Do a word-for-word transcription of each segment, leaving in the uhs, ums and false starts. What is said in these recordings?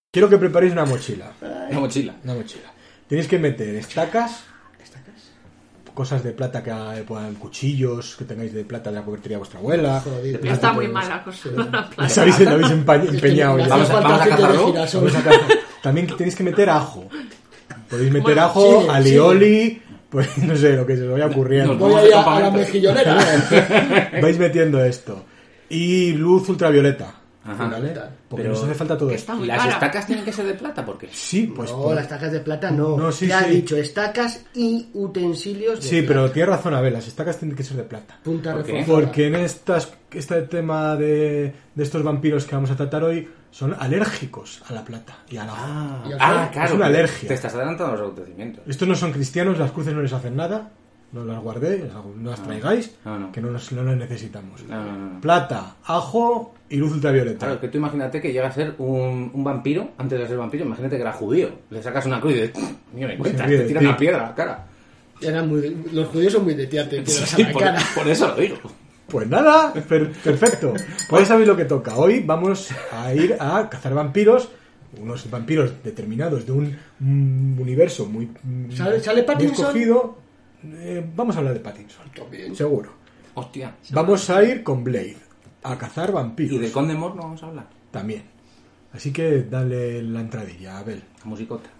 Quiero que preparéis una mochila. Una mochila. Una mochila. Tenéis que meter estacas, estacas, cosas de plata que puedan, cuchillos que tengáis de plata de la cobertería de vuestra abuela. Joder, está muy mal la cosa. La sabéis, la habéis empeñado. Vamos a, vamos a cazarlo. Vamos a cazar. También tenéis que meter ajo. Podéis meter bueno, ajo, sí, alioli, sí. Pues no sé, lo que se os vaya ocurriendo. Voy a ir a, a la mejillonera. Vais metiendo esto. Y luz ultravioleta. Ajá. ¿Vale? Porque nos hace falta todo esto. ¿Y las cara. estacas tienen que ser de plata? ¿Por qué? Sí, pues. No, por... las estacas de plata no. No, sí, Te sí. ha dicho estacas y utensilios de Sí, plata. Pero tienes razón, Abel, las estacas tienen que ser de plata. Punta ¿Por qué? Porque en estas, este tema de, de estos vampiros que vamos a tratar hoy son alérgicos a la plata y al agua. Ah, ¿Y ah claro. Es una alergia. Te estás adelantando los acontecimientos. Estos no son cristianos, las cruces no les hacen nada. No las guardéis, no las traigáis, no, no. que no, nos, no las necesitamos. No, no, no. Plata, ajo y luz ultravioleta. Claro, que tú imagínate que llega a ser un, un vampiro, antes de ser vampiro, imagínate que era judío. Le sacas una cruz y de... Mira, me encuentras, te tiran una piedra a la cara. Eran muy, los judíos son muy de tirarte piedras sí, a la por, cara. Por eso lo digo. Pues nada, per, perfecto. Pues sabéis lo que toca. Hoy vamos a ir a cazar vampiros. Unos vampiros determinados de un, un universo muy, ¿Sale, sale muy escogido. Eh, vamos a hablar de Pattinson. También. Seguro. Hostia. Vamos a ir con Blade a cazar vampiros. ¿Y de Condemort no vamos a hablar? También. Así que dale la entradilla, Abel. La musicota.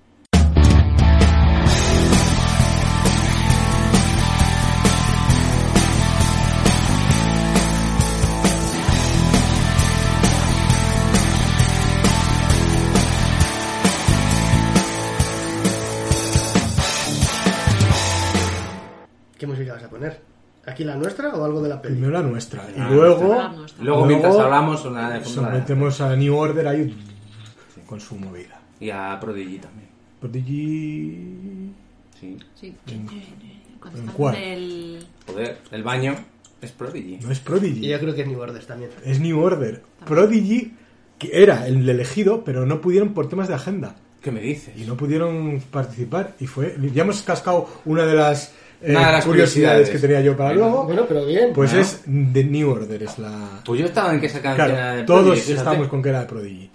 ¿Qué música vas a poner? ¿Aquí la nuestra o algo de la peli? Primero la nuestra. Ah, y luego, luego, luego, mientras hablamos, una de sometemos a New Order ahí sí. Con su movida. Y a Prodigy también. Prodigy. Sí. Sí. ¿En cuál? El... Joder, el baño es Prodigy. No es Prodigy. Y yo creo que es New Order también. Es New Order. Prodigy, que era el elegido, pero no pudieron por temas de agenda. ¿Qué me dices? Y no pudieron participar. Y fue. Ya hemos cascado una de las. Eh, Una de las curiosidades, curiosidades que tenía yo para bueno, luego. Bueno, pero bien. Pues ¿no? Es The New Order, es la. Pues yo estaba en que esa canción claro, era de todos Prodigy, estábamos con que era de Prodigy.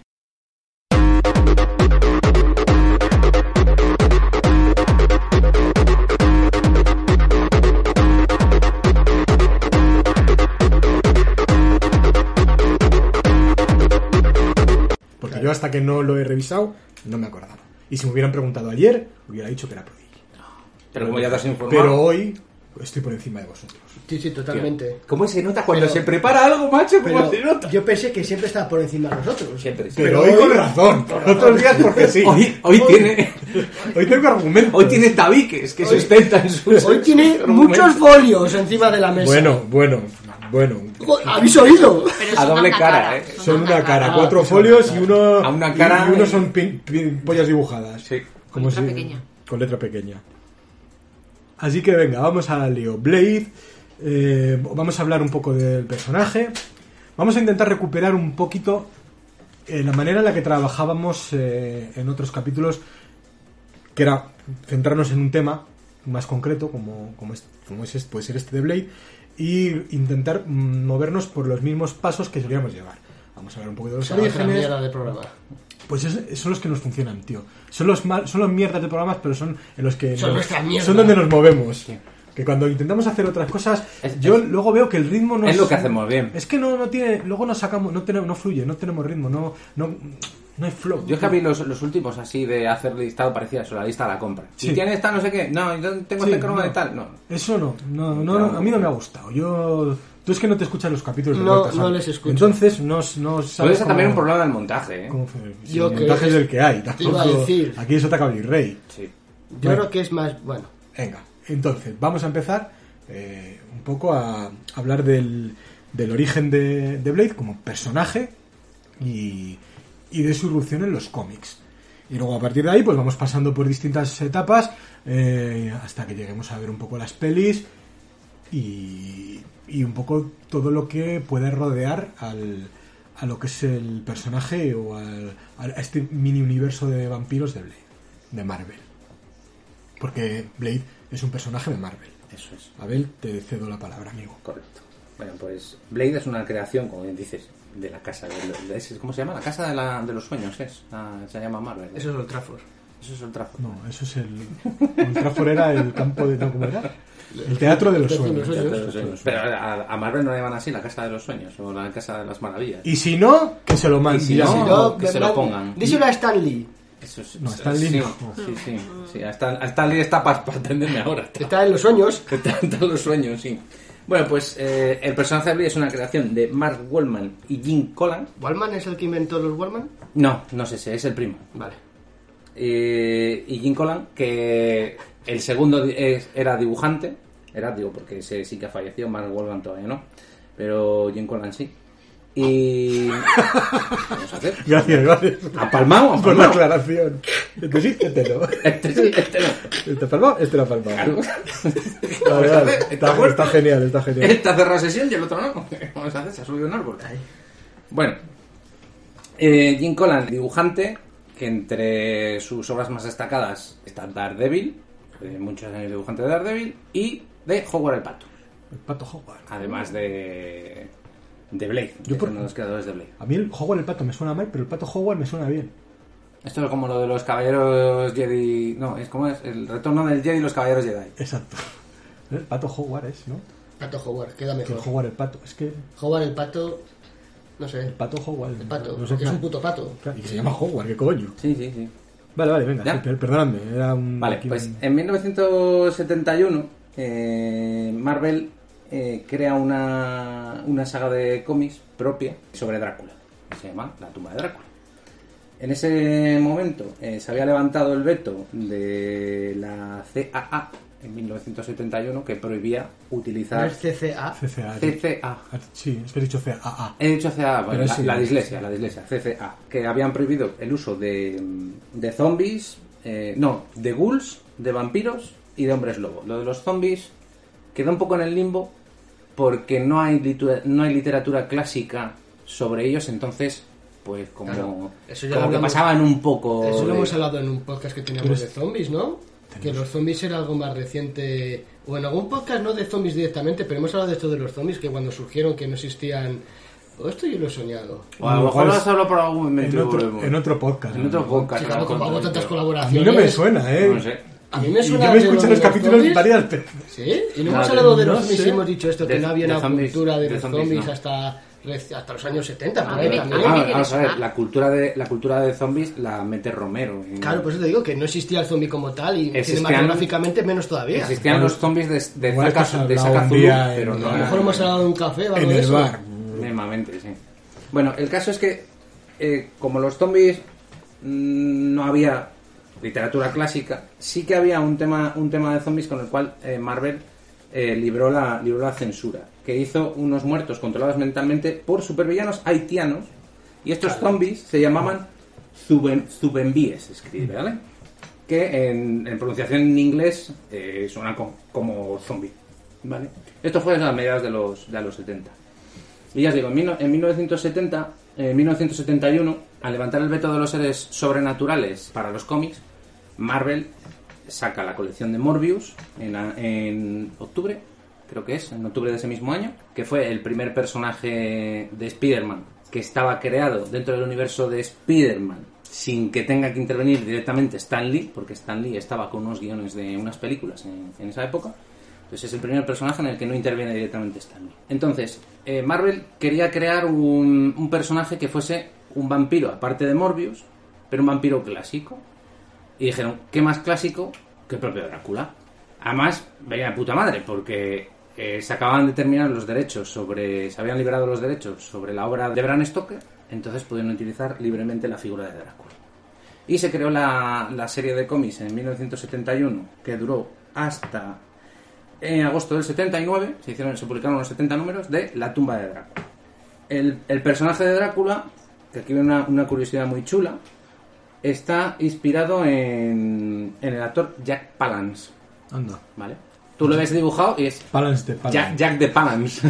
Porque claro. Yo hasta que no lo he revisado, no me acordaba. Y si me hubieran preguntado ayer, hubiera dicho que era Prodigy. Pero como ya te has informado. Pero hoy estoy por encima de vosotros. Sí, sí, totalmente. Tío, ¿cómo se nota cuando pero, se prepara algo, macho? ¿Cómo se nota? Yo pensé que siempre estaba por encima de nosotros. Siempre, sí. Pero, pero hoy con razón. Con razón. Otros días porque sí. Hoy, hoy, hoy tiene... Hoy tengo argumentos. Hoy tiene tabiques que hoy, sustentan sus... Hoy tiene muchos folios encima de la mesa. Bueno, bueno, bueno. ¿Habéis oído? A doble cara, cara, ¿eh? Son una cara, cara. cuatro ah, folios y uno... A una cara... Y, y uno son pin, pin, pollas dibujadas. Sí. Con letra si, pequeña. Con letra pequeña. Así que venga, vamos al lío. Blade, eh, vamos a hablar un poco del personaje. Vamos a intentar recuperar un poquito eh, la manera en la que trabajábamos eh, en otros capítulos, que era centrarnos en un tema más concreto, como, como, es, como es este, puede ser este de Blade, y intentar movernos por los mismos pasos que solíamos llevar. Vamos a hablar un poco de los orígenes de programa. Pues es, son los que nos funcionan, tío. Son los mal, son los mierdas de programas, pero son en los que son, nos, nuestra mierda. Son donde nos movemos. Sí. Que cuando intentamos hacer otras cosas, es, yo es, luego veo que el ritmo no es es lo que hacemos bien. Es que no, no tiene, luego nos sacamos, no tenemos, no fluye, no tenemos ritmo, no, no, no hay flow. Yo es que vi los, los últimos así de hacer listado parecía eso, la lista de la compra. Sí. ¿Y tienes tal no sé qué? No, yo tengo sí, este croma no, de tal. No. Eso no, no, no, no, a mí no me ha gustado. Yo Tú es que no te escuchas los capítulos de No, vuelta, no les escucho. Entonces no, no sabes. Puede ser cómo, también un problema del montaje, ¿eh? Cómo, sí, Yo el montaje es el que hay. Te iba a decir. Aquí es Otaka Rey. Sí. Yo bueno, creo que es más. Bueno. Venga, entonces vamos a empezar eh, un poco a hablar del, del origen de, de Blade como personaje y, y de su irrupción en los cómics. Y luego a partir de ahí pues vamos pasando por distintas etapas eh, hasta que lleguemos a ver un poco las pelis y, y un poco todo lo que puede rodear al, a lo que es el personaje o al, a este mini universo de vampiros de Blade, de Marvel. Porque Blade es un personaje de Marvel. Eso es. Abel, te cedo la palabra, amigo. Correcto. Bueno, pues Blade es una creación, como bien dices, de la casa de, de, de ¿cómo se llama? La casa de, la, de los sueños es, la, se llama Marvel. ¿no? Eso es Old Trafford. Eso es el Trafford. No, eso es el... El Trafford era el campo de... ¿Cómo era? El teatro de los sueños. El teatro de los sueños. Pero a, a Marvel no le llaman así la casa de los sueños o la casa de las maravillas. Y si no, que se lo manden. Y si no, Si no, que se lo pongan. Díselo a Stan Lee. Eso es, No, Stan Lee sí, no. sí, sí, sí. A Stan, a Stan Lee está para atenderme ahora. Está en los sueños. Está en los sueños, sí. Bueno, pues eh, el personaje de Blade es una creación de Mark Wallman y Jim Collan. ¿Wallman es el que inventó los Wallman? No, no sé si es el primo. Vale. Eh, y Jim Collan, que el segundo es, era dibujante. Era, digo, porque ese sí que ha fallecido, Mark Wallman todavía no. Pero Jim Collan sí. Y... Vamos a hacer. Gracias, gracias. ¿Ha palmado? ¿Ha Por la palmado? aclaración. Este sí, este no. Este sí, este no. Este ha palmado, este no ha palmado. Claro. Vale, vale. Está Está, muerto. está genial, está genial. Este ha cerrado sesión y el otro no. Vamos a hacer, se ha subido un árbol. Bueno, eh, Jim Collan, dibujante, que entre sus obras más destacadas está Daredevil, eh, muchos años dibujante de Daredevil, y de Howard el Pato, El pato Howard. además de, de Blade, Yo que por- es uno de los creadores de Blade. A mí el Howard el pato me suena mal, pero el pato Howard me suena bien. Esto es como lo de los caballeros Jedi, no, es como es el retorno del Jedi y los caballeros Jedi. Exacto. El pato Howard es, ¿no? Pato Howard, queda Que el mejor. Howard el pato. Es que Howard el pato... No sé. el pato Howard. El pato. No sé que qué. es un puto pato. Claro, y que se llama Howard, ¿qué coño? Sí, sí, sí. Vale, vale, venga. ¿Ya? Sí, per- perdonadme, era un... Vale, aquí pues un- en mil novecientos setenta y uno eh, Marvel eh, crea una, una saga de cómics propia sobre Drácula, que se llama La tumba de Drácula. En ese momento eh, se había levantado el veto de la C A A en mil novecientos setenta y uno que prohibía ¿No utilizar es C C A? C C A. C C A. Sí, es que he dicho C A A. He dicho C A A, bueno, Pero la, sí. la dislexia, la dislexia, C C A, que habían prohibido el uso de, de zombies, eh, no, de ghouls, de vampiros y de hombres lobo. Lo de los zombies quedó un poco en el limbo porque no hay, litu- no hay literatura clásica sobre ellos, entonces, pues como, Claro, eso ya como lo que hablamos- pasaban un poco... Eso lo de- hemos hablado en un podcast que teníamos Pero de es- zombies, ¿no? Que los zombies era algo más reciente. O en algún podcast no de zombies directamente, pero hemos hablado de esto de los zombies, que cuando surgieron que no existían... O esto yo lo he soñado. O a lo mejor lo has hablado por algún En momento. otro, en otro podcast. En otro ¿no? podcast. Sí, claro, como hago tantas A mí colaboraciones... no me suena, ¿eh? No sé. A mí me Y suena yo me de escucho lo de los los capítulos zombies. varias veces. ¿Sí? Y no Nada, hemos hablado de no los zombies sé. y hemos dicho esto, que De- no había de una zombies- cultura de, de los zombies, zombies no. hasta, hasta los años setenta, por A ahí mí me- también. a mí Ah, me vamos a ver, suena. la cultura de la cultura de zombies la mete Romero. en- Claro, por eso te digo que no existía el zombie como tal y Existían- cinematográficamente menos todavía. Existían los zombies de, de Igual Zaka, que se ha de hablado Zaka un Zulu, día en- pero no A lo era- mejor hemos hablado de un café o algo En de el eso. bar. Mismamente, sí. Bueno, el caso es que eh, como los zombies mm, no había literatura clásica, sí que había un tema un tema de zombies con el cual eh, Marvel eh, libró la libró la censura, que hizo unos muertos controlados mentalmente por supervillanos haitianos, y estos zombies se llamaban zuben, zubenbíes, se escribe, ¿vale? Que en, en pronunciación en inglés eh, suena como, como zombie, ¿vale? Esto fue a mediados de los de los setenta. Y ya os digo, en, mil, en mil novecientos setenta, en mil novecientos setenta y uno, al levantar el veto de los seres sobrenaturales para los cómics, Marvel saca la colección de Morbius en, en octubre, creo que es, en octubre de ese mismo año, que fue el primer personaje de Spider-Man que estaba creado dentro del universo de Spider-Man sin que tenga que intervenir directamente Stan Lee, porque Stan Lee estaba con unos guiones de unas películas en, en esa época. Entonces es el primer personaje en el que no interviene directamente Stan Lee. Entonces, eh, Marvel quería crear un, un personaje que fuese un vampiro, aparte de Morbius, pero un vampiro clásico. Y dijeron, ¿qué más clásico que el propio Drácula? Además, veía de puta madre, porque eh, se acababan de terminar los derechos sobre... Se habían liberado los derechos sobre la obra de Bram Stoker, entonces pudieron utilizar libremente la figura de Drácula. Y se creó la, la serie de cómics en mil novecientos setenta y uno, que duró hasta... En agosto del setenta y nueve se hicieron, se publicaron los setenta números de La tumba de Drácula. El, el personaje de Drácula, que aquí viene una, una curiosidad muy chula, está inspirado en, en el actor Jack Palance, Anda. ¿vale? Tú lo ves dibujado y es Palance de Palance. Jack, Jack de Palance.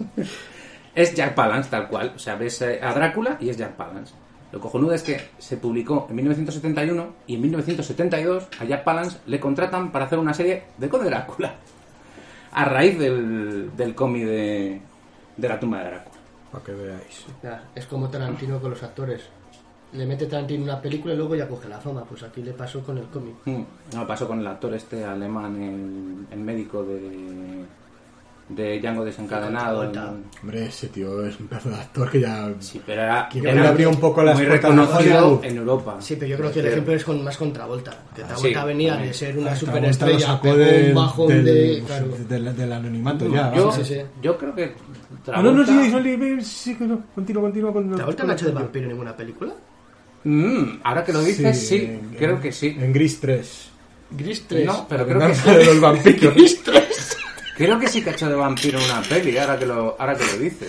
Es Jack Palance, tal cual. O sea, ves eh, a Drácula y es Jack Palance. Lo cojonudo es que se publicó en mil novecientos setenta y uno y en mil novecientos setenta y dos a Jack Palance le contratan para hacer una serie de Conde Drácula. A raíz del, del cómic de, de La tumba de Drácula. para que veáis. Ya, es como Tarantino con los actores. Le mete Tarantino una película y luego ya coge la fama. Pues aquí le pasó con el cómic. Mm. No, pasó con el actor este alemán, el, el médico de, de Django desencadenado. Sí, el- Hombre, ese tío es un pedazo de actor que ya... Sí, pero era, Que era igual le abrió un poco las muy puertas de reconocido Hollywood. en Europa. Sí, pero yo creo que el Pero- ejemplo es con, más con Travolta. Que Ah, Travolta sí, venía también. de ser una Ah, Travolta lo superestrella, sacó pegó del, un bajón del, de... Claro. del, del anonimato ya. Yo, vamos. sí, sí. yo creo que Ah, no, no, Travolta- sí, Soli, sí, que no. Continúa, continúa con... ¿Travolta no ha hecho de vampiro en ninguna película? Mm, ahora que lo dices, sí, en- creo en- que sí. En Gris tres. Gris tres. No, pero La creo que venganza sí. de los vampiros. Gris tres. Creo que sí que ha hecho de vampiro en una peli, ahora que lo, ahora que lo dices.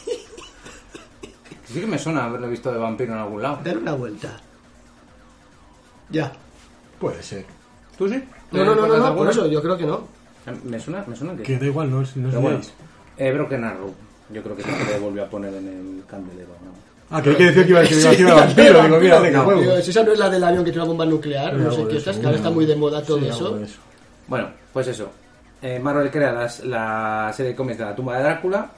Sí que me suena haberlo visto de vampiro en algún lado. Dar una vuelta. Ya. Puede ser. ¿Tú sí? No, no, no, no, ¿Recuerdas no, por alguna? eso yo creo que no. Me suena, me suena que Que sí. da igual, no, es- no os Pero bueno, digáis. eh, Broken Arrow. Yo creo que sí que le volvió a poner en el candelero, ¿no? Ah, que hay que decir que iba a decir Sí, que iba a decir vampiro. Digo, mira, venga, No, juego. Digo, si esa no es la del avión que tiene una bomba nuclear, Sí, no sé algo qué de estás, eso, que ahora una- está muy de moda todo Sí, eso. algo de eso. Bueno, pues eso. Eh, Marvel crea las- la serie de cómics de la tumba de Drácula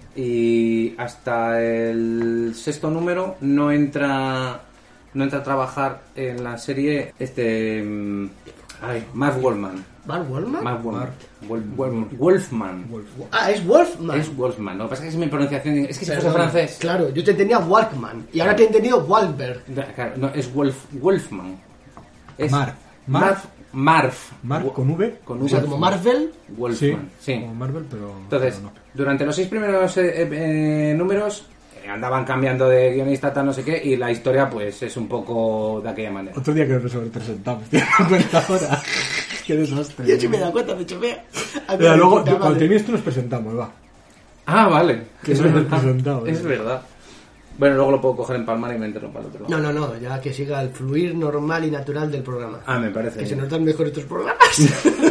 y hasta el sexto número no entra no entra a trabajar en la serie este mm, ay, Mark Wolfman. ¿Mark Wolfman? Mark Wolfman. Wol- Wol- Wolfman. Ah, es Wolfman. Es Wolfman. Lo que pasa es que es mi pronunciación. Es que si fuese Perdona. francés. Claro, yo te entendía Walkman y ahora te he entendido Wahlberg. Claro, no, es Wolf, Wolfman. Es Marv. Marv. Marv. Mark Wo- con V. Con O sea, V. como Marvel. Sí, Wolfman. Sí. como Marvel, pero... Entonces, pero no. durante los seis primeros eh, eh, números eh, andaban cambiando de guionista, tal, no sé qué, y la historia, pues, es un poco de aquella manera. Otro día que nos sobrepresentamos, tío, me cuenta ahora. Qué desastre. Yo sí me he dado cuenta, me chupé. Mira, luego, cuando termines tú nos presentamos, va. Ah, vale. Que es no hemos verdad. presentado, Es eh. verdad. Bueno, luego lo puedo coger en palmar y me entero para el otro lado. No, no, no, ya que siga el fluir normal y natural del programa. Ah, me parece Que se bien. nos dan mejor estos programas.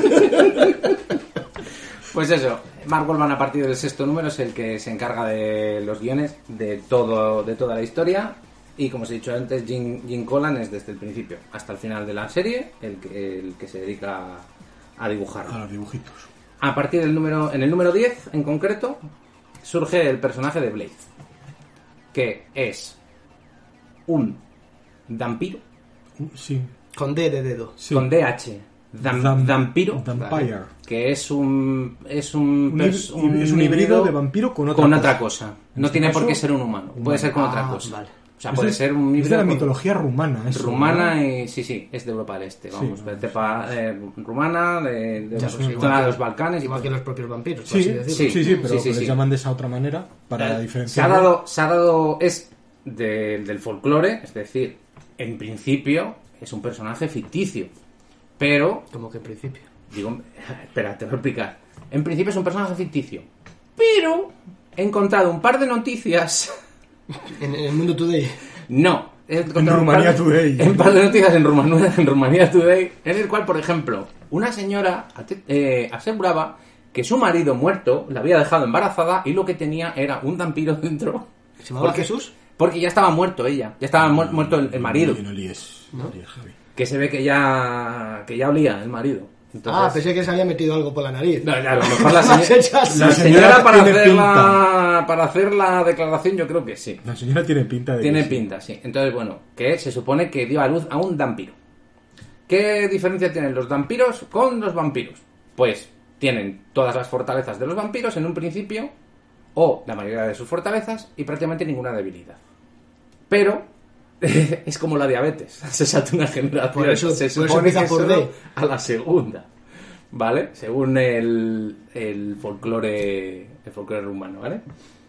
Pues eso, Mark Wolfman a partir del sexto número es el que se encarga de los guiones de todo de toda la historia y como os he dicho antes, Jim, Jim Collan es desde el principio hasta el final de la serie el que, el que se dedica a dibujar. A los dibujitos. A partir del número, en el número diez en concreto, surge el personaje de Blade, que es un vampiro Uh, sí. Con D de dedo. Sí. con D H, Dam- Dam- vampiro, Vampire. que es un es un, Un pers- hib- es un híbrido de vampiro con otra con cosa. otra cosa. No este tiene por caso, qué ser un humano, puede ser con otra Ah, cosa. vale. O sea, Eso puede es- ser un es de híbrido la con- mitología rumana, eso. rumana ¿no? y sí, sí, es de Europa del Este, vamos, Sí, de sí. cepa eh, rumana, de, de Ya, la pues, igual zona de que- los Balcanes y Igual todo. que los propios vampiros, por Sí, así decirlo. sí, sí, sí, pero Sí, sí, les sí. llaman de esa otra manera para Eh, diferenciar. Se ha dado, se ha dado, es de- del folclore, es decir, en principio es un personaje ficticio, pero, Como que en principio. digo, espera, te voy a explicar. En principio es un personaje ficticio, pero he encontrado un par de noticias, En, en el mundo today. no, he encontrado un Rumanía par de- Today. un par de noticias en Rumanía, en Rumanía Today, en el cual, por ejemplo, una señora ate- eh, aseguraba que su marido muerto la había dejado embarazada y lo que tenía era un vampiro dentro. ¿Se llamaba Porque- Jesús? Porque ya estaba muerto ella, ya estaba mu- muerto el, el marido, Y no líes, no líes, Javi. que se ve que ya que ya olía el marido. Entonces, Ah, pensé que se había metido algo por la nariz. no, a lo mejor la, Has señora, hecho así. la La señora señora para tiene hacer la, para hacer la declaración yo creo que sí. La señora tiene pinta de. Tiene que sí. pinta, sí. Entonces, bueno, que se supone que dio a luz a un vampiro. ¿Qué diferencia tienen los vampiros con los vampiros? Pues tienen todas las fortalezas de los vampiros en un principio, o la mayoría de sus fortalezas, y prácticamente ninguna debilidad. Pero es como la diabetes, se salta una generación. Por eso- se por eso supone empieza que por solo D. a la segunda, ¿vale? Según el, el folclore el folclore rumano, ¿vale?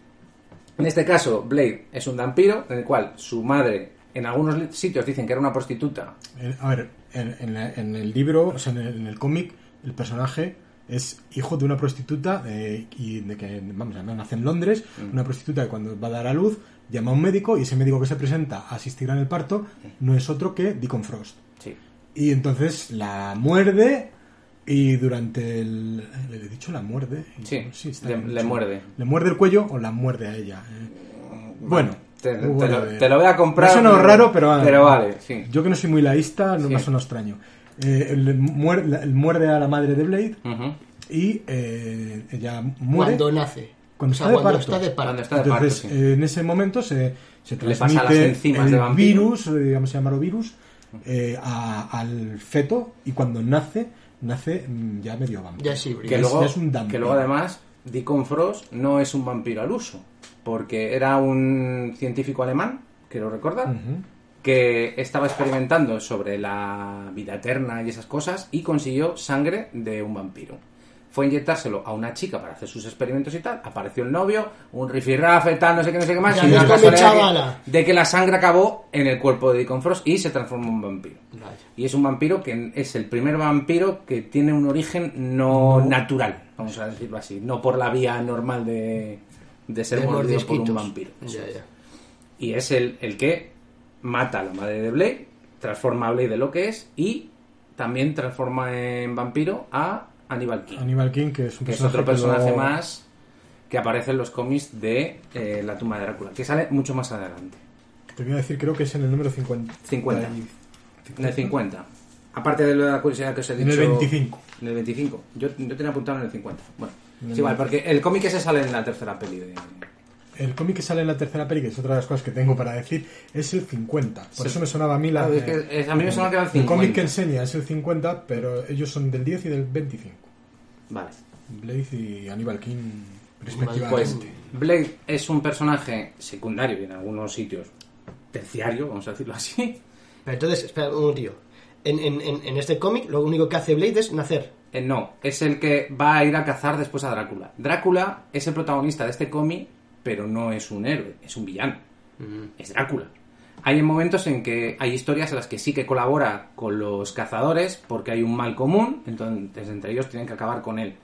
En este caso, Blade es un vampiro en el cual su madre, en algunos li- sitios dicen que era una prostituta. Eh, A ver, en, en la- en el libro, o sea, en el, en el cómic, el personaje es hijo de una prostituta eh, y de que, vamos, además nace en Londres, Mm. una prostituta que cuando va a dar a luz llama a un médico y ese médico que se presenta a asistir en el parto no es otro que Deacon Frost. Sí. Y entonces la muerde y durante el... ¿Le he dicho la muerde? Sí, está le- bien le dicho. muerde. ¿Le muerde el cuello o la muerde a ella? Eh, Bueno. Te, muy te bueno lo, de- te lo voy a comprar. Me ha sonado raro, pero vale. Pero vale, sí. Yo que no soy muy laísta, no Sí. me ha sonado extraño. Eh, le muerde, le muerde a la madre de Blade Ujú. y eh, ella muere Cuando nace. Cuando, O sea, está, de cuando parto. está de parto. Cuando está de Entonces, parto, sí. eh, en ese momento se, se Le pasa las transmite enzimas el de vampiro. virus, eh, digamos llamarlo virus, eh, a- al feto, y cuando nace, nace mm, ya medio vampiro. Ya sí, Que Es- luego, ya es un vampiro. que luego además Deacon Frost no es un vampiro al uso, porque era un científico alemán, quiero recordar, Ujú. que estaba experimentando sobre la vida eterna y esas cosas y consiguió sangre de un vampiro. Fue a inyectárselo a una chica para hacer sus experimentos y tal, apareció el novio, un rifirrafe, tal, no sé qué, no sé qué más, Ya y ves la cómo casualidad chavala. que- de que la sangre acabó en el cuerpo de Deacon Frost y se transformó en un vampiro. Vaya. Y es un vampiro que es el primer vampiro que tiene un origen no, natural, vamos a decirlo así, no por la vía normal de, de ser De mordido por un mordisquitos. vampiro. Eso Ya, es. ya. Y es el, el que mata a la madre de Blade, transforma a Blade de lo que es y también transforma en vampiro a Hannibal King, Aníbal King, que es un que es personaje otro personaje luego- más que aparece en los cómics de eh, La tumba de Drácula, que sale mucho más adelante. Te voy a decir, creo que es en el número cincuenta. cincuenta. En el cincuenta. Aparte de la curiosidad que os he En dicho... el veinticinco. En el veinticinco. Yo, yo tenía apuntado en el cincuenta. Bueno, En el sí, igual, porque el cómic ese sale en la tercera peli de... El cómic que sale en la tercera peli, que es otra de las cosas que tengo para decir, es el cincuenta. Por Sí. eso me sonaba a mí la... Claro, es que es- a mí me sonaba que era el El cómic que cincuenta. enseña es el cincuenta, pero ellos son del diez y del veinticinco. Vale. Blade y Hannibal King, Pues respectivamente. Blade es un personaje secundario y en algunos sitios terciario, vamos a decirlo así. Pero entonces, espera un tío. En, en, en, en este cómic, lo único que hace Blade es nacer. Eh, no, es el que va a ir a cazar después a Drácula. Drácula es el protagonista de este cómic, pero no es un héroe, es un villano. Es Drácula. Hay momentos en que hay historias en las que sí que colabora con los cazadores porque hay un mal común, entonces entre ellos tienen que acabar con él.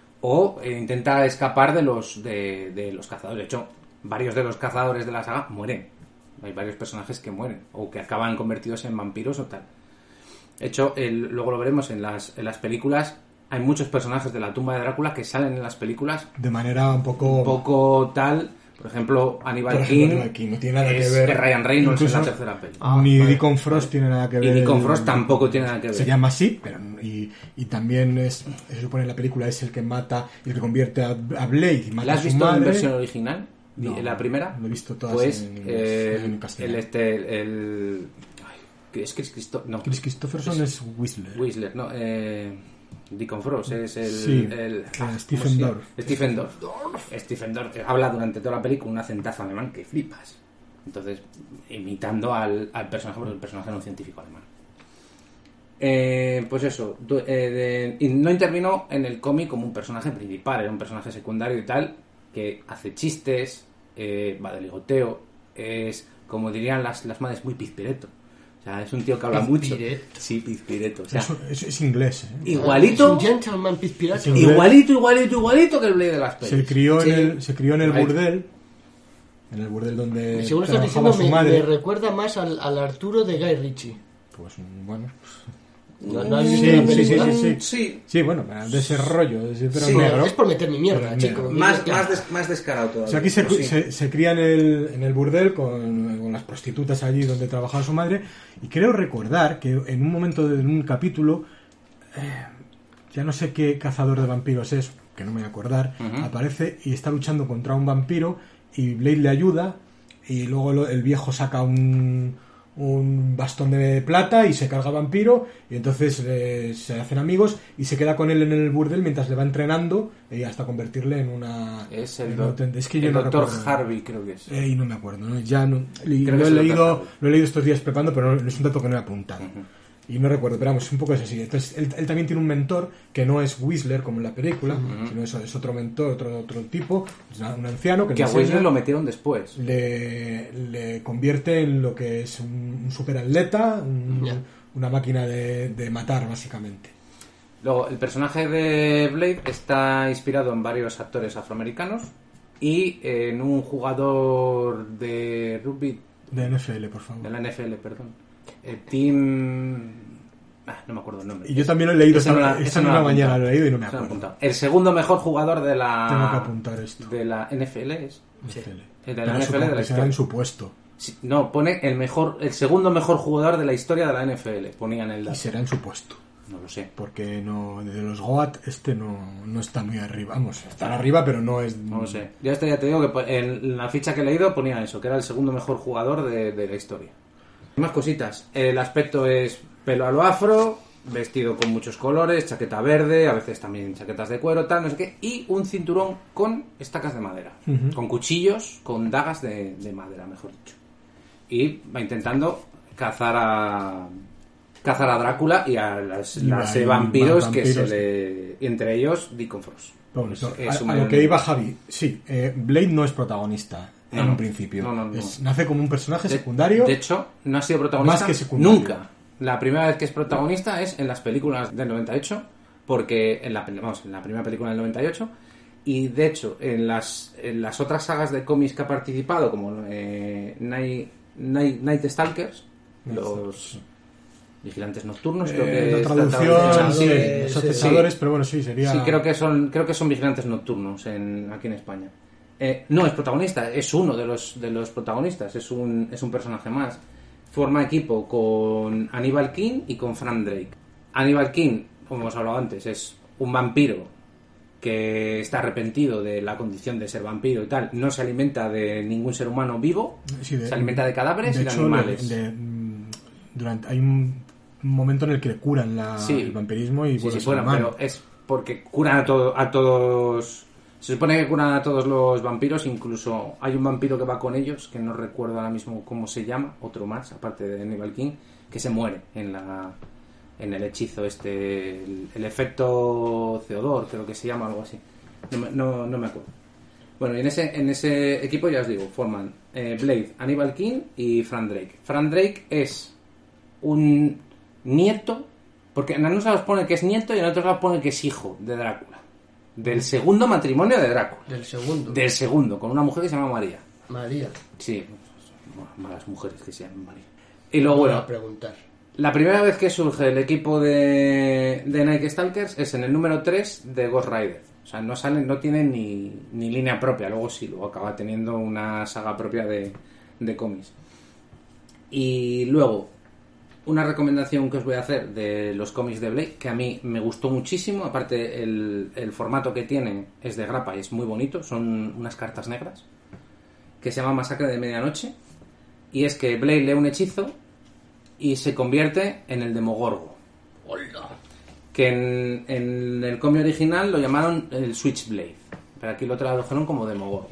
O eh, intenta escapar de los, de, de los cazadores. De hecho, varios de los cazadores de la saga mueren. Hay varios personajes que mueren o que acaban convertidos en vampiros o tal. De hecho, el- luego lo veremos en las, en las películas. Hay muchos personajes de la tumba de Drácula que salen en las películas De manera un poco... un poco tal. Por ejemplo, Hannibal Por ejemplo, King, Hannibal King no tiene nada es que ver. de Ryan Reynolds Incluso en la tercera peli. Ah, ni vale. Deacon Frost tiene nada que Y ver. Deacon Frost tampoco tiene nada que ver. Se llama así, pero y, y también es, se supone en la película es el que mata y el que convierte a, a Blade y mata ¿La a has su visto en madre. versión original? No, ¿La primera? lo he visto todas Pues en inglés, eh, en el, castellano. este, el... ay, ¿qué es Chris Christo- no, Chris Christopherson es Whistler. Whistler, no, eh... Deacon Frost es el... Sí, el eh, ah, Stephen ¿cómo se llama? Dorff. Stephen Dorff. Stephen Dorff habla durante toda la película un acentazo alemán que flipas. Entonces, imitando al, al personaje, porque el personaje era un científico alemán. Eh, pues eso, du- eh, de- y no intervino en el cómic como un personaje principal, era un personaje secundario y tal, que hace chistes, eh, va de ligoteo, es, como dirían las, las madres, muy pizpireto. O sea, es un tío que habla mucho. Pizpireto. Sí, pizpireto. O sea, Es, es- es inglés. ¿eh? igualito, Es un gentleman pizpirato. Es inglés. igualito, igualito, igualito que el Blade de las pelis. Se crió, Sí. en el, se crió en el Ahí. burdel. En el burdel donde Según estás trabajaba diciendo, su me, madre. me recuerda más al, al Arturo de Guy Ritchie. Pues bueno. ¿No, no has Sí, visto la sí, sí, película? sí, sí. Sí, Sí, bueno, de ese rollo, de ese pero Sí, negro. Es por meter mi mierda, Pero chico. negro. más, Claro. más, des- más descarado todavía. O sea, aquí se, pero sí. se, se cría en el, en el burdel con, con las prostitutas allí donde trabajaba su madre. Y creo recordar que en un momento de en un capítulo, eh, ya no sé qué cazador de vampiros es, que no me voy a acordar, Ujú. aparece y está luchando contra un vampiro y Blade le ayuda y luego lo- el viejo saca un, un bastón de plata y se carga al vampiro y entonces eh, se hacen amigos y se queda con él en el burdel mientras le va entrenando y hasta convertirle en una... Es el, en doc- autent- es que yo el no doctor recuerdo. Harvey, creo que es. Eh, y no me acuerdo, ¿no? Ya no, y Creo lo, que he es el leído, doctor. lo he leído estos días preparando, pero no, es un dato que no he apuntado. Ujú. Y no recuerdo, pero vamos, un poco es así. Entonces, él, él también tiene un mentor que no es Whistler como en la película, sino es, es otro mentor, otro, otro tipo, es una- un anciano que, Que le a enseña, Wesley lo metieron después. le, le convierte en lo que es un, un superatleta, un- Ya. una máquina de, de matar, básicamente. Luego, el personaje de Blade está inspirado en varios actores afroamericanos y en un jugador de rugby, De N F L, por favor. de la N F L, perdón. El Team... Ah, no me acuerdo el nombre. Y yo también lo he leído Ese esta, no la- esta ese no misma lo he mañana, apuntado. lo he leído y no me Ese no lo he acuerdo. apuntado. El segundo mejor jugador de la... Tengo que apuntar esto. De la N F L es... Sí. N F L. El de la Pero N F L supongo de la que será en historia. su puesto. Sí, no, pone el mejor, el segundo mejor jugador de la historia de la N F L. Ponía en el Y dato. será en su puesto. No lo sé. Porque no, de los Goat este no, no está muy arriba. Vamos, está arriba, pero no es... No lo sé. Yo este ya te digo que en la ficha que he leído ponía eso, que era el segundo mejor jugador de, de la historia. Más cositas. El aspecto es pelo a lo afro, vestido con muchos colores, chaqueta verde, a veces también chaquetas de cuero, tal, no sé qué, y un cinturón con estacas de madera, uh-huh. con cuchillos, con dagas de, de madera, mejor dicho. Y va intentando cazar a... cazar a Drácula y a las, y las eh, vampiros, vampiros que se le... entre ellos Deacon Frost. Bueno, eso, es a, un... a lo que iba Javi, sí, eh, Blade no es protagonista en no, un principio. No, no, no. Es, nace como un personaje de, secundario. De hecho, no ha sido protagonista más que secundario. Nunca. La primera vez que es protagonista es en las películas del noventa y ocho, porque en la, vamos, en la primera película del noventa y ocho, y de hecho en las, en las otras sagas de cómics que ha participado, como eh, Night, Night, Night Stalkers, los... Sí. Vigilantes nocturnos, creo que eh, la traducción, sí, sí, sí, cazadores, sí. Pero bueno, sí, sería... Sí, creo que son, creo que son vigilantes nocturnos en, aquí en España. Eh, no es protagonista, es uno de los, de los protagonistas, es un, es un personaje más. Forma equipo con Hannibal King y con Frank Drake. Hannibal King, como hemos hablado antes, es un vampiro que está arrepentido de la condición de ser vampiro y tal. No se alimenta de ningún ser humano vivo, sí, de, se alimenta de cadáveres de y de hecho, animales. De, de, durante, hay un momento en el que curan la, sí, el vampirismo y sí, sí, bueno, pero es porque curan a, todo, a todos... Se supone que curan a todos los vampiros, incluso hay un vampiro que va con ellos, que no recuerdo ahora mismo cómo se llama, otro más, aparte de Hannibal King, que se muere en la en el hechizo este, el, el efecto Theodore, creo que se llama, algo así. No, no, no me acuerdo. Bueno, y en ese, en ese equipo, ya os digo, forman eh, Blade, Hannibal King y Frank Drake. Frank Drake es un nieto, porque en unos lados pone que es nieto y en otros lados pone que es hijo de Drácula. Del segundo matrimonio de Drácula. Del segundo. Del segundo, con una mujer que se llama María. María. Sí, malas mujeres que se llaman María. Y luego, bueno, a preguntar. La primera vez que surge el equipo de, de Night Stalkers es en el número tres de Ghost Rider. O sea, no salen, no tienen ni, ni línea propia. Luego sí, luego acaba teniendo una saga propia de, de cómics. Y luego, una recomendación que os voy a hacer de los cómics de Blade, que a mí me gustó muchísimo. Aparte, el, el formato que tiene es de grapa y es muy bonito. Son unas cartas negras que se llama Masacre de Medianoche. Y es que Blade lee un hechizo y se convierte en el Demogorgo. ¡Hola! Que en, en el cómic original lo llamaron el Switchblade, pero aquí lo tradujeron como Demogorgo.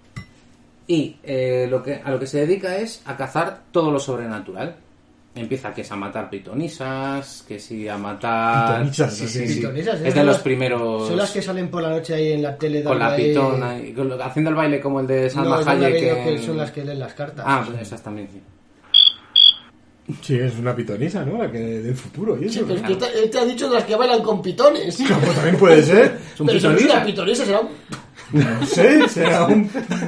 Y eh, lo que, a lo que se dedica es a cazar todo lo sobrenatural. Empieza que es a matar pitonisas, que sí a matar... Pitonisas, sí, sí, sí. Pitonisas, es de los primeros... Son las que salen por la noche ahí en la tele. Con la ahí... pitona, y con, haciendo el baile como el de Salma no, Hayek. Que... que son las que leen las cartas. Ah, pues esas también, sí. Sí, es una pitonisa, ¿no? La que del futuro y eso. Sí, pero es que te, él te ha dicho de las que bailan con pitones. No, pues también puede ser. Es un pero pitonisa. si es una pitonisa, será un... No sé, será un...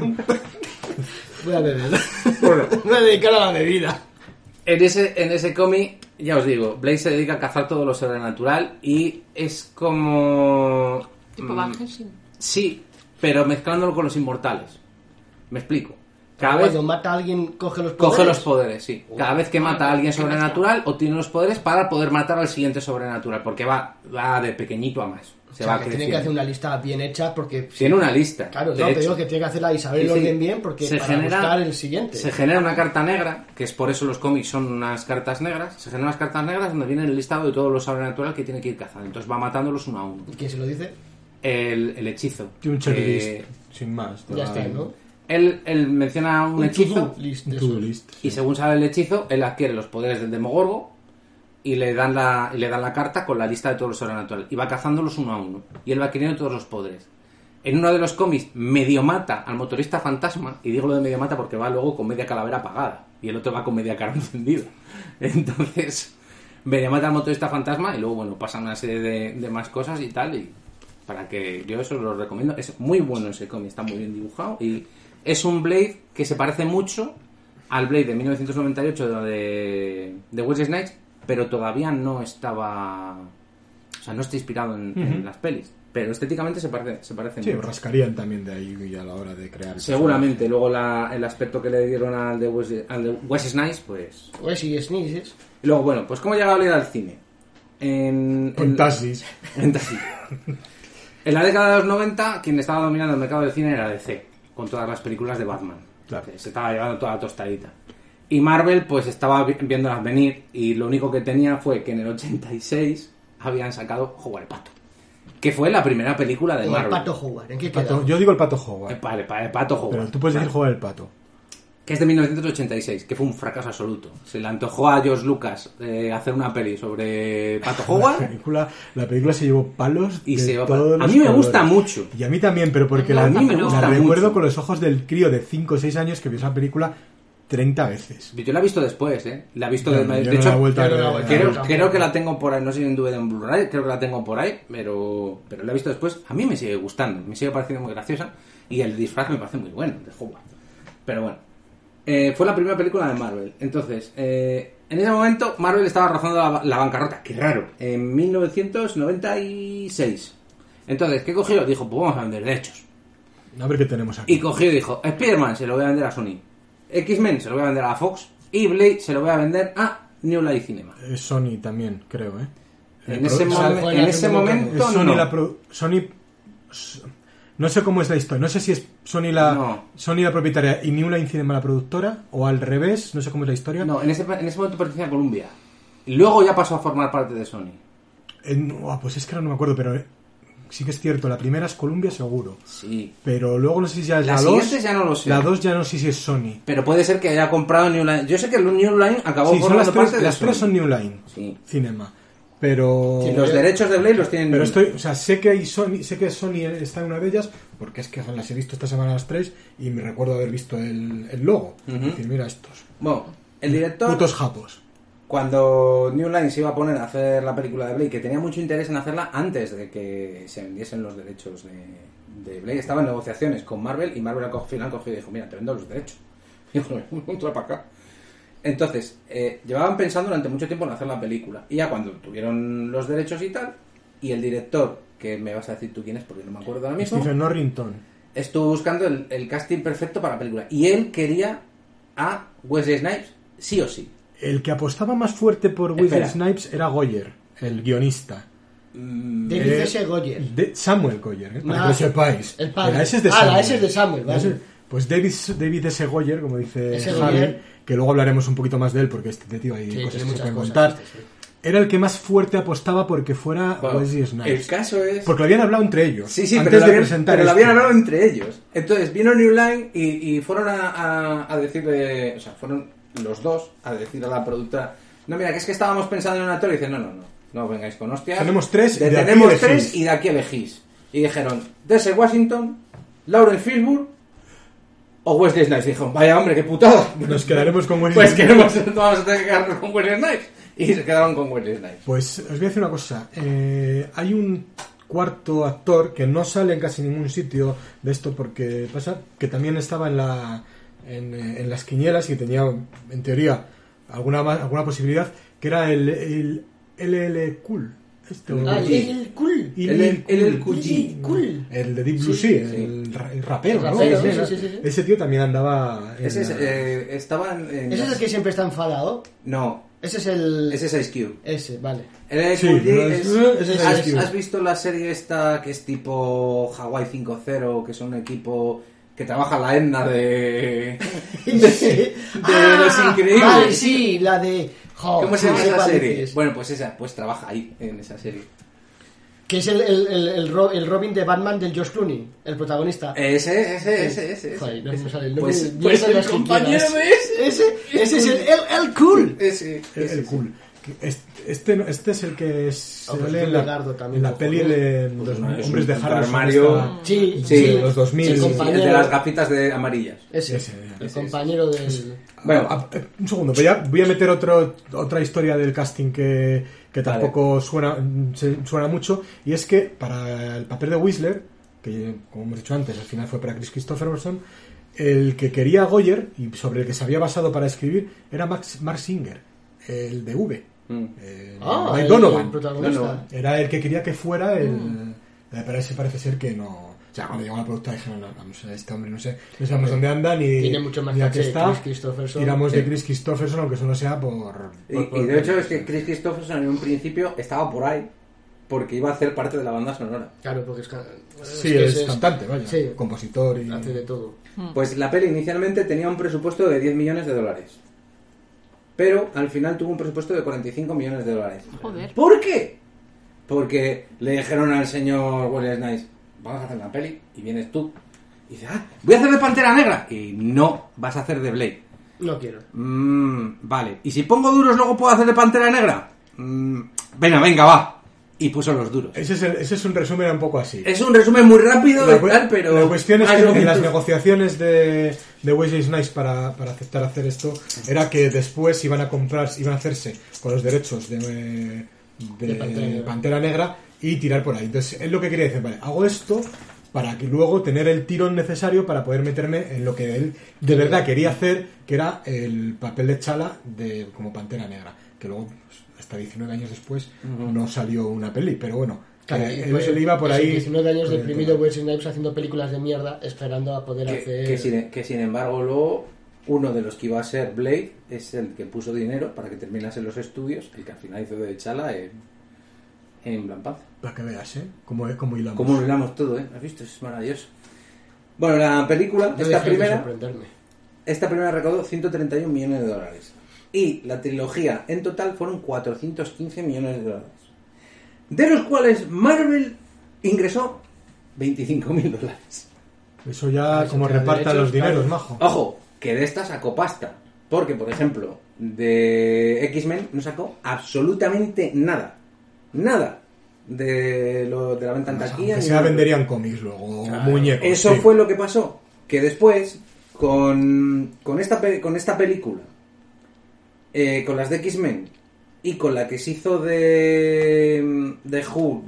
Voy a beber. Bueno, me voy a dedicar a la bebida. En ese, en ese cómic, ya os digo, Blade se dedica a cazar todo lo sobrenatural y es como... ¿Tipo Van Helsing? Sí, pero mezclándolo con los inmortales. Me explico. Cada Cuando vez mata a alguien, coge los poderes. coge los poderes, sí. Cada vez que mata a alguien sobrenatural, obtiene los poderes para poder matar al siguiente sobrenatural, porque va, va de pequeñito a más. Se O sea, va que tiene que hacer una lista bien hecha porque... Tiene una lista. Claro, de no, te hecho. digo que tiene que hacerla y saber Sí, el sí. orden bien porque Se para genera- buscar el siguiente. Se genera una carta negra, que es por eso los cómics son unas cartas negras. Se generan unas cartas negras donde viene el listado de todo lo sobrenatural que tiene que ir cazando. Entonces va matándolos uno a uno. ¿Y quién se lo dice? El, el hechizo. Tiene un que- checklist, sin más. Ya está, ¿no? Él, él menciona un, Un hechizo to-do list de Un to-do esos. list. y según sabe el hechizo, él adquiere los poderes del Demogorgo y le dan la, y le dan la carta con la lista de todo lo sobrenatural. Y va cazándolos uno a uno. Y él va adquiriendo todos los poderes. En uno de los cómics medio mata al motorista fantasma, y digo lo de medio mata porque va luego con media calavera apagada y el otro va con media cara encendida. Entonces, medio mata al motorista fantasma y luego, bueno, pasan una serie de, de más cosas y tal. Y para que yo eso lo recomiendo. Es muy bueno ese cómic, está muy bien dibujado y es un Blade que se parece mucho al Blade de mil novecientos noventa y ocho de, de Wesley Snipes, pero todavía no estaba... O sea, no está inspirado en, uh-huh. en las pelis. Pero estéticamente se parece, se parece Sí, mucho. rascarían también de ahí a la hora de crear. Seguramente. Luego la, el aspecto que le dieron al de Wesley, al de Wesley Snipes, pues... Pues sí, Sneezes. Y luego, bueno, pues ¿cómo llega a leer al cine? En, Con en, taxis. en taxis. En la década de los noventa, quien estaba dominando el mercado del cine era D C, con todas las películas de Batman. Claro. Se estaba llevando toda la tostadita. Y Marvel, pues estaba vi- viéndolas venir, y lo único que tenía fue que en el ochenta y seis habían sacado Howard el Pato, que fue la primera película de O el Marvel. Pato Howard, ¿en qué Pato- queda? yo digo el Pato El, Howard. pa- el pa- el Pato Howard. Pero tú puedes decir jugar el Pato. Que es de mil novecientos ochenta y seis, que fue un fracaso absoluto. Se le antojó a George Lucas eh, hacer una peli sobre Pato La Howard película, la película se llevó palos y de se llevó todos pa- A los mí me colores. gusta mucho. Y a mí también, pero porque A la, mí me la gusta recuerdo mucho. con los ojos del crío de cinco o seis años que vio esa película treinta veces. Yo la he visto después, ¿eh? La he visto Yo de, no, de yo no la hecho, he vuelto a yo no la he ver. vuelto a creo, ver. creo que la tengo por ahí, no sé si en D V D o en Blu-ray, creo que la tengo por ahí, pero, pero la he visto después. A mí me sigue gustando, me sigue pareciendo muy graciosa y el disfraz me parece muy bueno de Howard. Pero bueno, eh, fue la primera película de Marvel. Entonces, eh, en ese momento Marvel estaba rozando la, la bancarrota, qué raro, en mil novecientos noventa y seis. Entonces, ¿qué cogió? Dijo, pues vamos a vender derechos. A ver qué tenemos aquí. Y cogió y dijo, Spider-Man se lo voy a vender a Sony, X-Men se lo voy a vender a Fox y Blade se lo voy a vender a New Line Cinema. Es Sony también, creo, ¿eh? En Eh, ese, pro- momen- fue en la ese segunda momento es Sony no. la pro- Sony s- no sé cómo es la historia, no sé si es Sony la No. Sony la propietaria y New Line Cinema la productora o al revés, no sé cómo es la historia. No, en ese, en ese momento pertenecía a Columbia. Y luego ya pasó a formar parte de Sony. En- oh, pues es que ahora no me acuerdo, pero eh, sí que es cierto, la primera es Columbia seguro, Sí. pero luego no sé si ya es Las la dos. siguientes ya no lo sé. La dos ya no sé si es Sony. Pero puede ser que haya comprado New Line. Yo sé que el New Line acabó Sí, son formando las tres, parte de las tres Sony. son New Line Sí. Cinema, pero Sí, los derechos de Blade los tienen. Pero estoy, o sea, sé que hay Sony, sé que Sony está en una de ellas, porque es que las he visto esta semana las tres y me recuerdo haber visto el, el logo. Ujú. Es decir, mira estos. Bueno, el director. Putos japos. Cuando New Line se iba a poner a hacer la película de Blade, que tenía mucho interés en hacerla antes de que se vendiesen los derechos de, de Blade, estaba en negociaciones con Marvel y Marvel al final cogió y dijo, mira, te vendo los derechos. Y dijo, trae para acá. Entonces, eh, llevaban pensando durante mucho tiempo en hacer la película. Y ya cuando tuvieron los derechos y tal, y el director, que me vas a decir tú quién es porque no me acuerdo ahora mismo, Stephen Norrington. estuvo buscando el, el casting perfecto para la película. Y él quería a Wesley Snipes, sí o sí. El que apostaba más fuerte por Wesley Espera. Snipes era Goyer, el guionista. Mm, David Eh, S. Goyer. De Samuel Goyer, ¿eh? Para Ah, que lo sepáis. el padre. Pero ese es de Ah, Samuel. la S es de Samuel, vale. Ese- Pues David, David S. Goyer, como dice Ese Javi, Goyer. que luego hablaremos un poquito más de él, porque este tío hay Sí, cosas tiene que se muchas pueden cosas, contar. este, sí. Era el que más fuerte apostaba porque fuera bueno, Wesley Snipes. el caso es... Porque lo habían hablado entre ellos. Sí, sí, antes pero, lo de habían, presentar pero lo esto. habían hablado entre ellos. Entonces vino New Line y, y fueron a, a, a decirle, o sea, fueron los dos a decirle a la productora, no, mira, que es que estábamos pensando en una actor y dicen, no, no, no, no vengáis con hostias. Tenemos tres, de- de aquí tenemos elegís. tres y de aquí elegís. Y dijeron, Denzel Washington, Lawrence Fishburne o Wesley Snipes. Y dijeron, vaya hombre, qué putada. Nos quedaremos con Wesley Pues Snipes. queremos, vamos a tener que quedarnos con Wesley Snipes. Y se quedaron con Wesley Snipes. Pues os voy a decir una cosa. Eh, hay un cuarto actor que no sale en casi ningún sitio de esto porque pasa que también estaba en la en, eh, en las quinielas y tenía en teoría alguna ma- alguna posibilidad, que era el el L L Cool. Este, o- Ah, Sí. el cool. Y- El- el- el Cool. Cool. Cool. El de Deep Sí, Blue Sea, sí. el, ra- el rapero, El ¿no? rapero, Ese, sí, sí, sí, sí. ese tío también andaba en Ese es, la- eh, estaban en... ¿Ese es el que siempre está enfadado? No, Ese es el... ese es Ice Cube. Ese, vale. El Sí, Cool J no, es- es- ese es ¿has, Ice Cube. has visto la serie esta que es tipo Hawaii cinco cero, que son un equipo que trabaja la etna de... de, de Ah, Los Increíbles? Vale, sí, la de... jo, ¿Cómo se llama no sé esa cuál serie? es. Bueno, pues esa, pues trabaja ahí, en esa serie. Que es el, el, el, el, Ro- el Robin de Batman del George Clooney, el protagonista. Ese, ese, ese, ese. ese. Joder, no me sale el nombre. Pues, Yo pues soy el las compañero quinquenas. de ese. Ese, ese es el, el, el cool. Ese, el, ese, el sí. Cool. Que es- Este, no- este es el que se Ah, pues ve es en un la, Leonardo también, en la ojo, peli ¿no? de Pues los no, es hombres un de puto Harrison. armario. esta- Sí, Sí, sí. los dos mil. El Sí, el compañero, de las gafitas de amarillas. ese, Ese, el ese, compañero del... Bueno, Ah, ah, un segundo, voy a, voy a meter otro, otra historia del casting que, que Vale. tampoco suena, se- suena mucho, y es que para el papel de Whistler, que como hemos dicho antes, al final fue para Chris Christopherson, el que quería a Goyer y sobre el que se había basado para escribir era Max, Mark Singer, el de V. Mm. eh, Ah, Mike el, Donovan. el protagonista. Donovan. Era el que quería que fuera el... eh, Pero ese parece ser que no... O sea, cuando llegó la productora dijeron, no, vamos a este hombre, no sé, no sabemos dónde anda ni, Tiene mucho más ni a qué caché está. Chris Christopherson. Tiramos Sí. de Chris Christopherson, aunque solo sea por... Y, por- por- y de hecho es que Chris Christopherson en un principio estaba por ahí porque iba a hacer parte de la banda sonora. Claro, porque es, ca- Sí, que es, ese cantante, vaya, sí, compositor y... hace de todo. Pues la peli inicialmente tenía un presupuesto de diez millones de dólares. Pero al final tuvo un presupuesto de cuarenta y cinco millones de dólares. Joder. ¿Por qué? Porque le dijeron al señor Wesley Snipes, vamos a hacer una peli y vienes tú. Y dice, ah, voy a hacer de Pantera Negra. Y no, vas a hacer de Blade. No quiero. Mm, vale. ¿Y si pongo duros luego puedo hacer de Pantera Negra? Mm, venga, venga, va. Y puso los duros. Ese es, el- ese es un resumen un poco así. Es un resumen muy rápido La, de cu- tal, pero... la cuestión es hay que en las momentos- negociaciones de, de Wesley Snipes para, para aceptar hacer esto era que después iban a comprar, iban a hacerse con los derechos de, de, De Pantera Negra. Pantera Negra y tirar por ahí. Entonces él lo que quería decir, vale, hago esto para que luego tener el tirón necesario para poder meterme en lo que él de verdad quería hacer, que era el papel de Chala de, como Pantera Negra, que luego pues, hasta diecinueve años después Ujú. no salió una peli, pero bueno, Claro, que y él fue- se le iba por esos ahí diecinueve años por el deprimido tema. Wesley Snipes haciendo películas de mierda esperando a poder Que, hacer... que sin, que sin embargo luego uno de los que iba a ser Blade es el que puso dinero para que terminase los estudios, el que al final hizo de Chala en, en Black Panther. Para que veas, ¿eh? Como es como hilamos. Como lo hilamos todo, ¿eh? ¿Has visto? Es maravilloso. Bueno, la película, No esta dejes de primera, sorprenderme. esta primera recaudó ciento treinta y un millones de dólares. Y la trilogía en total fueron cuatrocientos quince millones de dólares. De los cuales Marvel ingresó veinticinco mil dólares. Eso ya Eso como que a repartan derechos, los dineros, claro. majo. Ojo, que de esta sacó pasta. Porque, por ejemplo, de X-Men no sacó absolutamente nada. Nada. De, lo, de la venta en taquilla. Que ni se nada. venderían cómics luego, Claro. muñecos. Eso sí. fue lo que pasó. Que después, con, con, esta, pe- con esta película, eh, con las de X-Men y con la que se hizo de, de Who,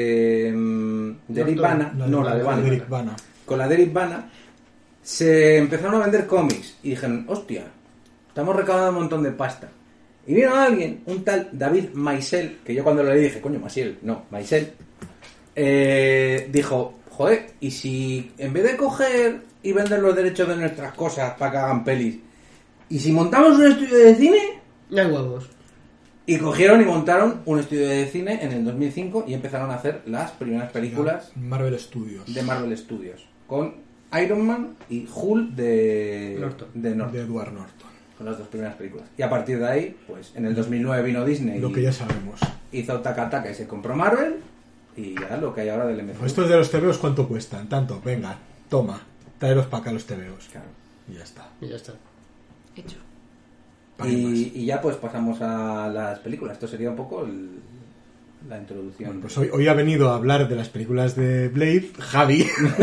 de, de Eric Bana, La no, la de Bana, Eric Bana. con la de Eric Bana, se empezaron a vender cómics y dijeron, hostia, estamos recaudando un montón de pasta. Y vino alguien, un tal David Maisel, que yo cuando lo leí dije, coño, Maisel, no, Maisel, eh, dijo, joder, y si en vez de coger y vender los derechos de nuestras cosas para que hagan pelis, y si montamos un estudio de cine, No hay huevos. y cogieron y montaron un estudio de cine en el dos mil cinco y empezaron a hacer las primeras películas Marvel Studios. de Marvel Studios, con Iron Man y Hulk de Norton. de Norton, De Edward Norton. con las dos primeras películas. Y a partir de ahí, pues en el dos mil nueve vino Disney Lo y que ya sabemos. hizo Taca Taca y se compró Marvel, y ya lo que hay ahora del M C U. Estos de los tebeos, ¿cuánto cuestan? Tanto, venga, toma, traeros para acá los tebeos. Claro. Y ya está. Y ya está. Hecho. Paguen más. Y, y ya pues pasamos a las películas. Esto sería un poco el- la introducción. Bueno, pues hoy, hoy ha venido a hablar de las películas de Blade, Javi.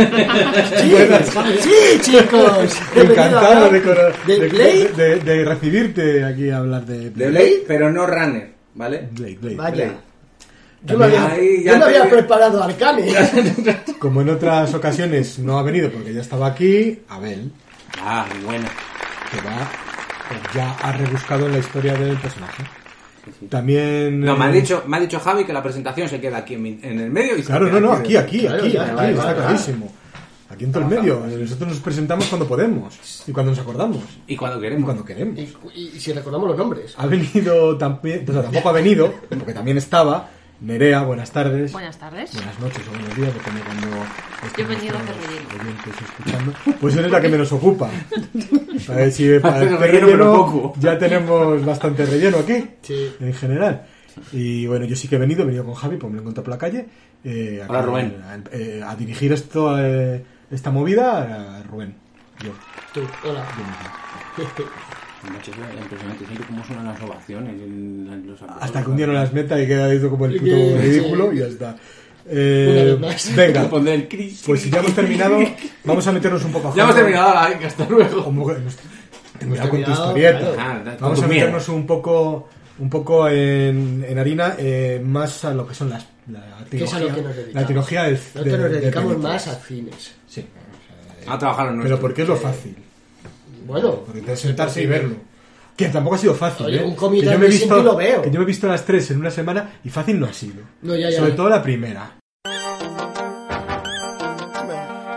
¡Sí, chicos! Encantado de, cono- ¿De de- Blade? de- de recibirte aquí a hablar de de Blade. Blade, pero no Runner, ¿vale? Blade, Blade. Vaya. Yo me También- había, Ahí ya yo me te- había preparado Arcane. Como en otras ocasiones no ha venido porque ya estaba aquí, Abel, Ah, bueno. que va, pues ya ha rebuscado en la historia del personaje. También... No, me ha eh, dicho, me ha dicho Javi que la presentación se queda aquí en, mi- en el medio y se Claro, queda no, no, aquí, de- aquí, Claro, aquí, ya, aquí, vale, está vale, clarísimo. Aquí en todo el medio. Nosotros nos presentamos cuando podemos y cuando nos acordamos Y cuando y queremos. cuando queremos. Y, y si recordamos los nombres. Ha venido también, o sea, tampoco ha venido, porque también estaba Nerea, buenas tardes. Buenas tardes. Buenas noches o buenos días, depende cuando Yo he venido a hacer relleno. oyentes escuchando. Pues eres la que menos ocupa. A ver si para Hacer este relleno, pero relleno poco. ya tenemos bastante relleno aquí, Sí. en general. Y bueno, yo sí que he venido, he venido con Javi, pues me lo encontré por la calle. eh, Hola, aquí, Rubén. A, eh, a dirigir esto, eh, esta movida, a Rubén. Yo. Tú, hola. yo mismo. Macho, es impresionante siempre cómo suenan las ovaciones. en los Hasta que un día no las meta y queda esto como el Y puto que- ridículo sí. y ya está. Eh, Una vez más. venga, Pondré el Chris. pues si ya hemos terminado, vamos a meternos un poco a Ya hemos fondo. terminado la venga, hasta luego. Como que hemos terminado con tu terminado, historieta. claro. Ah, con Vamos tu a mierda. meternos un poco un poco en, en harina, eh, más a lo que son las la Que es a trilogía, lo que nos dedicamos. la trilogía del Nosotros de- nos de dedicamos películas. más a cines. Sí. A trabajar en Pero nuestro. porque es lo fácil. Bueno, Porque te sentarse y verlo. Que tampoco ha sido fácil, Oye, ¿eh? un cómic que yo de me he Disney visto lo veo. que yo me he visto las tres en una semana y fácil no ha sido. No, ya, ya. Sobre todo la primera.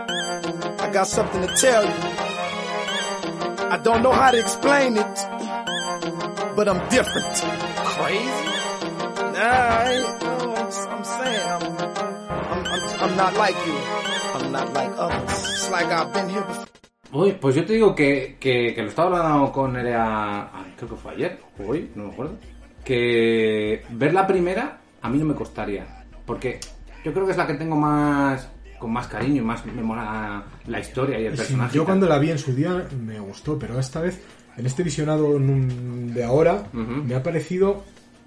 got something to tell you. I don't know how to explain it, but I'm different. Crazy? Nah, I ain't, no, I'm, I'm saying I'm, I'm, I'm, I'm not like you. I'm not like others. It's like I've been here before. Uy, pues yo te digo que, que, que lo estaba hablando con Nerea, ay, creo que fue ayer o hoy, no me acuerdo, que ver la primera a mí no me costaría, porque yo creo que es la que tengo más con más cariño y más me mola la historia y el Sí, personaje. yo cuando la vi en su día me gustó, pero esta vez, en este visionado de ahora, uh-huh. me ha parecido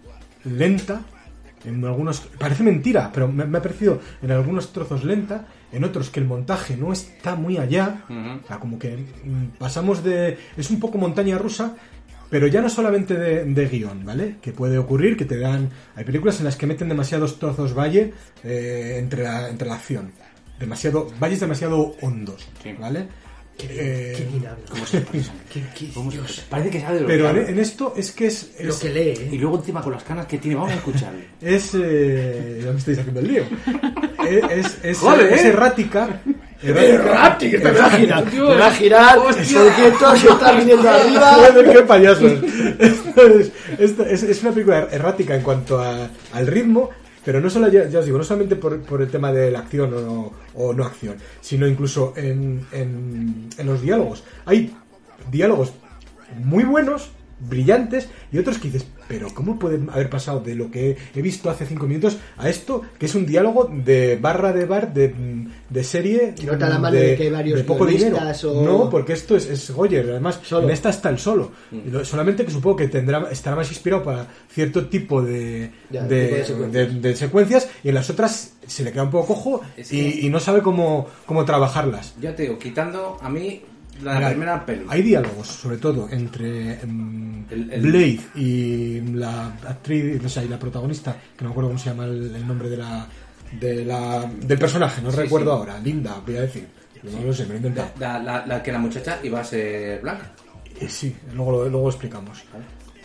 lenta. En algunos, parece mentira, pero me, me ha parecido en algunos trozos lenta, en otros que el montaje no está muy allá, uh-huh. o sea, como que mm, pasamos de, es un poco montaña rusa, pero ya no solamente de, de guión, ¿vale? Que puede ocurrir, que te dan, hay películas en las que meten demasiados trozos valle eh, entre la entre la acción, demasiado valles demasiado hondos, sí. ¿vale? Qué, eh, qué ¿Cómo se pasa? Qué, qué Dios. Parece que sabe de lo pero que en, en esto es que es, es lo que lee, ¿eh? Y luego encima con las canas que tiene, vamos a escucharle. Es eh, ya me estáis haciendo el lío. Es, es, es, Joder, es ¿eh? errática. Errática, te va a girar. Te va a girar. Porque todo se está viniendo arriba. Joder, qué payasos. Esto es, esto es, es una película errática en cuanto a, al ritmo. Pero no solo, ya, ya os digo, no solamente por, por el tema de la acción o no, o no acción, sino incluso en, en, en los diálogos. Hay diálogos muy buenos, brillantes, y otros que dices, pero ¿cómo puede haber pasado de lo que he visto hace cinco minutos a esto, que es un diálogo de barra de bar, de, de serie, y nota la mano de, de que hay varios de poco dinero? O... No, porque esto es, es Goyer, además, solo. En esta está el solo. Mm. Lo, solamente que supongo que tendrá estará más inspirado para cierto tipo de, ya, de, tipo de, secuencias. De, de secuencias, y en las otras se le queda un poco cojo es y, que... y no sabe cómo, cómo trabajarlas. Ya te digo, quitando a mí la Mira, primera peli. Hay diálogos, sobre todo, entre um, el, el... Blade y la actriz, o sea, y la protagonista, que no me acuerdo cómo se llama el, el nombre de la, de la del personaje, no sí, recuerdo sí. ahora, Linda, voy a decir. No sí. lo sé, me lo he inventado. La, la, la que la muchacha iba a ser blanca. Eh, sí, luego lo, luego lo explicamos. ¿Vale?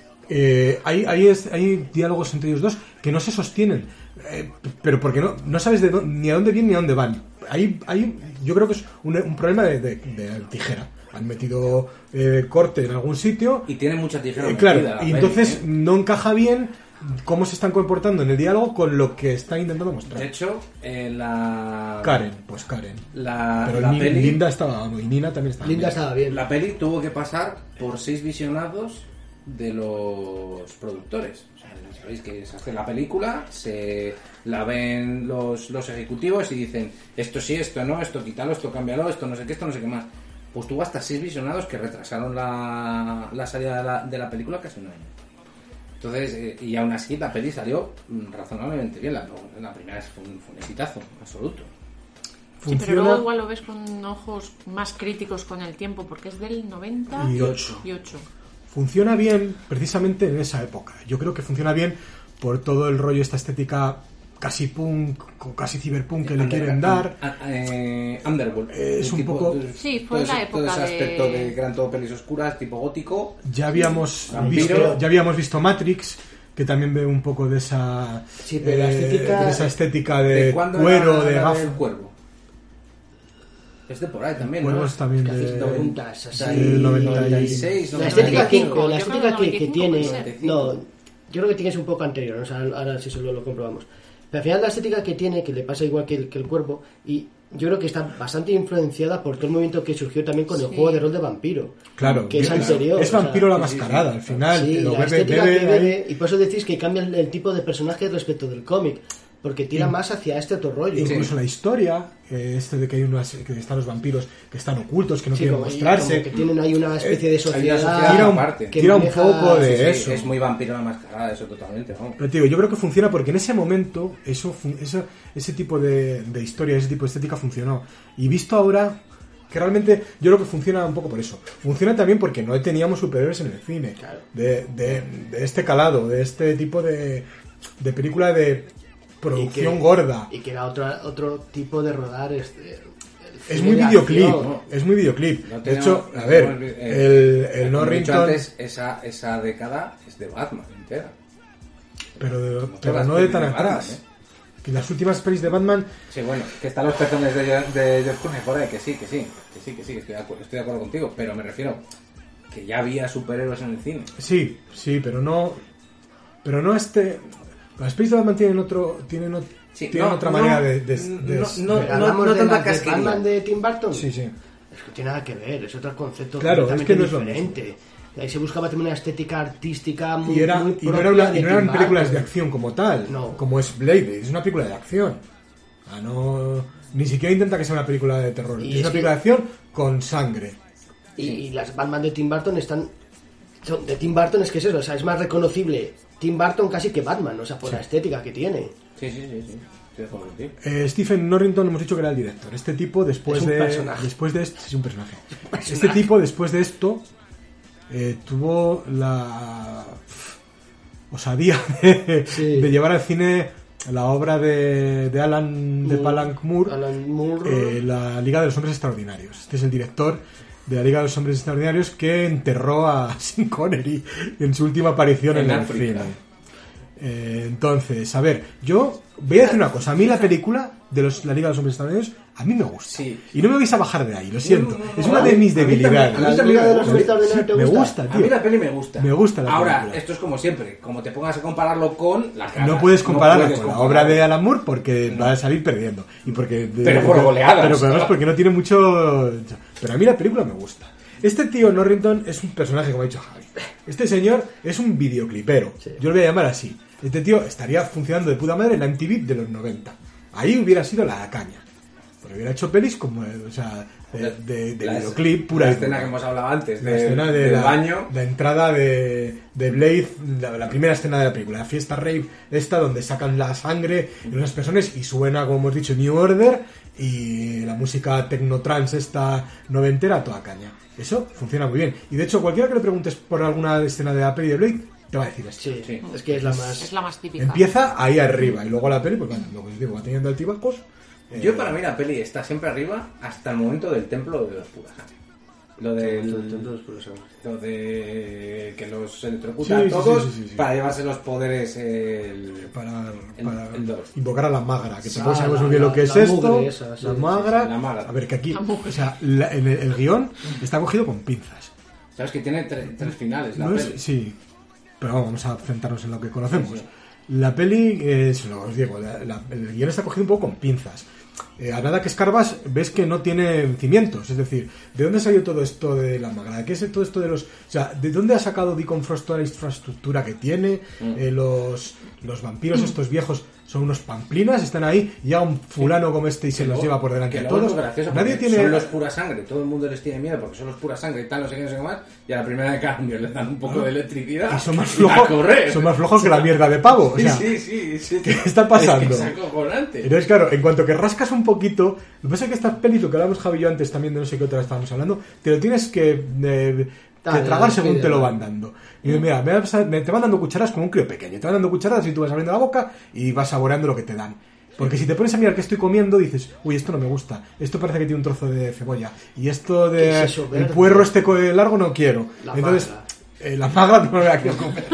Eh, hay, hay, hay diálogos entre ellos dos que no se sostienen, eh, pero porque no, no sabes de dónde, ni a dónde vienen ni a dónde van. Hay, hay, yo creo que es un, un problema de, de, de tijera. Han metido eh, corte en algún sitio y tiene mucha tijera. Eh, claro, y entonces peli, ¿eh? no encaja bien cómo se están comportando en el diálogo con lo que está intentando mostrar. De hecho, eh, la... Karen, pues Karen. La, Pero la Ni, peli... Linda estaba, y Nina también estaba Linda bien. estaba bien. La peli tuvo que pasar por seis visionados de los productores. O sea, sabéis que se hace la película, se la ven los, los ejecutivos y dicen esto sí, esto no, esto quítalo, esto cámbialo, esto no sé qué, esto no sé qué más. Pues tuvo hasta seis visionados que retrasaron la, la salida de la, de la película casi un año. Entonces, eh, y aún así la peli salió razonablemente bien. La, la primera fue un, fue un exitazo absoluto. Sí, pero luego igual lo ves con ojos más críticos con el tiempo, porque es del noventa y ocho. Y ocho. Funciona bien precisamente en esa época. Yo creo que funciona bien por todo el rollo, esta estética casi punk o casi ciberpunk que Under, le quieren dar. Eh, Underworld. Eh, es un tipo, poco... Sí, fue todo la ese, época todo ese aspecto de... de que eran todo pelis oscuras, tipo gótico. Ya habíamos, sí, visto, ya habíamos visto Matrix, que también ve un poco de esa, sí, pero eh, la estética, de esa estética de, ¿de cuero, de gafo. El cuervo. Es de por ahí también, ¿no? Es también de noventa, o sea, el noventa y seis, la estética que, la estética que, que tiene, noventa y cinco. no, yo creo que tiene es un poco anterior, o sea, ahora sí solo lo comprobamos. Pero al final la estética que tiene, que le pasa igual que el, que el cuervo, y yo creo que está bastante influenciada por todo el movimiento que surgió también con el sí. juego de rol de vampiro. Claro, que es anterior. Es vampiro o sea, la mascarada, sí, sí, al final. Sí, lo la bebe, estética bebe, que bebe, y por eso decís que cambia el, el tipo de personaje respecto del cómic. Porque tira sí. más hacia este otro rollo. Incluso sí. la historia, eh, este de que hay unas, que están los vampiros que están ocultos, que no sí, quieren como mostrarse. Como que tienen ahí una especie de sociedad. sociedad tira un, aparte. tira maneja, un poco de sí, sí, eso. Es muy vampiro la mascarada, eso totalmente, ¿no? Pero te digo, yo creo que funciona porque en ese momento eso, eso ese tipo de, de historia, ese tipo de estética funcionó. Y visto ahora, que realmente yo creo que funciona un poco por eso. Funciona también porque no teníamos superhéroes en el cine. Claro. De, de, de este calado, de este tipo de, de película de producción y que, gorda. Y que era otro, otro tipo de rodar. Este, es muy videoclip, ¿no? Es muy videoclip. No tenemos, de hecho, a ver, no, eh, el, el Norrington... antes, esa, esa década es de Batman entera. Pero, de, pero no de tan de atrás. Batman, ¿eh? que las últimas pelis de Batman... Sí, bueno, que están los pezones de, de George Clooney por ahí, que sí, que sí, que sí, que sí, estoy de, acuerdo, estoy de acuerdo contigo, pero me refiero que ya había superhéroes en el cine. Sí, sí, pero no... Pero no este... Las pelis de Batman tienen otro... Tienen, otro, sí, tienen no, otra no, manera de... de, no, de, no, de no, no, no tanta casquería. ¿Batman de Tim Burton? Sí, sí. Es que tiene nada que ver, es otro concepto claro, completamente es que no es lo diferente. Ahí se buscaba también una estética artística muy, y, era, muy y no, era una, y no eran Tim películas Burton. de acción como tal, no. como es Blade, es una película de acción. Ah, no, ni siquiera intenta que sea una película de terror, Y es, es una que... película de acción con sangre. Y, y las Batman de Tim Burton están... Son de Tim Burton es que es eso, o sea, es más reconocible Tim Burton casi que Batman, o sea, por sí. la estética que tiene. Sí, sí, sí, sí. Eh, Stephen Norrington hemos dicho que era el director. Este tipo después es un de personaje. después de esto, sí, es un personaje. un personaje. Este tipo después de esto eh, tuvo la osadía de, sí. de llevar al cine la obra de, de Alan de Palank Moore, Alan Moore. Eh, la Liga de los Hombres Extraordinarios. Este es el director de la Liga de los Hombres Extraordinarios que enterró a Sean Connery en su última aparición en, en el cine. Eh, entonces, a ver, yo voy a decir una cosa. A mí la película de los, la Liga de los Hombres Extraordinarios a mí me gusta. Sí. Y no me vais a bajar de ahí, lo siento. No, no, no, es una de mis debilidades. A mí la Liga de los Hombres Extraordinarios te Me gusta. gusta, tío. A mí la peli me gusta. Me gusta la Ahora, película. esto es como siempre. Como te pongas a compararlo con la cara. No puedes compararla no puedes con la compararlo. obra de Alan Moore porque No. va a salir perdiendo. Y porque, Pero por goleadas. Pero además porque no tiene mucho... Pero a mí la película me gusta. Este tío Norrington es un personaje, como ha dicho Javi. Este señor es un videoclipero. Sí. Yo lo voy a llamar así. Este tío estaría funcionando de puta madre en la M T V de los noventa. Ahí hubiera sido la caña. Porque hubiera hecho pelis como, o sea, de, de, de La- videoclip pura La y escena dura. que hemos hablado antes. La de, escena de del la, baño. la entrada de, de Blade, la, la primera escena de la película, la fiesta rave esta donde sacan la sangre en unas personas y suena, como hemos dicho, New Order y la música technotrance esta noventera a toda caña. Eso funciona muy bien. Y de hecho, cualquiera que le preguntes por alguna escena de la peli de Blade, te va a decir esto. Sí, Sí. es que es la más... Es la más típica. Empieza ahí arriba y luego la peli, pues bueno, lo que os digo, va teniendo altibajos. eh, Yo para mí la peli está siempre arriba hasta el momento del templo de los puras. Lo del... Lo de que los electrocutan Sí, sí, todos sí, sí, sí, sí. para llevarse los poderes el... para, El- para el dos. invocar a la magra, que Ah, tampoco sabemos la- muy bien la- lo que es la esto, mugre esa, sí, la sí, magra. sí, la magra. A ver, que aquí, La mugre. o sea, la- en el, el guión está cogido con pinzas. ¿Sabes que tiene tre- tres finales la No peli? es, sí, pero vamos a centrarnos en lo que conocemos. Sí, sí. La peli, es lo que os digo, la- la- el guión está cogido un poco con pinzas. Eh, a nada que escarbas, ves que no tiene cimientos. Es decir, ¿de dónde salió todo esto de la magra? ¿Qué es todo esto de los...? O sea, ¿de dónde ha sacado Deacon Frost toda la infraestructura que tiene? Mm. Eh, los, los vampiros estos viejos son unos pamplinas, están ahí, y ya un fulano como este y se Que los luego- lleva por delante que a luego todos. es muy gracioso Nadie porque tiene... son los pura sangre, todo el mundo les tiene miedo porque son los pura sangre y tal, no sé qué, no sé qué más, y a la primera de cambio les dan un poco de electricidad Y son más y a flojos, correr. son más flojos que la mierda de pavo. O sea, sí, sí, sí, sí. ¿qué está pasando? Es que es acojonante. Entonces, claro, en cuanto que rascas un poquito, lo que pasa es que esta peli, lo que hablamos Javi y yo antes también de no sé qué otra estábamos hablando, te lo tienes que, eh, que Dale, tragar dale, según pide, te lo dale. van dando. Y mira, me vas a- me- te van dando cucharadas como un crío pequeño, te van dando cucharadas y tú vas abriendo la boca y vas saboreando lo que te dan. Porque si te pones a mirar qué estoy comiendo, dices, uy, esto no me gusta, esto parece que tiene un trozo de cebolla, y esto de ¿Qué es eso, el verde? puerro este co- largo no quiero. La Entonces, magra. eh, la magra no me la quiero comer.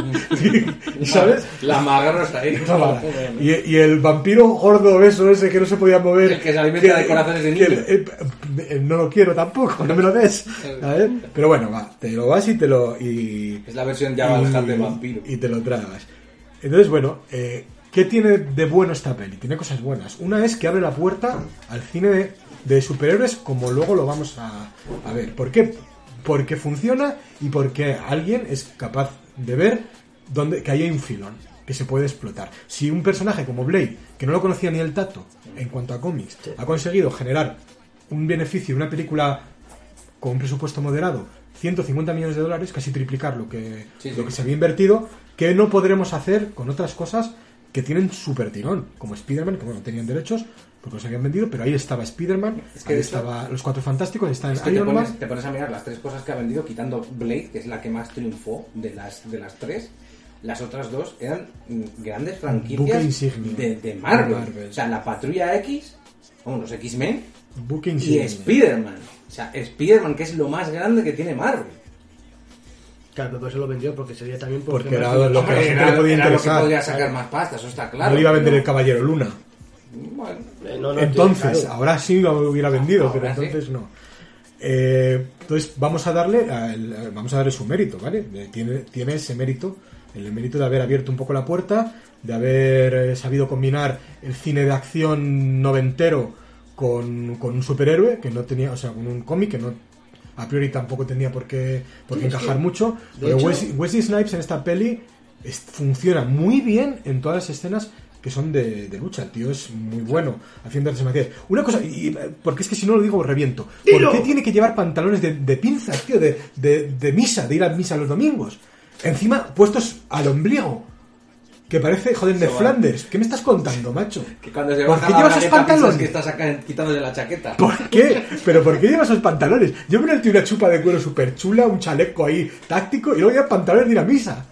¿Sabes? La magra no está ahí. Esa magra. Y, y el vampiro gordo obeso ese que no se podía mover, El que se alimenta de corazones de que- niño. eh, eh, no lo quiero tampoco, no me lo des, ¿sabes? Pero bueno, va, te lo vas y te lo y, Es la versión ya Valhalla de vampiro. y te lo tragas. Entonces, bueno, eh, ¿qué tiene de bueno esta peli? Tiene cosas buenas. Una es que abre la puerta al cine de, de superhéroes, como luego lo vamos a, a ver. ¿Por qué? Porque funciona y porque alguien es capaz de ver dónde, que ahí hay un filón que se puede explotar. Si un personaje como Blade, que no lo conocía ni el tato en cuanto a cómics, Sí. ha conseguido generar un beneficio, una película con un presupuesto moderado, ciento cincuenta millones de dólares, casi triplicar lo que, Sí, sí. lo que se había invertido, que no podremos hacer con otras cosas que tienen súper tirón, como Spider-Man, que bueno, tenían derechos porque los habían vendido, pero ahí estaba Spider-Man, Es que ahí de hecho- estaba Los Cuatro Fantásticos, está en Es que te Iron pones, Man. te pones a mirar las tres cosas que ha vendido, quitando Blade, que es la que más triunfó de las, de las tres. Las otras dos eran mm, grandes Buque franquicias insignia. de, de Marvel. De Marvel. O sea, la Patrulla X, o los X-Men Buque y insignia. Spider-Man. O sea, Spider-Man, que es lo más grande que tiene Marvel. Claro, pero por eso lo vendió, porque sería también Porque más- era lo que a la gente Era, le podía era lo que interesar. podía sacar más pasta, eso está claro. No le iba a vender pero- el Caballero Luna. Bueno, Eh, no, no, entonces, claro. ahora sí lo hubiera vendido, Ahora pero sí. entonces no. Eh, entonces vamos a darle a el- vamos a darle su mérito, ¿vale? Eh, Tiene, tiene ese mérito, el mérito de haber abierto un poco la puerta, de haber eh, sabido combinar el cine de acción noventero con, con un superhéroe que no tenía, o sea, con un cómic que no a priori tampoco tenía por qué, por qué Sí, es encajar que, mucho, de pero hecho- Wesley, Wesley Snipes en esta peli es- funciona muy bien en todas las escenas que son de, de lucha. El tío es muy bueno haciendo artes marciales. Una cosa, y, porque es que si no lo digo reviento. ¿Por ¡Dilo! qué tiene que llevar pantalones de, de pinzas, tío? De, de, de misa, de ir a misa los domingos. Encima, puestos al ombligo. Que parece, joder, de Eso va. Flanders. ¿Qué me estás contando, macho? que cuando se ¿Por baja qué la llevas esos bragueta piensas pantalones? que estás acá quitándole la chaqueta. ¿Por qué? ¿Pero por qué lleva esos pantalones? Yo veo al tío una chupa de cuero súper chula, un chaleco ahí táctico, y luego lleva pantalones de ir a misa.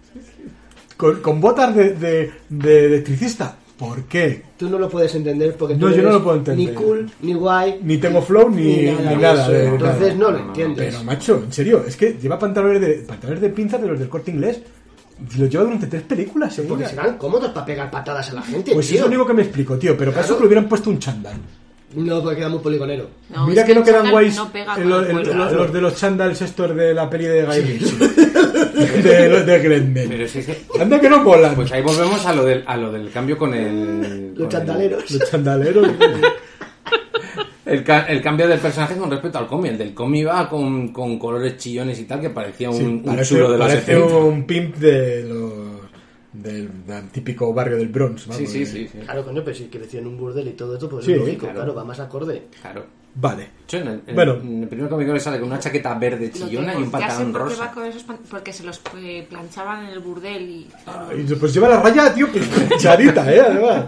Con, con botas de, de, de electricista. ¿Por qué? Tú no lo puedes entender porque No, tú yo no eres lo puedo entender. ni cool, ni guay, Ni tengo flow, ni, ni nada. de de- eso. Entonces nada. no lo entiendes. Pero, macho, en serio, es que lleva pantalones de pantalones de pinza de los del Corte Inglés. Y los lleva durante tres películas Porque seguidas. serán cómodos para pegar patadas a la gente, Pues tío. eso es lo único que me explico, tío. Pero para eso Claro. que le hubieran puesto un chándal. No, porque queda muy poligonero. No, Mira es que no el quedan chándal guays no pega en con los, el en cuero. los- los de los chándals estos de la peli de Guy Ritchie. de los de Grendel. Pero sí, sí. Anda que no molan. Pues ahí volvemos a lo del, a lo del cambio con el... Los con chandaleros. Los chandaleros. El, el, ca- el cambio del personaje con respecto al cómic. El del cómic iba con, con colores chillones y tal, que parecía un, Sí, un parece, chulo de los parece setenta. un pimp de los, del, del típico barrio del Bronx. Vamos, Sí, sí, eh. sí, sí. Claro, coño, pero si creció en un burdel y todo esto, pues Sí, es lógico, claro. claro. va más acorde. Claro. Vale. De hecho, en el, en- Bueno. en el primer cómic que sale con una chaqueta verde Lo que- chillona y un ya sé pantalón por qué rosa. va con esos pan- porque se los eh, planchaban en el burdel y... claro. Y pues lleva la raya, tío, pues planchadita, ¿eh? Además.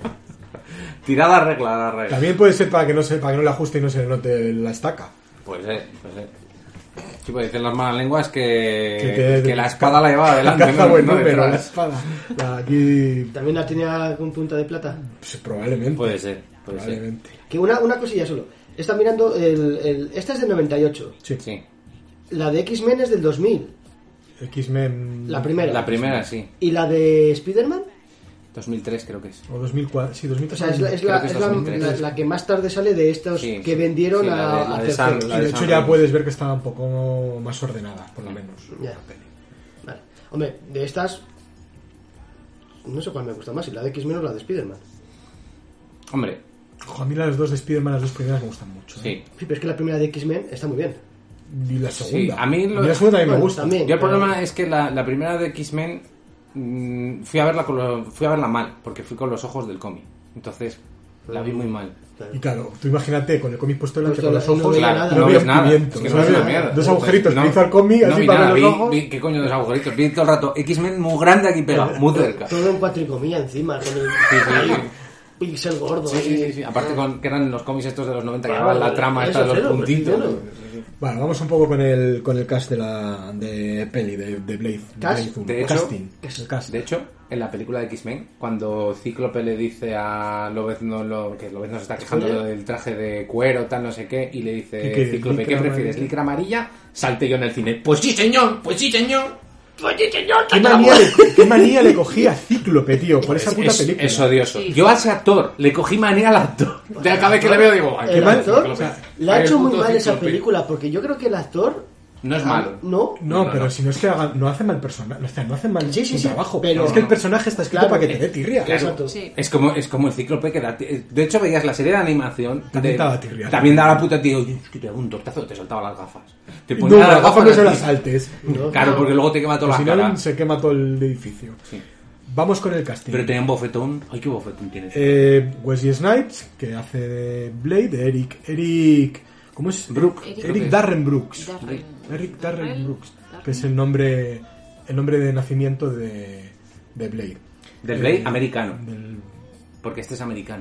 Tirada regla, la regla. También puede ser para que no se, para que no le ajuste y no se le note la estaca. Pues eh, pues eh. Sí, pues dicen las malas lenguas que, Que que, te- la espada la llevaba adelante. Caza no, buen no número, la detrás. espada. La- aquí, También la tenía con punta de plata. pues, probablemente. Puede ser, puede ser. probablemente. Que una, una cosilla solo. Está mirando el, el... Esta es del noventa y ocho. Sí. Sí. La de X-Men es del dos mil. X-Men. La primera. La primera, sí. ¿Y la de Spider-Man? dos mil tres creo que es. O dos mil cuatro. Sí, dos mil O tres. sea, es la, es Creo la, que es es la- dos mil tres. la- la que más tarde sale de estos Sí, que sí. vendieron Sí, la de- a, la a de Sam- terceros. la Y de de hecho Sam ya Raimi. puedes ver que estaba un poco más ordenada, por lo menos. Ya. Vale. Hombre, de estas... No sé cuál me gusta más, si la de X-Men o la de Spider-Man. Hombre, Ojo, a mí las dos de Spider-Man, las dos primeras me gustan mucho. ¿eh? sí. Sí, pero es que la primera de X-Men está muy bien. Y la segunda. Sí, a mí lo- la segunda también me Bueno, gusta. también. Yo el pero- problema es que la, la primera de X-Men mm, fui a verla con los- fui a verla mal, porque fui con los ojos del cómic. Entonces, la vi muy mal. Y claro, tú imagínate con el cómic puesto delante Pues con los no ojos, veía no, nada. había no ves un nada. pimiento. Es que o no sea, ves una había mierda. dos agujeritos No, que hizo el cómic no así vi para nada, ver los vi- ojos. vi- ¿qué coño de esos agujeritos? Vi todo el rato X-Men muy grande aquí pegado, muy cerca. Sí, Todo en cuatricomilla encima, con el sí, sí. pixel gordo. Sí, ahí. sí, sí, sí. Aparte con, que eran los cómics estos de los noventa que Claro, llevaban la trama esta eso, de los cero, pues, puntitos. cero. Bueno, vamos un poco con el, con el cast de la de peli, de, de Blade. ¿Cast? Blade, De hecho, casting. El cast. De hecho, en la película de X-Men, cuando Cíclope le dice a Lobezno lo, que Lobezno se está quejando ¿Sí? del traje de cuero, tal, no sé qué, y le dice ¿Qué, qué, Cíclope, licra ¿qué prefieres? amarilla? ¿Licra amarilla? Salte yo en el cine. Pues sí, señor, pues sí, señor. Pues sí, señor. ¿Qué manía, le, ¿Qué manía le cogí a Cíclope, tío? Por esa Es, puta es- película. es odioso. Sí. Yo a ese actor le cogí manía al actor. De cada vez que le veo digo, ay, El qué mal, actor Cíclope. le ha Ay, hecho el muy puto mal esa Cíclope. película, porque yo creo que el actor... No es malo. No, No, No, pero no. si no es que haga, no hace mal personaje, o sea, no hace mal Sí, sí, su sí, trabajo. pero- es que el personaje está escrito Claro, para que te eh, dé tirria. claro. Exacto. Sí. Es como, es como el Cíclope que da... De hecho, veías la serie de animación... También de- daba tirria. También daba la puta, tío. Oye, es que te hago un tortazo, te saltaba las gafas. Te No, ponía las gafas no se así. las saltes. No. Claro, porque luego te quema toda Si la no, cara. se quema todo el edificio. Sí. Vamos con el casting. Pero tenía un bofetón. Ay, qué bofetón tienes. Eh, Wesley Snipes, que hace de Blade, de Eric... Eric... ¿Cómo es? Brooke. Eric- Eric Darren Brooks. Darren. Eric Darren Darren. Brooks, Darren. que es el nombre el nombre de nacimiento de, de Blade. Del Blade Eh, americano. del- Porque este es americano.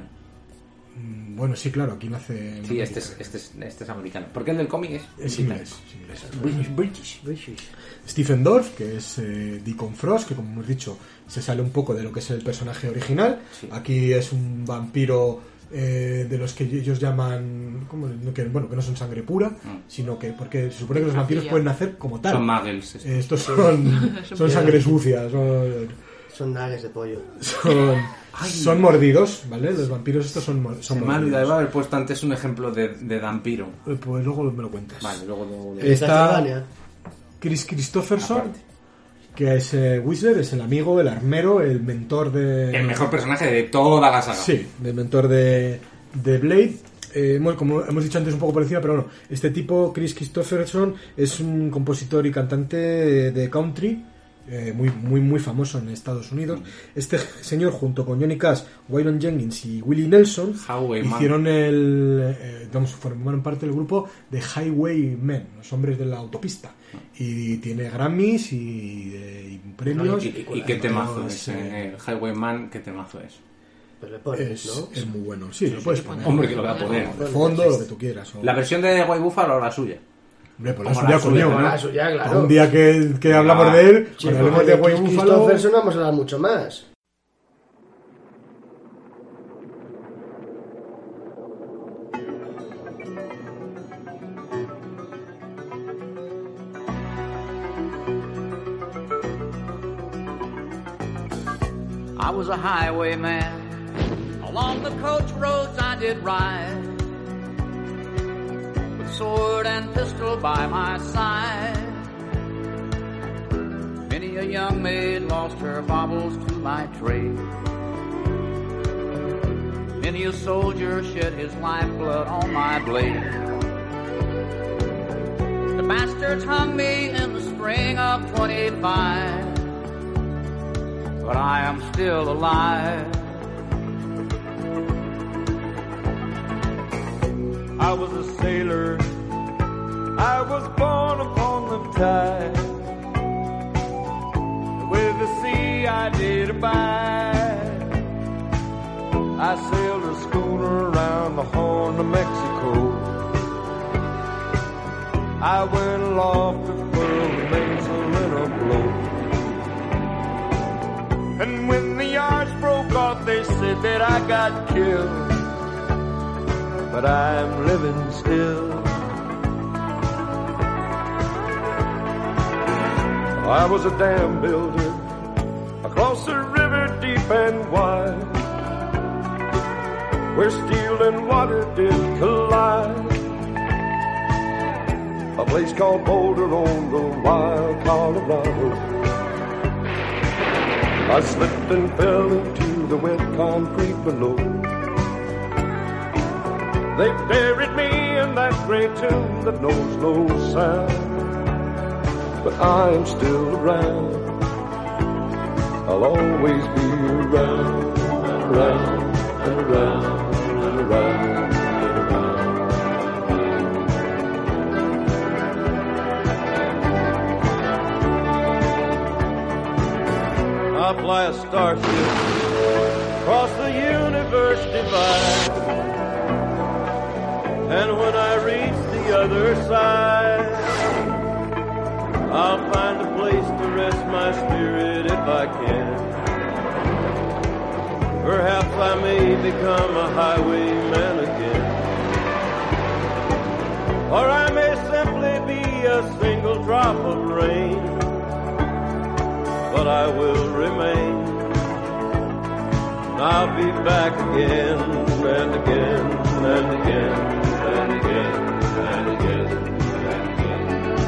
mm, bueno, sí, claro, aquí nace... en Sí, este América. es, este es, este es americano. Porque el del cómic es... Es inglés. es inglés. British, British. British. Stephen Dorff, que es eh, Deacon Frost, que como hemos dicho, se sale un poco de lo que es el personaje original. Sí. Aquí es un vampiro eh, de los que ellos llaman... ¿cómo? No, que, bueno, que no son sangre pura, Mm. sino que... Porque se supone que los vampiros Vacía. pueden nacer como tal. Son muggles. Eh, Estos son, son sangre sucia. Son, Son nuggets de pollo. Son, son mordidos, ¿vale? Los vampiros estos son, son Se me ha mordidos. olvidado, iba a haber puesto antes un ejemplo de, de vampiro. Eh, Pues luego me lo cuentas. Vale, luego... luego Eh, Está Transilvania. Chris Christopherson, Aparte. que es eh, Whistler, es el amigo, el armero, el mentor de... El mejor personaje de toda la saga. Sí, el mentor de, de Blade. Eh, hemos- como hemos dicho antes un poco por encima, pero bueno, este tipo, Chris Christopherson, es un compositor y cantante de country eh, muy, muy, muy famoso en Estados Unidos. Este señor, junto con Johnny Cash, Waylon Jennings y Willie Nelson, Highwayman. hicieron el, eh, digamos, formaron parte del grupo de Highwaymen, los hombres de la autopista. Y tiene Grammys y, eh, y premios. ¿Y, y, y qué temazo es? eh, eh, el Highwayman, ¿qué temazo es? Pues le pones, es, ¿no? es muy bueno. Sí, lo puedes poner. Hombre, que lo voy a poner. De fondo, lo que tú quieras. O... ¿La versión de White Buffalo o la suya? Hombre, pues Como la la suya, suya, coño, como ¿no? la suya, claro. Para un día que, que Ah, hablamos de él, Sí, cuando pues hablemos de de White Chris Buffalo... Christopherson no vamos a hablar mucho más. I was a highwayman. Along the coach roads I did ride, with sword and pistol by my side. Many a young maid lost her baubles to my trade. Many a soldier shed his lifeblood on my blade. The bastards hung me in the spring of twenty-five, but I am still alive. I was a sailor, I was born upon the tide. With the sea I did abide. I sailed a schooner around the Horn of Mexico. I went aloft to furl the mainsail in a blow. And when the yards broke off, they said that I got killed. But I'm living still. I was a dam builder across a river deep and wide, where steel and water did collide. A place called Boulder on the wild Colorado. I slipped and fell into the wet concrete below. They buried me in that great tomb that knows no sound. But I am still around. I'll always be around, around, and around, and around, and around. I'll fly a starship across the universe divide. And when I reach the other side, I'll find a place to rest my spirit if I can. Perhaps I may become a highwayman again. Or I may simply be a single drop of rain. But I will remain. I'll be back again and again and again. And again, and again, and again.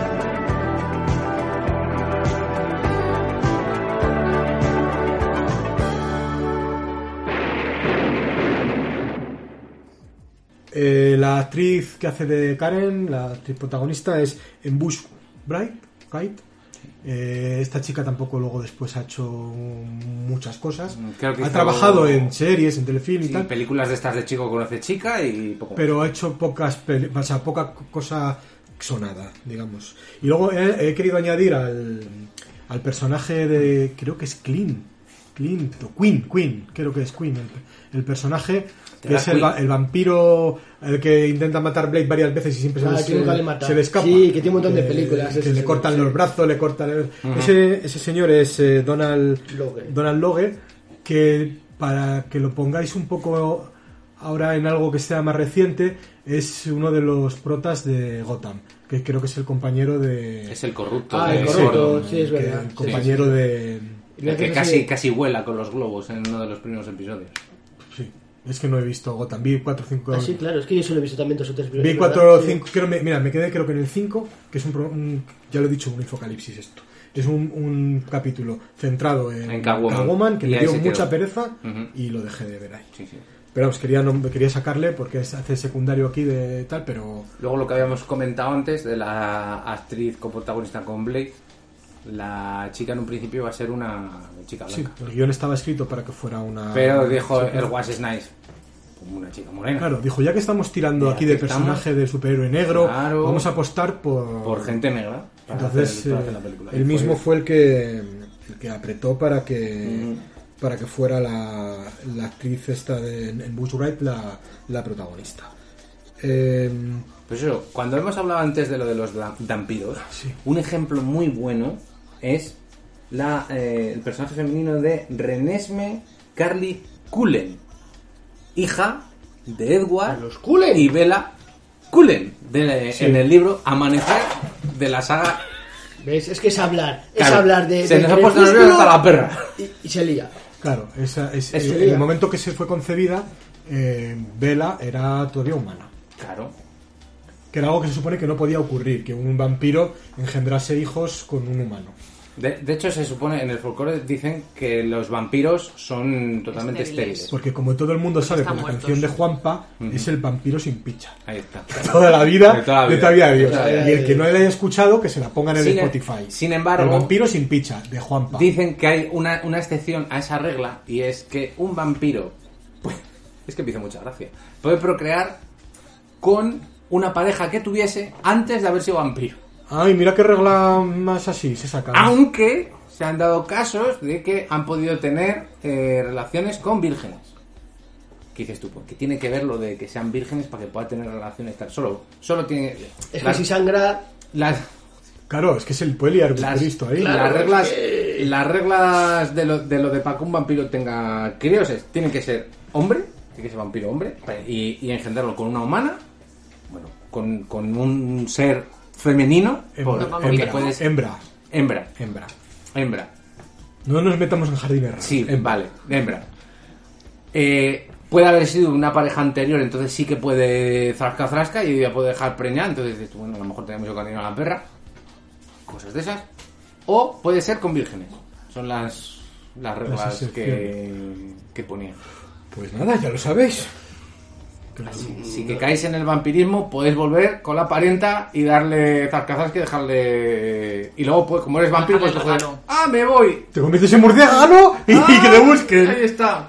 Eh, la actriz que hace de Karen, la actriz protagonista, es en Bush Bright, Bright. Eh, esta chica tampoco luego después ha hecho muchas cosas. Creo que ha hizo- trabajado en series, en telefilm y Sí, tal, películas de estas de chico conoce chica y poco más. pero ha hecho pocas peli- o sea, poca cosa sonada, digamos. Y luego he, he querido añadir al, al personaje de, creo que es Clint, Clint o Queen, Queen, creo que es Queen, el, el personaje que Era es el, va- Queen. el vampiro el que intenta matar Blade varias veces y siempre se, Ah, le- que nunca se- le mata. se le escapa. Sí, que tiene un montón de películas, Que ese le señor, cortan sí. los brazos, le cortan... el- ese, ese señor es eh, Donald Logue. Donald Logue, que para que lo pongáis un poco ahora en algo que sea más reciente, es uno de los protas de Gotham, que creo que es el compañero de... Es el corrupto. Ah, de el corrupto, Gordon. sí, es que verdad. el compañero de... Y el que casi, casi vuela con los globos en uno de los primeros episodios. Sí. Es que no he visto Gotham. Vi cuatro o cinco... Ah, sí, claro. Es que yo solo he visto también dos o tres. Vi cuatro o cinco... Mira, me quedé creo que en el cinco, que es un, un... Ya lo he dicho, un infocalipsis esto. Es un, un capítulo centrado en, en Catwoman, Catwoman, que me dio mucha quedó. pereza uh-huh. y lo dejé de ver ahí. Sí, sí. Pero vamos, quería, no, quería sacarle porque es hace secundario aquí de tal, pero... Luego lo que habíamos comentado antes de la actriz coprotagonista con Blade, la chica en un principio iba a ser una chica blanca. Sí, el guión estaba escrito para que fuera una... Pero dijo, chica. el was is nice. Como una chica morena. Claro, dijo, ya que estamos tirando ya aquí de estamos, personaje de superhéroe negro, claro, vamos a apostar por... Por gente negra. Entonces, hacer, eh, hacer la película. él mismo fue, fue el que el que apretó para que uh-huh. para que fuera la, la actriz esta de, en Bush Wright la, la protagonista. Eh, pues eso, cuando hemos hablado antes de lo de los vampiros, sí. un ejemplo muy bueno es la eh, el personaje femenino de Renesmee Carly Cullen, hija de Edward los Cullen. y Bella Cullen, de, sí. en el libro Amanecer de la saga. ¿Ves? Es que es hablar. Claro, es hablar de. Se de nos ha puesto nervioso hasta la perra. Y, y se lía. claro, esa, es, Es el, el momento que se fue concebida, eh, Bella era todavía humana. Claro. Que era algo que se supone que no podía ocurrir, que un vampiro engendrase hijos con un humano. De, de hecho, se supone, en el folclore dicen que los vampiros son totalmente Estériles. estériles. Porque como todo el mundo sabe están por la muertos. canción de Juanpa, Ujú. es el vampiro sin picha. Ahí está. Toda la vida, De toda la de vida. todavía Dios. De toda la vida. Y el que no le haya escuchado, que se la ponga en el Sin- Spotify. sin embargo, el vampiro sin picha, de Juanpa. Dicen que hay una, una excepción a esa regla, y es que un vampiro, pues, es que me hizo mucha gracia, puede procrear con una pareja que tuviese antes de haber sido vampiro. Ay, mira qué regla más así se saca. Aunque se han dado casos de que han podido tener eh, relaciones con vírgenes. ¿Qué dices tú? Porque tiene que ver lo de que sean vírgenes para que pueda tener relaciones tal. Solo, solo tiene... Es las, que si sangra. las, Claro, es que es el poliar las, Cristo ahí. las Claro, reglas, es que- las reglas de lo, de lo de para que un vampiro tenga críos es, tiene que ser hombre, tiene que ser vampiro hombre, y, y engendrarlo con una humana, bueno, con, con un ser femenino, Hembra, por- hembra, puedes- hembra, hembra, hembra. hembra. No nos metamos en jardines raros. Sí, Hembra. vale, hembra. Eh, puede haber sido una pareja anterior, entonces sí que puede zasca zasca y ya puede dejar preñar, entonces dices tú, bueno, a lo mejor tenemos que cariño a la perra, cosas de esas. O puede ser con vírgenes. Son las, las reglas excepciones. que, que ponían. Pues nada, ya lo sabéis. Si, si que caéis en el vampirismo, podéis volver con la parienta y darle zascazas que dejarle. Y luego, pues, como eres vampiro, pues Dejarle coger. regalo. ¡Ah, me voy! Te conviertes en murciélago y, ¡Ah! y que te busquen. Ahí está.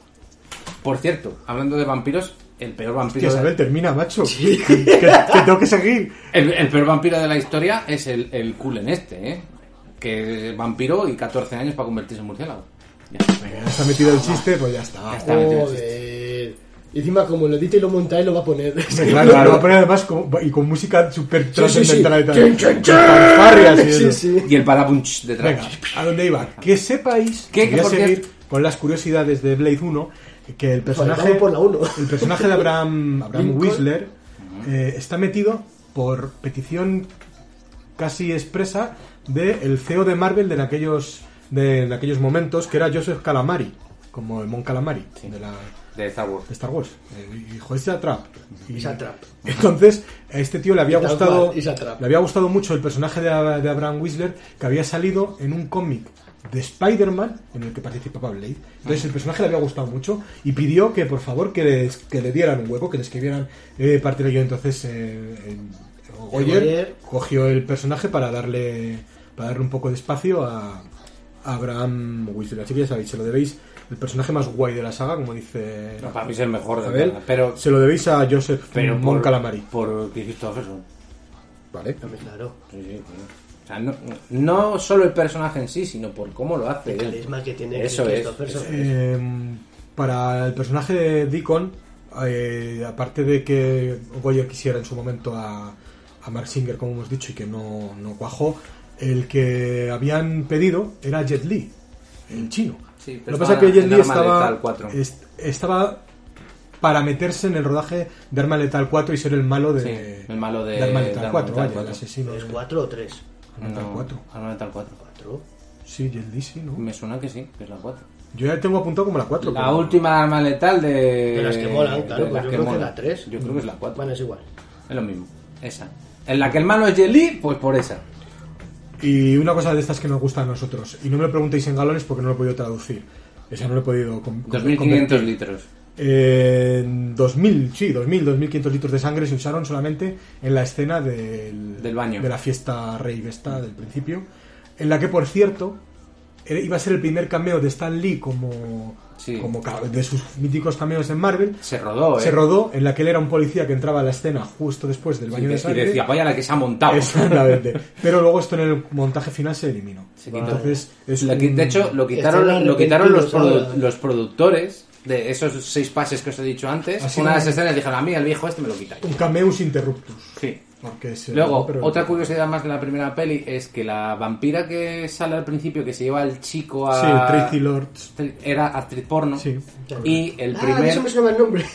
Por cierto, hablando de vampiros, el peor vampiro. Hostia, de- Isabel, termina, macho. Que, que tengo que seguir. El, el peor vampiro de la historia es el, el Cullen este, ¿eh? Que es vampiro y catorce años para convertirse en murciélago. Ya. Venga, ya está metido el chiste, pues ya está. Ya está metido el chiste. Joder. Y encima, como lo edita y lo monta, él lo va a poner. Claro, lo va a poner además con, y con música súper Sí, sí, trascendental sí. y tal. Chin, chin, Con chin. fanfarrias y Sí, eso. sí. Y el parapunch detrás. Venga, ¿a dónde iba? Que sepáis, ¿Qué? que voy a ¿Por qué? seguir con las curiosidades de Blade uno, que el personaje, vamos por la uno. el personaje de Abraham, Abraham Lincoln. Whistler eh, está metido por petición casi expresa del C E O de Marvel de en aquellos, de, en aquellos momentos, que era Joseph Calamari, como el Mon Calamari de la... De Star Wars. de Star Wars. Eh, Hijo, es Trap. Is a trap. Entonces, a este tío le había Y tal gustado cual, is a trap. le había gustado mucho el personaje de, de Abraham Whistler, que había salido en un cómic de Spider-Man en el que participaba Blade. Entonces el personaje le había gustado mucho y pidió que por favor que, les, que le dieran un hueco, que le escribieran eh, parte de ello. Entonces eh, el- Goyer Goyer. cogió el personaje para darle para darle un poco de espacio a, a Abraham Whistler. Así que ya sabéis, se lo debéis. El personaje más guay de la saga, como dice No, para mí es el mejor de Abel, verdad, pero se lo debéis a Joseph pero Mon por, Calamari. por Christopherson. Vale. Hombre, claro. Sí, sí, sí. O sea, no, no solo el personaje en sí, sino por cómo lo hace El él. carisma que tiene Eso es, Christopherson. eso es. Eh, para el personaje de Deacon, eh, aparte de que Goyer quisiera en su momento a, a Mark Singer, como hemos dicho, y que no, no cuajó, el que habían pedido era Jet Li, el chino. Sí, Lo pero que pasa es que estaba Jet Li en Arma estaba, Letal cuatro. est- estaba para meterse en el rodaje de Arma Letal cuatro y ser el malo de, Sí, el malo de- Arma de Letal Arma cuatro, Letal vaya, cuatro. el asesino ¿Es de cuatro o tres? Arma Letal No, cuatro. Arma Letal cuatro. ¿Cuatro? Sí, Jet Li, sí, ¿no? Me suena que sí, que es la cuatro. Yo ya tengo apuntado como la cuatro. La pero... última arma letal de... De las que molan, claro, de pues las yo que creo que molan. la tres. Yo creo que es la cuatro. Bueno, es igual. Es lo mismo, esa. En la que el malo es Jet Li, pues por esa. Y una cosa de estas que nos gusta a nosotros, y no me lo preguntéis en galones porque no lo he podido traducir. Esa no lo he podido com- dos mil quinientos convertir. litros. Eh, dos mil, sí, dos mil, dos mil quinientos litros de sangre se usaron solamente en la escena del, Del baño. de la fiesta rave esta del principio, en la que, por cierto, eh, iba a ser el primer cameo de Stan Lee como, Sí. como ca- de sus míticos cameos en Marvel. Se rodó, ¿eh? Se rodó, en la que él era un policía que entraba a la escena justo después del Sí, baño que- de sangre. y decía, vaya la que se ha montado. Exactamente. Pero luego esto en el montaje final se eliminó. Se quitó. Entonces, es Lo que- un- de hecho, lo Están quitaron, lo quitaron los, arrepentidos produ- ahora. los productores de esos seis pases que os he dicho antes. Así Una de no- las escenas dijeron, a mí el viejo este me lo quitáis. un cameus interruptus. Sí. Porque se- Luego, pero- otra curiosidad más de la primera peli es que la vampira que sale al principio, que se lleva al chico a... Sí, Tracy Lords. Era actriz porno. Sí. Y el Ah, primer... eso me suena el nombre.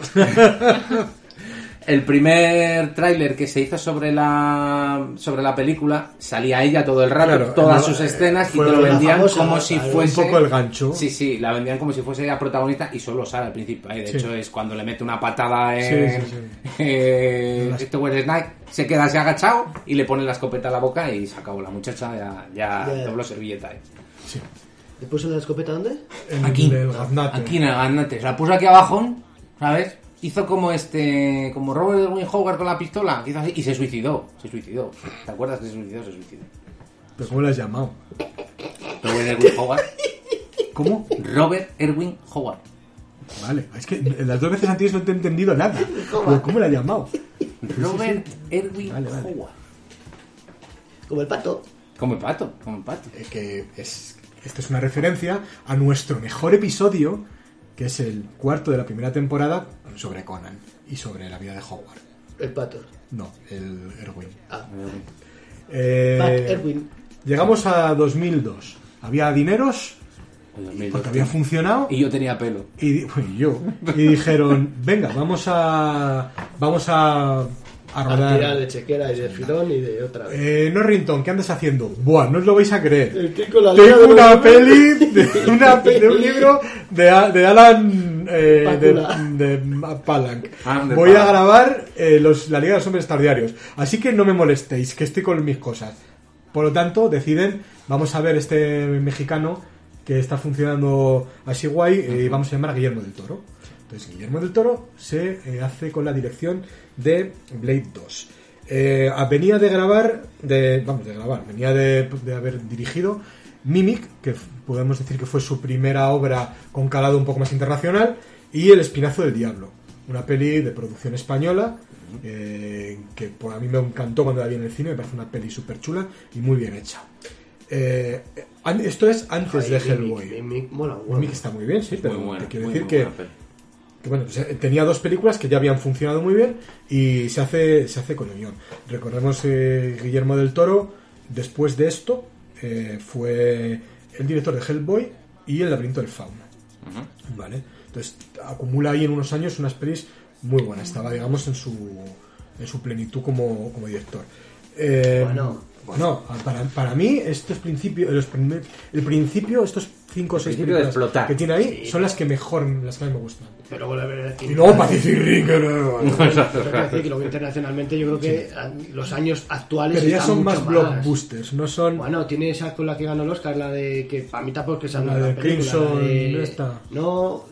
El primer tráiler que se hizo sobre la sobre la película salía ella todo el rato, Claro, todas no, sus eh, escenas y fue te lo la vendían famosa, como si claro, fuese un poco el gancho. Sí, sí, la vendían como si fuese la protagonista y solo sale al principio. ¿eh? De Sí. hecho es cuando le mete una patada en Sí, sí, sí. eh, Las- este Wesley Snipes, se queda así agachado y le pone la escopeta a la boca y se acabó. La muchacha ya, ya Ya. dobló servilleta. ¿eh? Sí. ¿Le puso la escopeta dónde? En Aquí, el gaznate. aquí en el gaznate. Se la puso aquí abajo, ¿sabes? Hizo como este, como Robert Erwin Howard con la pistola, que hizo así, y se suicidó, se suicidó. ¿Te acuerdas que se suicidó? Se suicidó. ¿Pero cómo lo has llamado? Robert Erwin Howard. ¿Cómo? Robert Erwin Howard. Vale, es que en las dos veces anteriores no te he entendido nada. Pero ¿cómo lo has llamado? Robert Erwin Vale, vale. Howard. Como el pato. Como el pato, como el pato. Eh, que es, esto es una referencia a nuestro mejor episodio, que es el cuarto de la primera temporada, sobre Conan y sobre la vida de Howard. El pato. No, el Erwin. Ah, Eh, Pat Erwin. llegamos a dos mil dos. Había dineros, El dos mil dos. porque había funcionado. Y yo tenía pelo. Y, di- y yo. Y dijeron, venga, vamos a. Vamos a. A A rodar. tirar de chequera y de filón y de otra vez. Eh, Norrington, ¿qué andas haciendo? Buah, no os lo vais a creer. El que con la liga Tengo de una los- peli de, una, de un libro de, A- de Alan eh, Pakula. de, de Palank. Ah, de Voy a Palank. grabar eh, los, la Liga de los Hombres Extraordinarios. Así que no me molestéis, que estoy con mis cosas. Por lo tanto, deciden, vamos a ver este mexicano que está funcionando así guay eh, y vamos a llamar a Guillermo del Toro. Entonces Guillermo del Toro se eh, hace con la dirección de Blade dos. Eh, venía de grabar, de, vamos, de grabar, venía de, de haber dirigido Mimic, que f- podemos decir que fue su primera obra con calado un poco más internacional, y El Espinazo del Diablo, una peli de producción española eh, que por a mí me encantó cuando la vi en el cine, me parece una peli súper chula y muy bien hecha. Eh, an- esto es antes de Ay, Hellboy. Mimic, Mimic, mola, mola. Mimic está muy bien, sí, pero Muy buena, te quiero muy, decir muy que buena peli. que bueno, pues, eh, tenía dos películas que ya habían funcionado muy bien y se hace se hace con el guión. Recordemos eh, Guillermo del Toro, después de esto, eh, fue el director de Hellboy y El laberinto del fauno. ¿Vale? Entonces acumula ahí en unos años unas pelis muy buenas. Estaba, digamos, en su en su plenitud como, como director. Eh, Bueno. bueno, para, para mí estos principios, los primer- el principio, estos cinco o seis principio de películas explotar. que tiene ahí son las que mejor, las que más me gustan. Pero bueno, a ver, Y luego Pacific Rim, que no- Tengo que decir que luego internacionalmente yo creo que a- los años actuales pero ya están son mucho más blockbusters, no son... Bueno, tiene esa con la que ganó el Oscar, la de que a mí tampoco es una La de gran película, Crimson, la de- esta. No,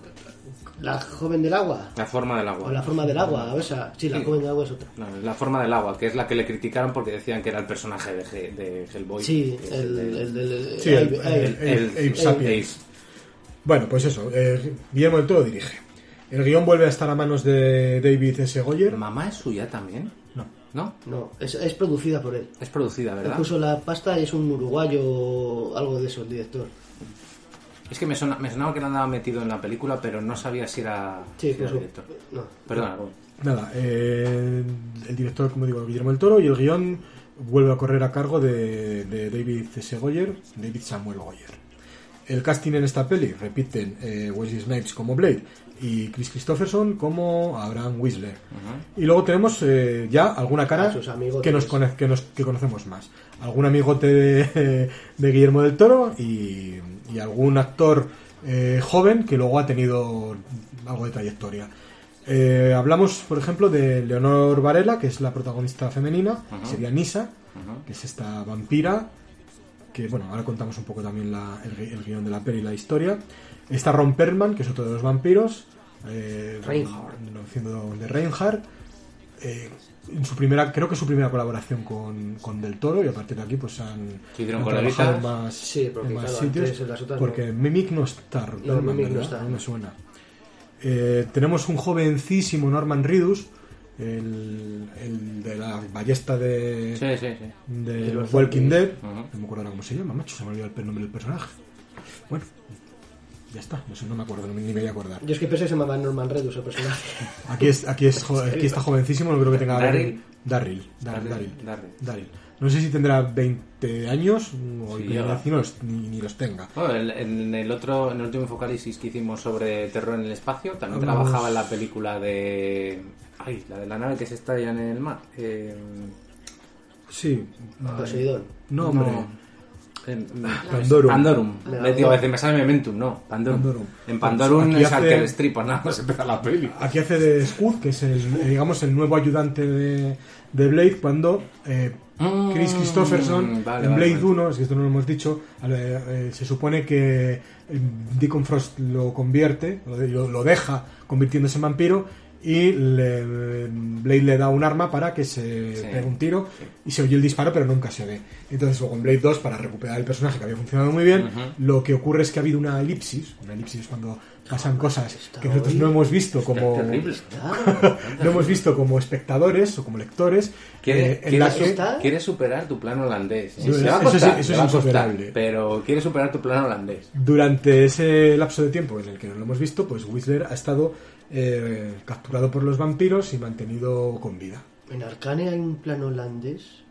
la joven del agua. La forma del O agua. la forma del agua, o sea, sí, la Sí. joven del agua es otra. No, la forma del agua, que es la que le criticaron porque decían que era el personaje de, He- de Hellboy. Sí, que es el, del- el del... Sí, el- el- el- el- el- Ape Sapiens. Ape. Bueno, pues eso, eh, Guillermo del Toro dirige. El guión vuelve a estar a manos de David S. Goyer. ¿Mamá es suya también? No. ¿No? No, es, es producida por él. Es producida, Él ¿verdad? puso la pasta y es un uruguayo, algo de eso, el director. Es que me, sona- me sonaba que él andaba metido en la película, pero no sabía si era, Sí, si era puso- director. no. Perdona, Rubén. Nada, eh, el director, como digo, Guillermo del Toro, y el guión vuelve a correr a cargo de, de David S. Goyer, David Samuel Goyer. El casting en esta peli repiten eh, Wesley Snipes como Blade y Chris Christopherson como Abraham Whistler. Uh-huh. Y luego tenemos eh, ya alguna cara que nos, cono- que nos que conocemos más. Algún amigote de, de Guillermo del Toro y, y algún actor eh, joven que luego ha tenido algo de trayectoria. Eh, hablamos, por ejemplo, de Leonor Varela, que es la protagonista femenina, uh-huh. sería Nisa, uh-huh. que es esta vampira, que bueno, ahora contamos un poco también la, el, el guión de la peli y la historia. Está Ron Perlman, que es otro de los vampiros, eh, Reinhardt, haciendo de Reinhardt, eh, en su primera, creo que su primera colaboración con, con Del Toro, y a partir de aquí pues han, han trabajado en más, sí, porque, en más claro, sitios, en las otras porque no. Mimic no está, no, Perlman, Mimic no, ¿verdad? está. No me suena. Eh, tenemos un jovencísimo Norman Reedus, el, el de la ballesta de, sí, sí, sí. de, de los Walking Dead. Uh-huh. No me acuerdo ahora cómo se llama, macho, se me olvidó el nombre del personaje. Bueno, ya está, no sé, no me acuerdo, ni me voy a acordar. Yo es que pensé que se llamaba Norman Reedus el personaje. Aquí es, aquí es, aquí está jovencísimo, no creo que tenga Daryl. Darryl, Darryl, Darryl. Darryl, Darryl. No sé si tendrá veinte años o Sí, ni, los, ni, ni los tenga. Bueno, en, en el otro, en el último Infocalisis que hicimos sobre terror en el espacio, también Hablamos... trabajaba en la película de... Ay, la de la nave que se estalla en el mar. Eh... Sí. Poseidón. No, hombre. No. En, Pandorum. Pandorum. Me Le digo, a veces me sale Memento, no. Pandorum. Pandorum. En Pandorum Aquí es al hace- que el strip, pues nada, se empieza la peli. Aquí hace de Scud, que es el, eh, digamos, el nuevo ayudante de, de Blade, cuando eh, Chris Christopherson vale, en vale, Blade vale. uno, es que esto no lo hemos dicho, eh, eh, se supone que eh, Deacon Frost lo convierte, lo, lo deja convirtiéndose en vampiro, y le, Blade le da un arma para que se Sí. pegue un tiro y se oye el disparo pero nunca se ve. Entonces luego en Blade dos, para recuperar el personaje que había funcionado muy bien, Ujú. lo que ocurre es que ha habido una elipsis. Una elipsis es cuando pasan cosas está que nosotros hoy. no hemos visto como Terrible. no hemos visto como espectadores o como lectores, Quiere, eh, en quiere, la que está- quiere superar tu plan holandés. Eso Le va a es- costar, eso le es va a costar, insuperable. pero quiere superar tu plan holandés. durante ese lapso de tiempo en el que no lo hemos visto, pues Whistler ha estado eh, capturado por los vampiros y mantenido con vida. En Arcane hay un plan holandés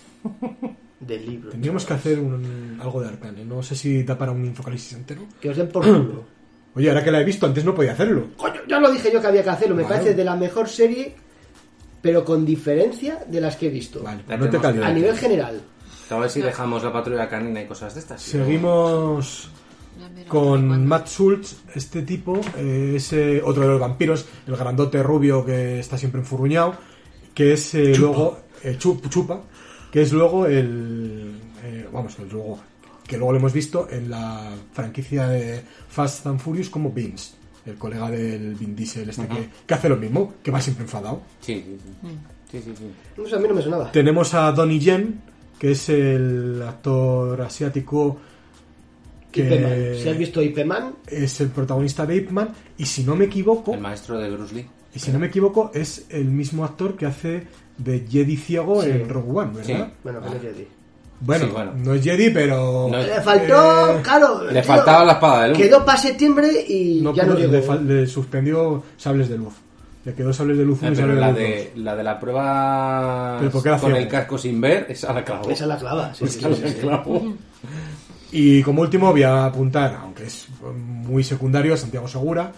de libro. Tendríamos que hacer un, algo de Arcane. No sé si da para un infocalisis entero. Que os den por culo. Oye, ahora que la he visto, antes no podía hacerlo. Coño, ya lo dije yo que había que hacerlo. Me Vale. parece de la mejor serie, pero con diferencia de las que he visto. Vale, Ya no te tenemos calles. A nivel general. A ver si dejamos la patrulla canina y cosas de estas. Seguimos Ya verás con cuándo. Matt Schultz. Este tipo eh, es eh, otro de los vampiros, el grandote rubio que está siempre enfurruñado, que es eh, luego eh, chup, chupa, que es luego el eh, vamos, el luego que luego lo hemos visto en la franquicia de Fast and Furious como Vince, el colega del Vin Diesel este, Ujú. que, que hace lo mismo, que va siempre enfadado. Sí, sí, sí. sí, sí, sí. No sé, a mí no me sonaba. Tenemos a Donnie Yen, que es el actor asiático que Ip Man. Si has visto Ip Man, es el protagonista de Ip Man, y si no me equivoco, El maestro de Bruce Lee. y si no me equivoco es el mismo actor que hace de Jedi ciego Sí. en Rogue One, ¿verdad? Sí. bueno, que no es Jedi. Bueno, Sí, bueno. no es Jedi, pero No es- Le faltó, Eh, claro. Le tío, faltaba la espada de luz. Quedó para septiembre y no ya pudo- no llegó. le, fal- le suspendió sables de luz. Le quedó sables de luz uno Eh, y pero sables la de luz de, la de la prueba Pero porque era con ciego. el casco sin ver, esa la clavó. Esa es la clava. Sí, sí, Esa sí, la sí. clavó. dos. Y como último voy a apuntar, aunque es muy secundario, a Santiago Segura,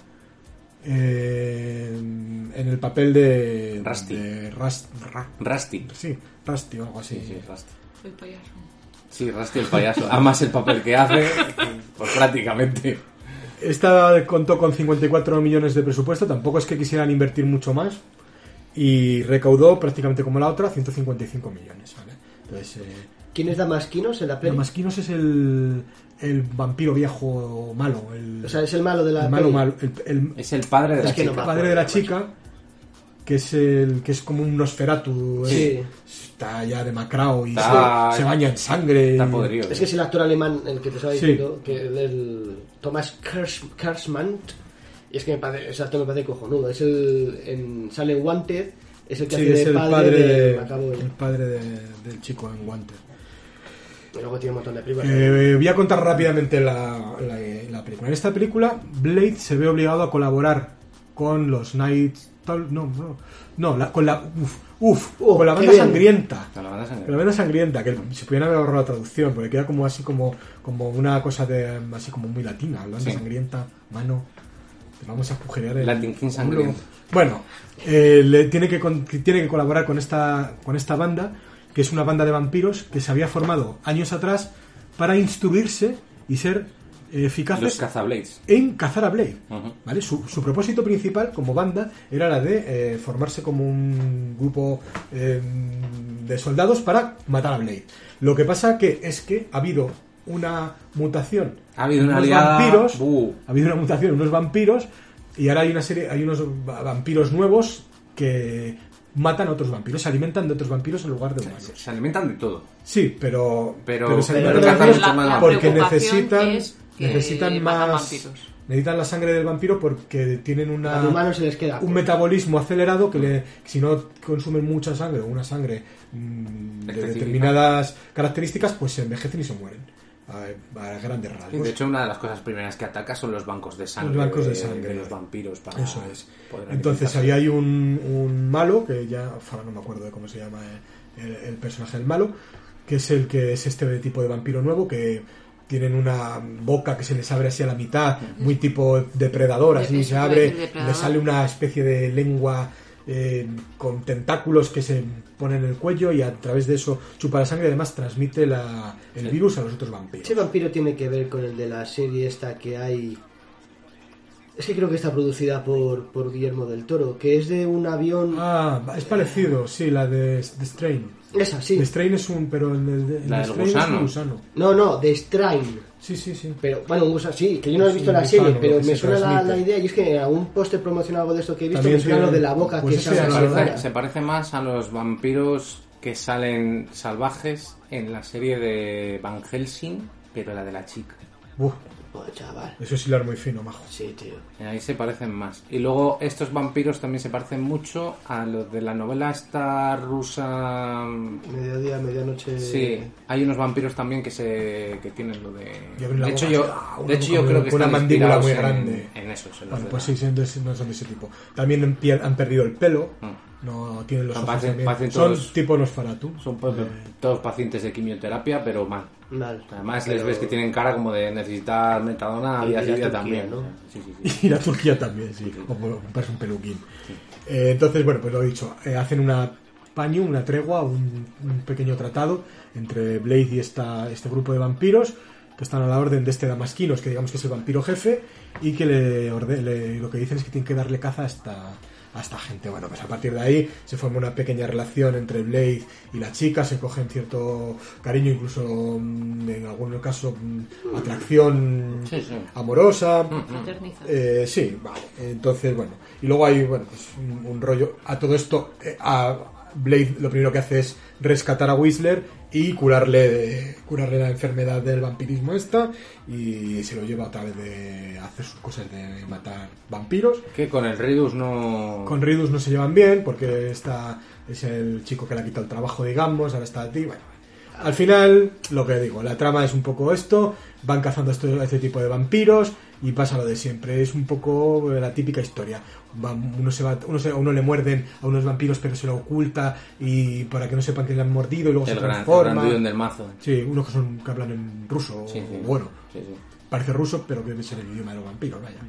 eh, en el papel de Rusty. de Ras- Ra- Rusty. sí, Rusty o algo así. Sí, sí, Rusty. El payaso. Sí, Rusty el payaso. Además el papel que hace, pues prácticamente. Esta contó con cincuenta y cuatro millones de presupuesto, tampoco es que quisieran invertir mucho más, y recaudó prácticamente como la otra, ciento cincuenta y cinco millones, ¿vale? Entonces, eh, ¿Quién es Damasquinos en la peli? Damasquinos es el, el vampiro viejo malo, el, O sea, es el malo de la el malo peli. malo, el, el- Es el padre de Es la que no chica. me padre de la acuerdo, chica, que es el que es como un Nosferatu, Sí. ¿eh? Está ya demacrado y Está- se, se baña en sangre. Está y- podrido. Es que es el actor alemán el que te estaba Sí. diciendo, que el, el Thomas Kers, Kersman. Y es que me parece, ese actor me parece cojonudo. Es el, en, sale en Wanted, es el que Sí, hace es de el padre, padre, de, de- me acabo de- el padre de- del chico en Wanted. Y luego tiene un montón de películas. Eh, voy a contar rápidamente la, la, la película. En esta película, Blade se ve obligado a colaborar con los Night Mortal... No, no, no la, con la... Uf, uf, Oh, con la qué banda bien. sangrienta. Con la banda sangrienta. Con la banda sangrienta, que se pudieran haber ahorrado la traducción, porque queda como así como, como una cosa de así como muy latina, la banda Sí. sangrienta, mano... Te vamos a agujerear el... Latin King sangriento. Bueno, eh, le tiene que, con- que tiene que colaborar con esta, con esta banda, que es una banda de vampiros que se había formado años atrás para instruirse y ser eh, eficaces Los Cazablades. en cazar a Blade. Ujú. ¿Vale? Su, su propósito principal como banda era la de eh, formarse como un grupo eh, de soldados para matar a Blade. Lo que pasa que es que ha habido una mutación Ha habido en una unos liada... vampiros, Buh. ha habido una mutación en unos vampiros y ahora hay una serie, hay unos va- vampiros nuevos que matan a otros vampiros, se alimentan de otros vampiros en lugar de humanos. Se, se alimentan de todo. Sí, pero Pero- se pero alimentan de cazan vampiros mucho más la porque preocupación necesitan es que necesitan matan más vampiros. necesitan la sangre del vampiro porque tienen una A los humanos se les queda. un metabolismo acelerado que le, si no consumen mucha sangre o una sangre mm, de Específica. determinadas características, pues se envejecen y se mueren a, a grandes Y rasgos. de hecho, una de las cosas primeras que ataca son los bancos de sangre. Los bancos de de, sangre. de los vampiros. Para Eso es. poder Entonces alimentarse. ahí hay un, un malo, que ya ahora no me acuerdo de cómo se llama el, el personaje del malo, que es el que es este tipo de vampiro nuevo, que tienen una boca que se les abre así a la mitad, muy tipo depredador, así Eso se iba a abre, decir, depredador. le sale una especie de lengua eh, con tentáculos que se ponen en el cuello y a través de eso chupa la sangre y además transmite la, el virus a los otros vampiros. Ese vampiro tiene que ver con el de la serie esta que hay. Es que creo que está producida por, por Guillermo del Toro, que es de un avión. Ah, es parecido, sí, la de, de Strain. Esa, sí. The Strain es un, pero en el, de- en La el del Strain es gusano. un gusano. No, no, de Strain. Sí, sí, sí. Pero, bueno, un gusano, sí, que yo no he Es visto un la serie, gusano pero que me se suena la, transmite. la idea, y es que en algún póster promocional algo de esto que he visto También me suena tiene- lo de la boca pues que ese sale es Se así el- parece, fuera. se parece más a los vampiros que salen salvajes en la serie de Van Helsing, pero la de la chica. Uf, Oh, chaval. eso es hilar muy fino, majo. Sí, tío. Ahí se parecen más. Y luego estos vampiros también se parecen mucho a los de la novela esta rusa. Mediodía, medianoche. Sí, hay unos vampiros también que se que tienen lo de. Y abren la De hecho boca yo, así, ah, una de hecho boca yo muy- creo que con una están mandíbula inspirados muy en- grande. En esos, en los Bueno, de pues la- sí, entonces no son de ese tipo. También en pier- han perdido el pelo, Mm. no tienen los Son ojos paci- también. pacientes Son todos- tipo Nosferatu. Son pues, todos pacientes de quimioterapia, pero mal. Mal. Además Pero- les ves que tienen cara como de necesitar metadona Y día de sí la día Turquía, también. ¿no? Sí, sí, sí. Y la Turquía también, sí, como comprarse un peluquín. Eh, entonces, bueno, pues lo he dicho, eh, hacen una paño, una tregua, un, un pequeño tratado entre Blade y esta, este grupo de vampiros que están a la orden de este Damasquinos, que digamos que es el vampiro jefe, y que le, orde- le- lo que dicen es que tienen que darle caza a esta, a esta gente. Bueno, pues a partir de ahí se forma una pequeña relación entre Blade y la chica, se cogen cierto cariño, incluso mm, en algunos casos mm, atracción Sí, sí. amorosa. Fraterniza. Eh, sí, vale. Entonces, bueno. Y luego hay, bueno, pues un, un rollo. A todo esto, eh, a Blade lo primero que hace es rescatar a Whistler y curarle de- curarle la enfermedad del vampirismo esta. Y se lo lleva otra vez de hacer sus cosas de matar vampiros. Que con el Ridus no. Con Ridus no se llevan bien porque está, es el chico que le ha quitado el trabajo, digamos. Ahora está a ti. Bueno, al final, lo que digo, la trama es un poco esto. Van cazando esto- este tipo de vampiros y pasa lo de siempre. Es un poco la típica historia. Va- uno se va, uno se- a uno le muerden a unos vampiros pero se lo oculta y para que no sepan que le han mordido y luego el se gran, el transforma. gran duión del mazo. Sí, unos que son que hablan en ruso. Sí, sí. Bueno, Sí, sí. parece ruso pero que debe ser el idioma de los vampiros, vaya.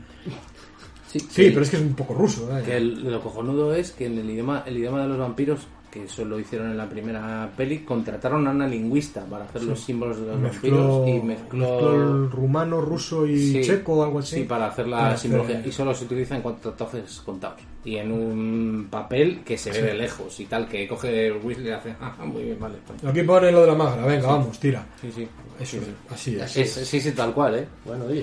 Sí, Sí, que- pero es que es un poco ruso, vaya. Que el- lo cojonudo es que en el idioma, el idioma de los vampiros, que eso lo hicieron en la primera peli, contrataron a una lingüista para hacer los símbolos de los Mezcló, vampiros y mezcló, mezcló el rumano, ruso y Sí, checo o algo así. Sí, para hacer la Para simbología. hacer- Y solo se utiliza en cuanto tatuajes contados. Y en un papel que se ve de lejos y tal, que coge el whistle y hace, ah, muy bien, vale. Aquí pone lo de la magra, venga, vamos, tira. Sí, sí. Eso, Sí, sí. así es. Es, sí, sí, tal cual, ¿eh? Bueno, oye.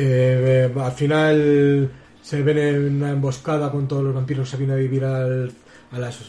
Eh, eh, al final se ven en una emboscada con todos los vampiros que se vienen a vivir al- a las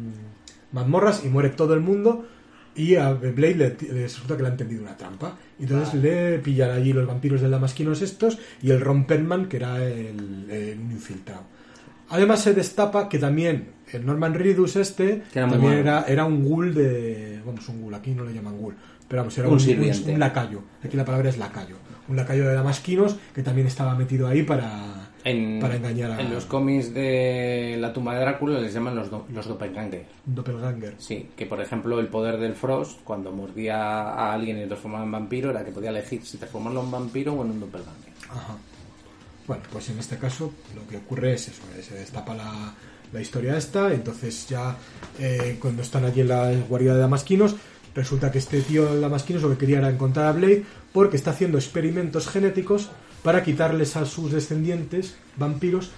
mm, mazmorras y muere todo el mundo y a Blade le, le resulta que le han tendido una trampa. Y entonces le pillan allí los vampiros de Damasquinos estos y el Ron Perlman, que era el, el infiltrado. Además se destapa que también el Norman Reedus este Que era muy también malo. era, era un ghoul de... Vamos, un ghoul, aquí no le llaman ghoul. Pero vamos, era Un un, sirviente. un- un lacayo. Aquí la palabra es lacayo. Un lacayo de Damasquinos que también estaba metido ahí para, En, para engañar a... En los cómics de La tumba de Drácula les llaman los, do, los doppelganger. Doppelganger. Sí, que por ejemplo el poder del Frost, cuando mordía a alguien y lo transformaba en vampiro, era que podía elegir si transformarlo en vampiro o en un doppelganger. Ajá. Bueno, pues en este caso lo que ocurre es eso, se destapa la, la historia esta, entonces ya eh, cuando están allí en la guarida de Damasquinos, resulta que este tío de Damasquinos lo que quería era encontrar a Blade porque está haciendo experimentos genéticos para quitarles a sus descendientes vampiros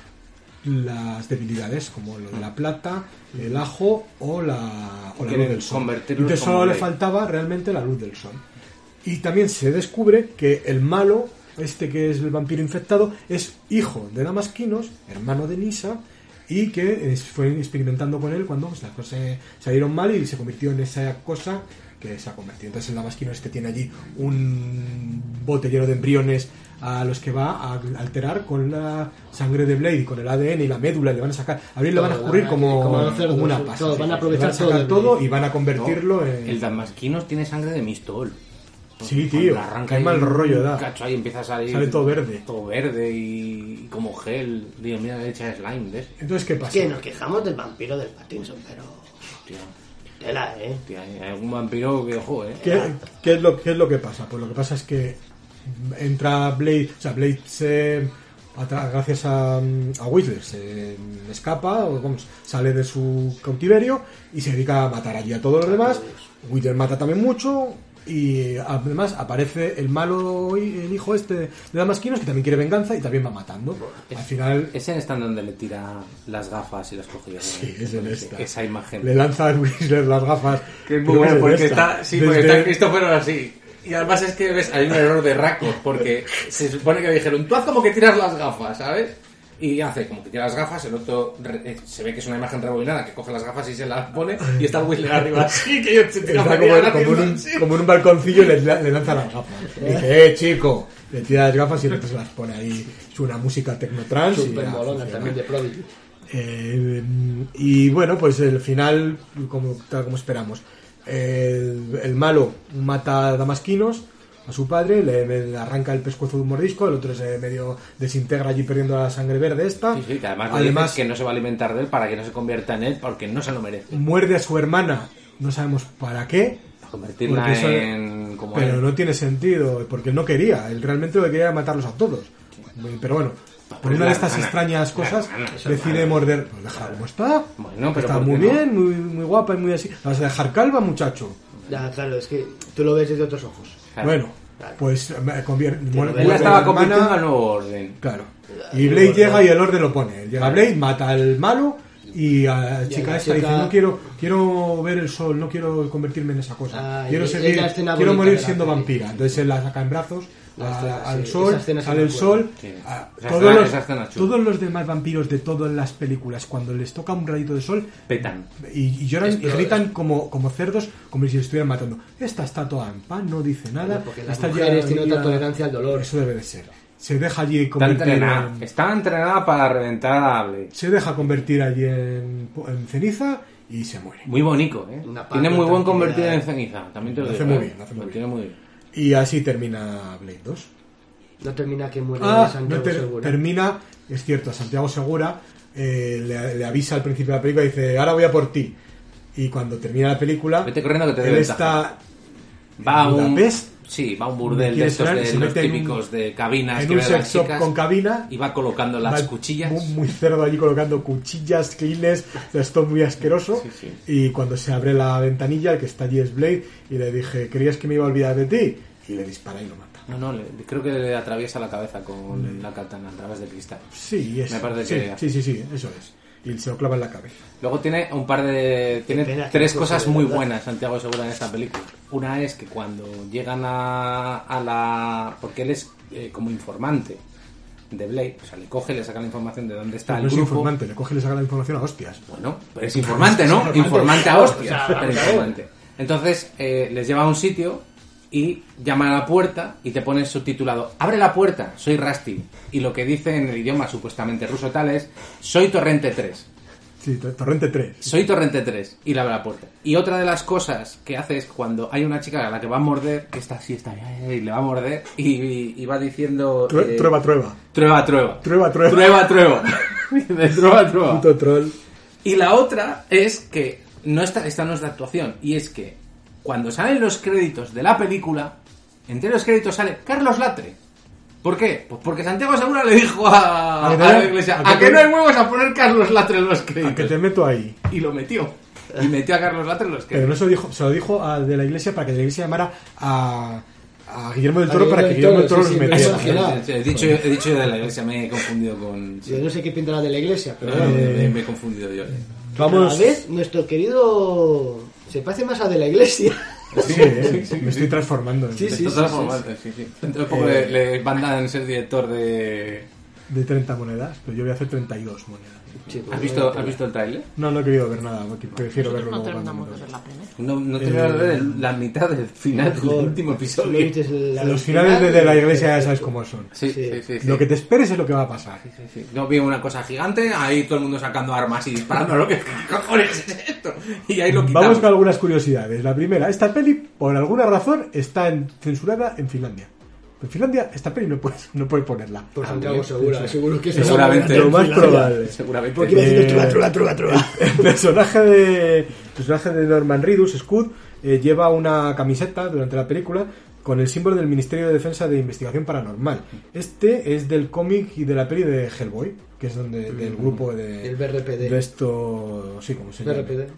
las debilidades, como lo de la plata, el ajo o la, o la luz del sol. Entonces solo le faltaba realmente la luz del sol. Y también se descubre que el malo, este que es el vampiro infectado, es hijo de Damasquinos, hermano de Nyssa, y que fue experimentando con él cuando pues, las cosas se salieron mal y se convirtió en esa cosa que se ha convertido. Entonces el Damasquinos este tiene allí un bote lleno de embriones a los que va a alterar con la sangre de Blade y con el A D N y la médula, le van a sacar, a Blade le van a escurrir como, como, cerdos, como una pasta. Todo, van a aprovechar van a sacar todo, todo y van a convertirlo no, en... El Damasquinos tiene sangre de Mistol. Sí, tío, qué mal rollo da. Cacho ahí empieza a salir. Sale todo verde. Todo verde y, y como gel. Dios mío, le echa slime, ¿ves? Entonces, ¿qué pasa? Es que nos quejamos del vampiro del Pattinson, pero... Hostia. Tela, ¿eh? Hostia, hay algún vampiro que, ojo, ¿eh? ¿Qué, ¿qué, es lo, ¿Qué es lo que pasa? Pues lo que pasa es que entra Blade, o sea, Blade se... gracias a, a Whistler se escapa, o vamos, sale de su cautiverio y se dedica a matar allí a todos los demás. Whistler mata también mucho... Y además aparece el malo, el hijo este de Damasquinos, que también quiere venganza y también va matando. Es, Al final... Es en esta donde le tira las gafas y las coge. Sí, es en esta. Esa imagen. Le lanza a Whistler las gafas. Que es muy bueno, porque está, sí, porque Desde... está Christopher así. Y además es que ves, hay un error de Racco, porque se supone que le dijeron, tú haz como que tiras las gafas, ¿sabes? Y hace como que tira las gafas, el otro re, se ve que es una imagen rebobinada, que coge las gafas y se las pone, y está Whistler arriba así, que yo se tira como, como, en un, como en un balconcillo y le, le lanza las gafas. Y dice, eh, chico, le tira las gafas y el otro se las pone ahí. Es una música technotrance. Super molona también de Prodigy. Eh, y bueno, pues el final, como, tal como esperamos. El, el malo mata a Damasquinos, a su padre, le, le arranca el pescuezo de un mordisco, el otro se medio desintegra allí perdiendo la sangre verde esta. Sí, sí, que además, además que no se va a alimentar de él para que no se convierta en él porque no se lo merece. Muerde a su hermana, no sabemos para qué. Para convertirla eso, en... Como pero él. No tiene sentido, porque él no quería, él realmente lo que quería era matarlos a todos. Sí. Pero bueno, por una de estas gana, extrañas cosas gana, decide morder. Pues déjala como está. Bueno, pero está muy no? bien, muy, muy guapa y muy así. ¿La vas a dejar calva, muchacho? Ya, claro, es que tú lo ves desde otros ojos. Claro. Bueno, claro. Pues me convierte. Él la estaba convirtiendo al nuevo orden. Claro. Y Blade llega y el orden lo pone. Llega Blade, mata al malo y a la chica esta dice, no quiero quiero ver el sol, no quiero convertirme en esa cosa. Ah, quiero seguir, quiero morir siendo vampira. Entonces él la saca en brazos. A, al sí, sol, sale el sol. Sí. A, todos, los, todos los demás vampiros de todas las películas, cuando les toca un rayito de sol, petan y, y lloran Esto y gritan es... como, como cerdos, como si se estuvieran matando. Esta está toda en pan, no dice nada. Porque las mujeres tienen tanta tolerancia al dolor. Eso debe de ser. Se deja allí convertir. Está entrenada, en... está entrenada para reventar a Blade. Se deja convertir allí en, en ceniza y se muere. Muy bonito, ¿eh? Tiene muy buen convertido en ceniza. También te lo, lo digo. Hace muy bien, lo hace muy bien. Muy bien. Y así termina Blade dos. No termina que muere ah, Santiago no ter- Segura. Termina, es cierto, Santiago Segura eh, le, le avisa al principio de la película y dice, ahora voy a por ti. Y cuando termina la película, vete corriendo que te él está va a un Budapest, sí, va a un burdel de estos de los típicos un, de cabinas en que un sex shop con cabina y va colocando las va cuchillas muy, muy cerdo allí colocando cuchillas, clines, esto es muy asqueroso. Sí, sí. Y cuando se abre la ventanilla, el que está allí es Blade y le dije, ¿creías que me iba a olvidar de ti? Y le dispara y lo mata. No, no, le, creo que le atraviesa la cabeza con mm. la katana a través del cristal. Sí, es, me parece sí, que sí, sí, sí, eso es. Y se lo clava en la cabeza. Luego tiene un par de... Tiene tres cosas muy buenas Santiago Segura en esta película. Una es que cuando llegan a, a la... Porque él es eh, como informante de Blade, o sea, le coge, le saca la información de dónde está pero el no grupo. Es informante, le coge y le saca la información a hostias. Bueno, pero es informante, ¿no? Informante a hostias, pero informante. Entonces, eh, les lleva a un sitio y llaman a la puerta y te ponen subtitulado, abre la puerta, soy Rusty. Y lo que dice en el idioma supuestamente ruso tal es, soy Torrente tres. Sí, Torrente tres. Soy Torrente tres y le abre la puerta. Y otra de las cosas que hace es cuando hay una chica a la que va a morder, que está así, está y le va a morder y, y va diciendo... True, eh, trueba, trueba. Trueba, trueba. Trueba, trueba. Trueba, trueba. De trueba, trueba. Puto troll. Y la otra es que, no está, esta no es de actuación, y es que cuando salen los créditos de la película, entre los créditos sale Carlos Latre. ¿Por qué? Pues porque Santiago Segura le dijo a, a, a la iglesia, ¿a, a que te... no hay huevos a poner Carlos Latre en los créditos? A que te meto ahí. Y lo metió. Y metió a Carlos Latre en los créditos. Pero no se lo dijo, se lo dijo a de la iglesia para que de la iglesia llamara a, a Guillermo del Toro a para que Guillermo del Toro sí, los metiera. He dicho, he dicho de la iglesia, me he confundido con... Yo no sé qué pintará de la iglesia, pero... Eh, me, me he confundido yo. Vamos. A la vez, nuestro querido... Se parece más a de la iglesia. Sí, eh, sí, me estoy transformando. Sí, sí, sí, transformando, sí, sí. Dentro de poco eh, le, le mandan ser director de... De treinta monedas, pero yo voy a hacer treinta y dos monedas. Sí, ¿Has, visto, ¿Has visto el tráiler? No, no he querido ver nada, prefiero verlo no luego. Terminamos de ver la primera. No, no terminamos de ver la mitad del final del último episodio. La, los finales de, de la iglesia ya sabes cómo son. Sí, sí, sí, sí, sí. Lo que te esperes es lo que va a pasar. Sí, sí, sí. No vi una cosa gigante, ahí todo el mundo sacando armas y disparando. ¿Lo que ¿Qué cojones es esto? Y ahí lo quitamos. Vamos con algunas curiosidades. La primera, esta peli, por alguna razón, está en, censurada en Finlandia. En Finlandia esta peli no puedes no puede ponerla. Por Santiago Segura, seguro que seguramente lo más probable. Seguramente. Porque iba diciendo truba, truba, truba, truba. El personaje de el personaje de Norman Reedus, Scud, eh, lleva una camiseta durante la película con el símbolo del Ministerio de Defensa de Investigación Paranormal. Este es del cómic y de la peli de Hellboy, que es donde del grupo de el B R P D. De esto, sí, como se llama. B R P D.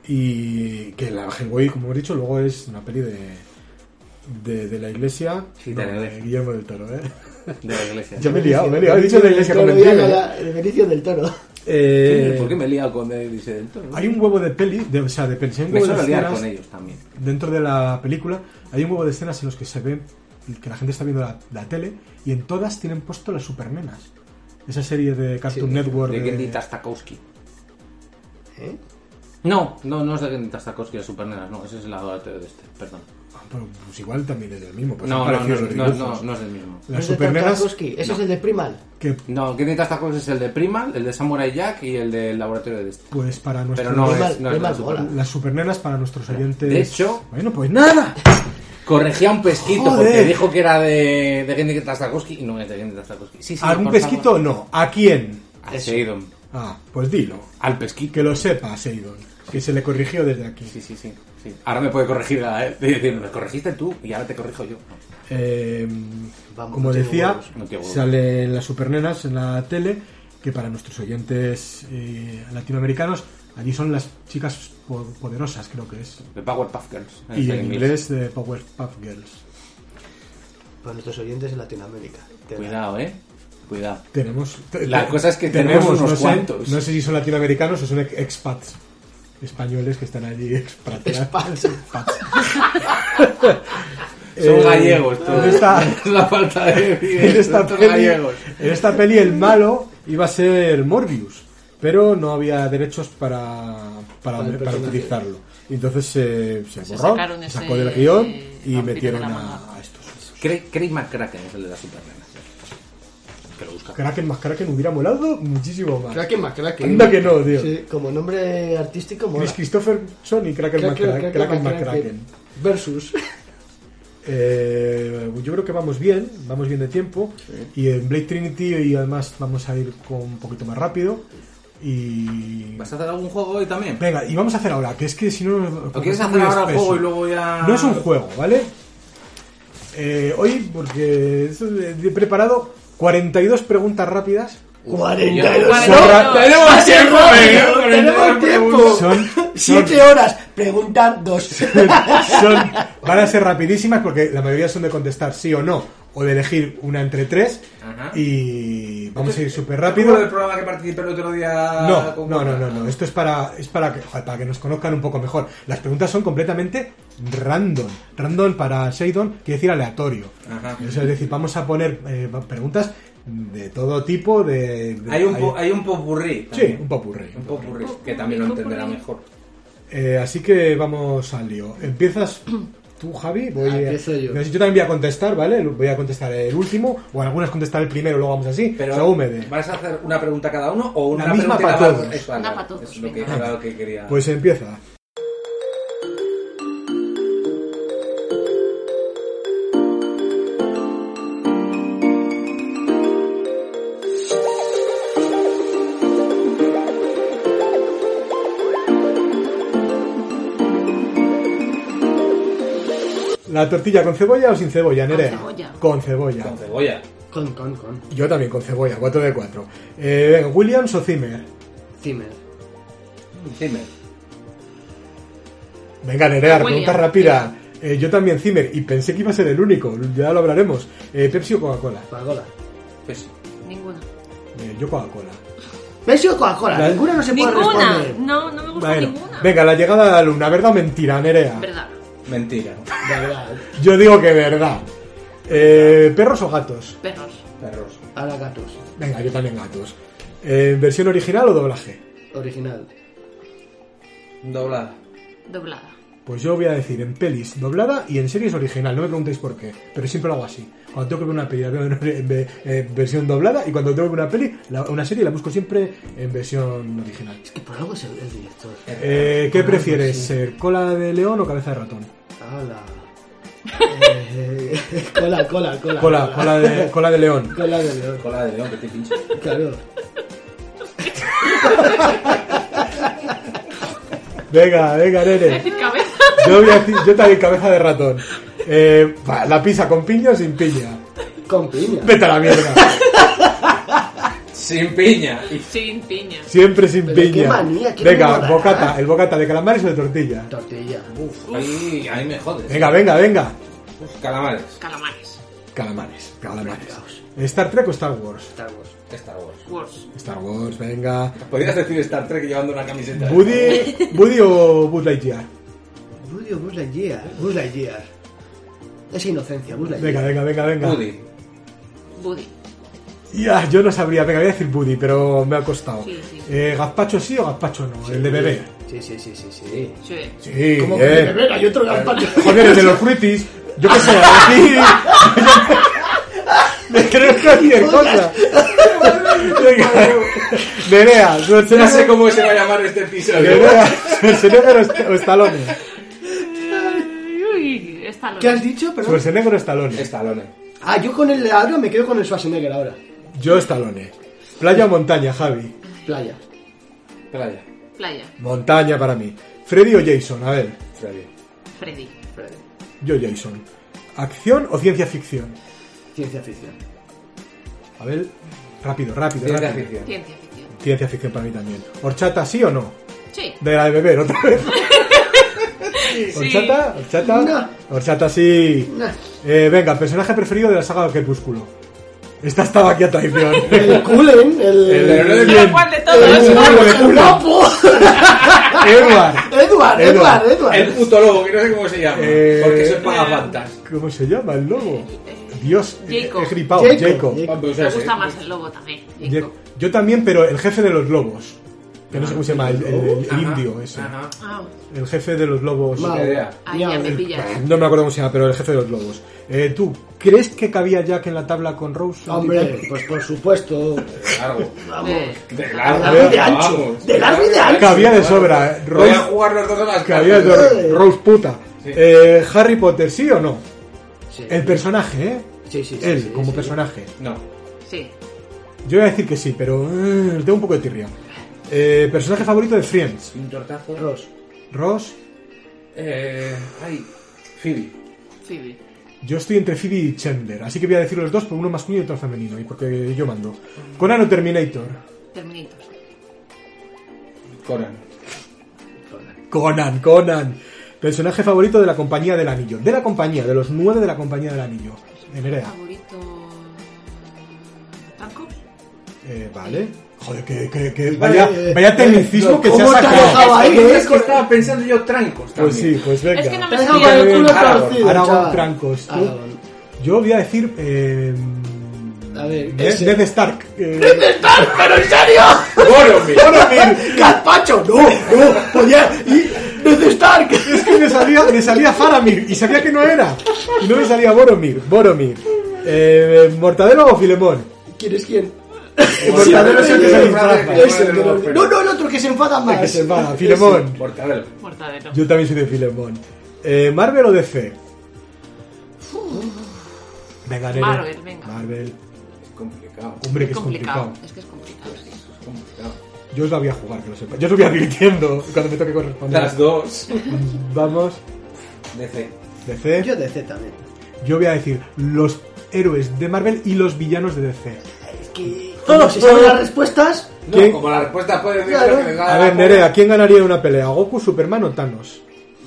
Y que la Hellboy, como he dicho, luego es una peli de De, de la iglesia, sí, no, de, la de Guillermo del Toro, ¿eh? De la iglesia. Yo me he liado, me he liado, he dicho de la iglesia con el El Benicio del Toro. Eh, ¿Por qué me he liado con el Benicio del Toro? Hay un huevo de peli, de, o sea, de peli, me suelo liar con ellos también. Dentro de la película hay un huevo de escenas en los que se ve que la gente está viendo la, la tele y en todas tienen puesto las Supernenas. Esa serie de Cartoon sí, Network de Gendy Tartakovsky. ¿Eh? No, no, no es de Gendy Tartakovsky las Supernenas, no, ese es el laboratorio de este, perdón. Pero pues igual también es del mismo. Pues no, no, no, no, no, no es del mismo. Las Supernenas. ¿Ese no. es el de Primal? ¿Qué? No, Gendy Tartakovsky es el de Primal, el de Samurai Jack y el del laboratorio de este. Pues para nuestros. Pero no Primal, es, no Primal, es la Super... Las Supernenas para nuestros oyentes. De hecho. Bueno, pues nada. Corregía un pesquito Joder. Porque dijo que era de, de Gendy Tartakovsky y no es de Gendy Tartakovsky. Sí, sí, ¿Algún pesquito o no? ¿A quién? A Seidon. Ah, pues dilo. Al pesquito. Que lo sepa, Seidon. Que se le corrigió desde aquí. Sí, sí, sí. sí. Ahora me puede corregir a él. Decir, me corregiste tú y ahora te corrijo yo. Eh, Vamos, como no decía, no salen las Supernenas en la tele, que para nuestros oyentes eh, latinoamericanos, allí son las chicas poderosas, creo que es. De Powerpuff Girls. En y en inglés de Powerpuff Girls. Para nuestros oyentes en Latinoamérica. Cuidado, eh. Cuidado. Tenemos. Te, la te, cosa es que tenemos, tenemos unos no sé, cuantos. No sé si son latinoamericanos o son expats. Españoles que están allí expatriados. Expats. Son eh, gallegos todos. En esta, es la falta de en esta, peli, en esta peli el malo iba a ser Morbius, pero no había derechos para, para, para, para utilizarlo. Y entonces se, se, se borró, se sacó del guión y metieron a, a estos. Craig, Craig McCracken es el de la Supernenas. Que lo busca. Kraken más Kraken hubiera molado muchísimo más. Kraken más Kraken. Anda que no, tío. Sí, como nombre artístico mola. Chris Christopherson y Kraken más Kraken. Kraken más Kraken. Versus. Eh, yo creo que vamos bien, vamos bien de tiempo. Sí. Y en Blade Trinity y además vamos a ir con un poquito más rápido. Y... ¿Vas a hacer algún juego hoy también? Venga, y vamos a hacer ahora, que es que si no... ¿O quieres hacer ahora el juego y luego ya...? No es un juego, ¿vale? Eh, hoy, porque he preparado cuarenta y dos preguntas rápidas. cuarenta y dos Sobre... ¡Tenemos tiempo! ¡Tenemos tiempo! Son... siete horas, preguntan dos. Son, van a ser rapidísimas porque la mayoría son de contestar sí o no, o de elegir una entre tres. Ajá. Y vamos a ir súper rápido. ¿Es el programa que participé el otro día? No, no, no, no, no. Esto es para es para que, joder, para que nos conozcan un poco mejor. Las preguntas son completamente random. Random para Seidon quiere decir aleatorio. Ajá. Es decir, vamos a poner eh, preguntas de todo tipo. De, de hay un po, hay, hay un popurrí. Sí, un popurrí. Un popurrí, que también lo entenderá mejor. Eh, así que vamos al lío. Empiezas tú, Javi. Voy, Ah, empiezo yo. yo también voy a contestar, ¿vale? Voy a contestar el último, o algunas contestar el primero, luego vamos así. Pero según me dé. ¿vas a hacer una pregunta cada uno o una La misma pregunta para cada todos. Eso, vale, Una para todos, es lo que, venga. era lo que quería. Pues empieza. ¿La tortilla con cebolla o sin cebolla, Nerea? cebolla. Con cebolla. Con cebolla. Con, con, con. Yo también con cebolla, cuatro de cuatro. Eh, venga, ¿Williams o Zimmer? Zimmer. Zimmer. Venga, Nerea, Williams, pregunta rápida. Eh, yo también Zimmer, y pensé que iba a ser el único, ya lo hablaremos. Eh, ¿Pepsi o Coca-Cola? Coca-Cola. Pues Ninguna. Eh, yo Coca-Cola. Pepsi o Coca-Cola. La- Ninguna no se puede Ninguna. responder. No, no me gusta Bueno, ninguna. venga, la llegada a la luna, ¿verdad o mentira, Nerea? Verdad. mentira. De verdad. Yo digo que verdad. Eh, ¿Perros o gatos? Perros. Perros. Ahora gatos. Venga, yo también gatos. Eh, ¿Versión original o doblaje? Original. Doblada. Doblada. Pues yo voy a decir en pelis doblada y en series original. No me preguntéis por qué, pero siempre lo hago así. Cuando tengo que ver una peli la veo en, en- en- en versión doblada, y cuando tengo que ver una peli, la- una serie la busco siempre en versión original. Es que por algo es el, el director. Eh, ¿Qué Ah, prefieres, sí. ser cola de león o cabeza de ratón? Hala. Eh, cola, cola, cola. Cola, cola de, cola de león. Cola de león. Cola de león que te pincha. Claro. Venga, venga, nene. Decir cabeza. Yo, voy a decir, yo también cabeza de ratón. Eh, va, la pizza con piña o sin piña. Con piña. Vete a la mierda. Sin piña. Y Sin piña. Siempre sin Pero qué piña. manía, qué Venga, moda. bocata. ¿El bocata de calamares o de tortilla? Tortilla. Uf, ahí, ahí me jodes. Venga, venga, venga. Uf, calamares. Calamares. Calamares, calamares. ¿Star Trek o Star Wars? Star Wars. Star Wars. Wars. Star Wars, venga. Podrías decir Star Trek llevando una camiseta. de- ¿Woody, Woody o Buzz Lightyear? Woody o Buzz Lightyear. Buzz Lightyear. Es inocencia, Buzz Lightyear. Venga, venga, venga, venga. Woody. Buddy. Ya, yo no sabría. Venga, voy a decir Woody, pero me ha costado. Sí, sí. Eh, ¿Gazpacho sí o gazpacho no? El de bebé. Sí, sí, sí, sí, sí. Sí. Sí, ¿Cómo que bien. de ver? Hay otro gazpacho. Joder, el de los fruitis. Yo qué sé, aquí. Me creo cualquier cosa. Venga. Nerea, No sé Schwarzenegger. cómo se va a llamar este episodio. Nerea, Schwarzenegger o St- o Stallone. Uy, está ¿Qué has dicho? Perdón. Schwarzenegger o Stallone. Stallone. Ah, yo con el de ahora me quedo con el Schwarzenegger ahora. Yo Stallone. Playa o montaña, Javi. Playa. Playa. Playa. Montaña para mí. Freddy o Jason, a ver. Freddy. Freddy. Freddy. Yo Jason. ¿Acción o ciencia ficción? Ciencia ficción. A ver, rápido, rápido, Ciencia rápido. ficción. Ciencia ficción. Ciencia ficción para mí también. ¿Horchata sí o no? Sí. De la de beber, otra vez. ¿Horchata? ¿Horchata? No. Horchata sí. Nah. Eh, venga, personaje preferido de la saga de Crepúsculo. Esta estaba aquí a traición. El Cullen, el... El- Pero no el- de- ¿Pero cuál de el- todos? el- el el- guapo. Edward. Edward, Edward, Edward. El puto lobo, que no sé cómo se llama. Eh, porque soy pagafantas. ¿Cómo se llama el lobo? Dios, Jacob. he gripado. Jacob. Jacob. Jacob. Pues Me ese. gusta más el lobo también. Jacob. Jacob. Yo también, pero el jefe de los lobos. Que no sé cómo se llama, el, el- el Ajá, indio ese. Ajá. Ah, El jefe de los lobos. Mau. idea. ahí ya Miau. me pillas. No me acuerdo cómo se llama, pero el jefe de los lobos. Eh, ¿Tú crees que cabía Jack en la tabla con Rose? Hombre, pues por supuesto. Largo. Vamos. Eh, De De largo. largo y de vamos. ancho. De largo y de ancho. Cabía de sobra. Voy Rose, a jugar los dos a las cabía de cartas. sobra. Rose puta. Sí. Eh, Harry Potter, ¿sí o no? Sí. El personaje, ¿eh? Sí, sí, sí, Él, sí, como sí. personaje. No. sí. Yo voy a decir que sí, pero eh, tengo un poco de tirria. Eh, personaje favorito de Friends. Un tortazo. Ross. Ross. Eh. Ay. Phoebe. Phoebe. Yo estoy entre Phoebe y Chandler, así que voy a decir los dos, por uno masculino y otro femenino, y porque yo mando. Conan o Terminator. Terminator. Conan. Conan, Conan. Personaje favorito de la Compañía del Anillo. De la compañía, de los nueve de la Compañía del Anillo. En Nerea. Favorito. ¿Franco? Eh, vale. Joder, que, que, que Vale, vaya, eh, vaya tecnicismo eh, que se ha ¿cómo te ha sacado. dejado ahí, eh? Es que estaba pensando yo trancos también. Pues sí, pues venga. Es que no Te me has dejado sabía. con el culo Aragorn, torcido, Aragorn chaval. Trancos. ¿tú? Aragorn. Yo voy a decir... Eh, A ver, Ned, ese. Ned Stark. Eh, ¡Pero en serio! Boromir. Boromir. ¡Gazpacho! ¡No! ¡No! ¡Oye! ¡Y Ned Stark! Es que me salió salía, me salía Faramir y sabía que no era. Y no me salía Boromir. Boromir. Eh, ¿Mortadelo o Filemón? ¿Quién es quién? El Mortadelo es el que se disfraza. Ese, pero- No, no, el otro que se enfada El más. que se enfada. Filemón. Mortadelo. Mortadelo. Yo también soy de Filemón. Eh, ¿Marvel o D C? Venga, Nere. Marvel, venga. Marvel. Es complicado. Hombre, que Es es complicado. complicado. Es que es complicado, sí. Es complicado. Yo os la voy a jugar, que lo sepa. Yo os lo voy advirtiendo cuando me toque corresponder. Las dos. Vamos, D C. D C. Yo de C también. Yo voy a decir los héroes de Marvel y los villanos de D C. Es que... Como si saben las respuestas... No, ¿Quién? como la respuesta puede decir Claro. que me A ver, Nerea, ¿quién ganaría en una pelea? ¿Goku, Superman o Thanos?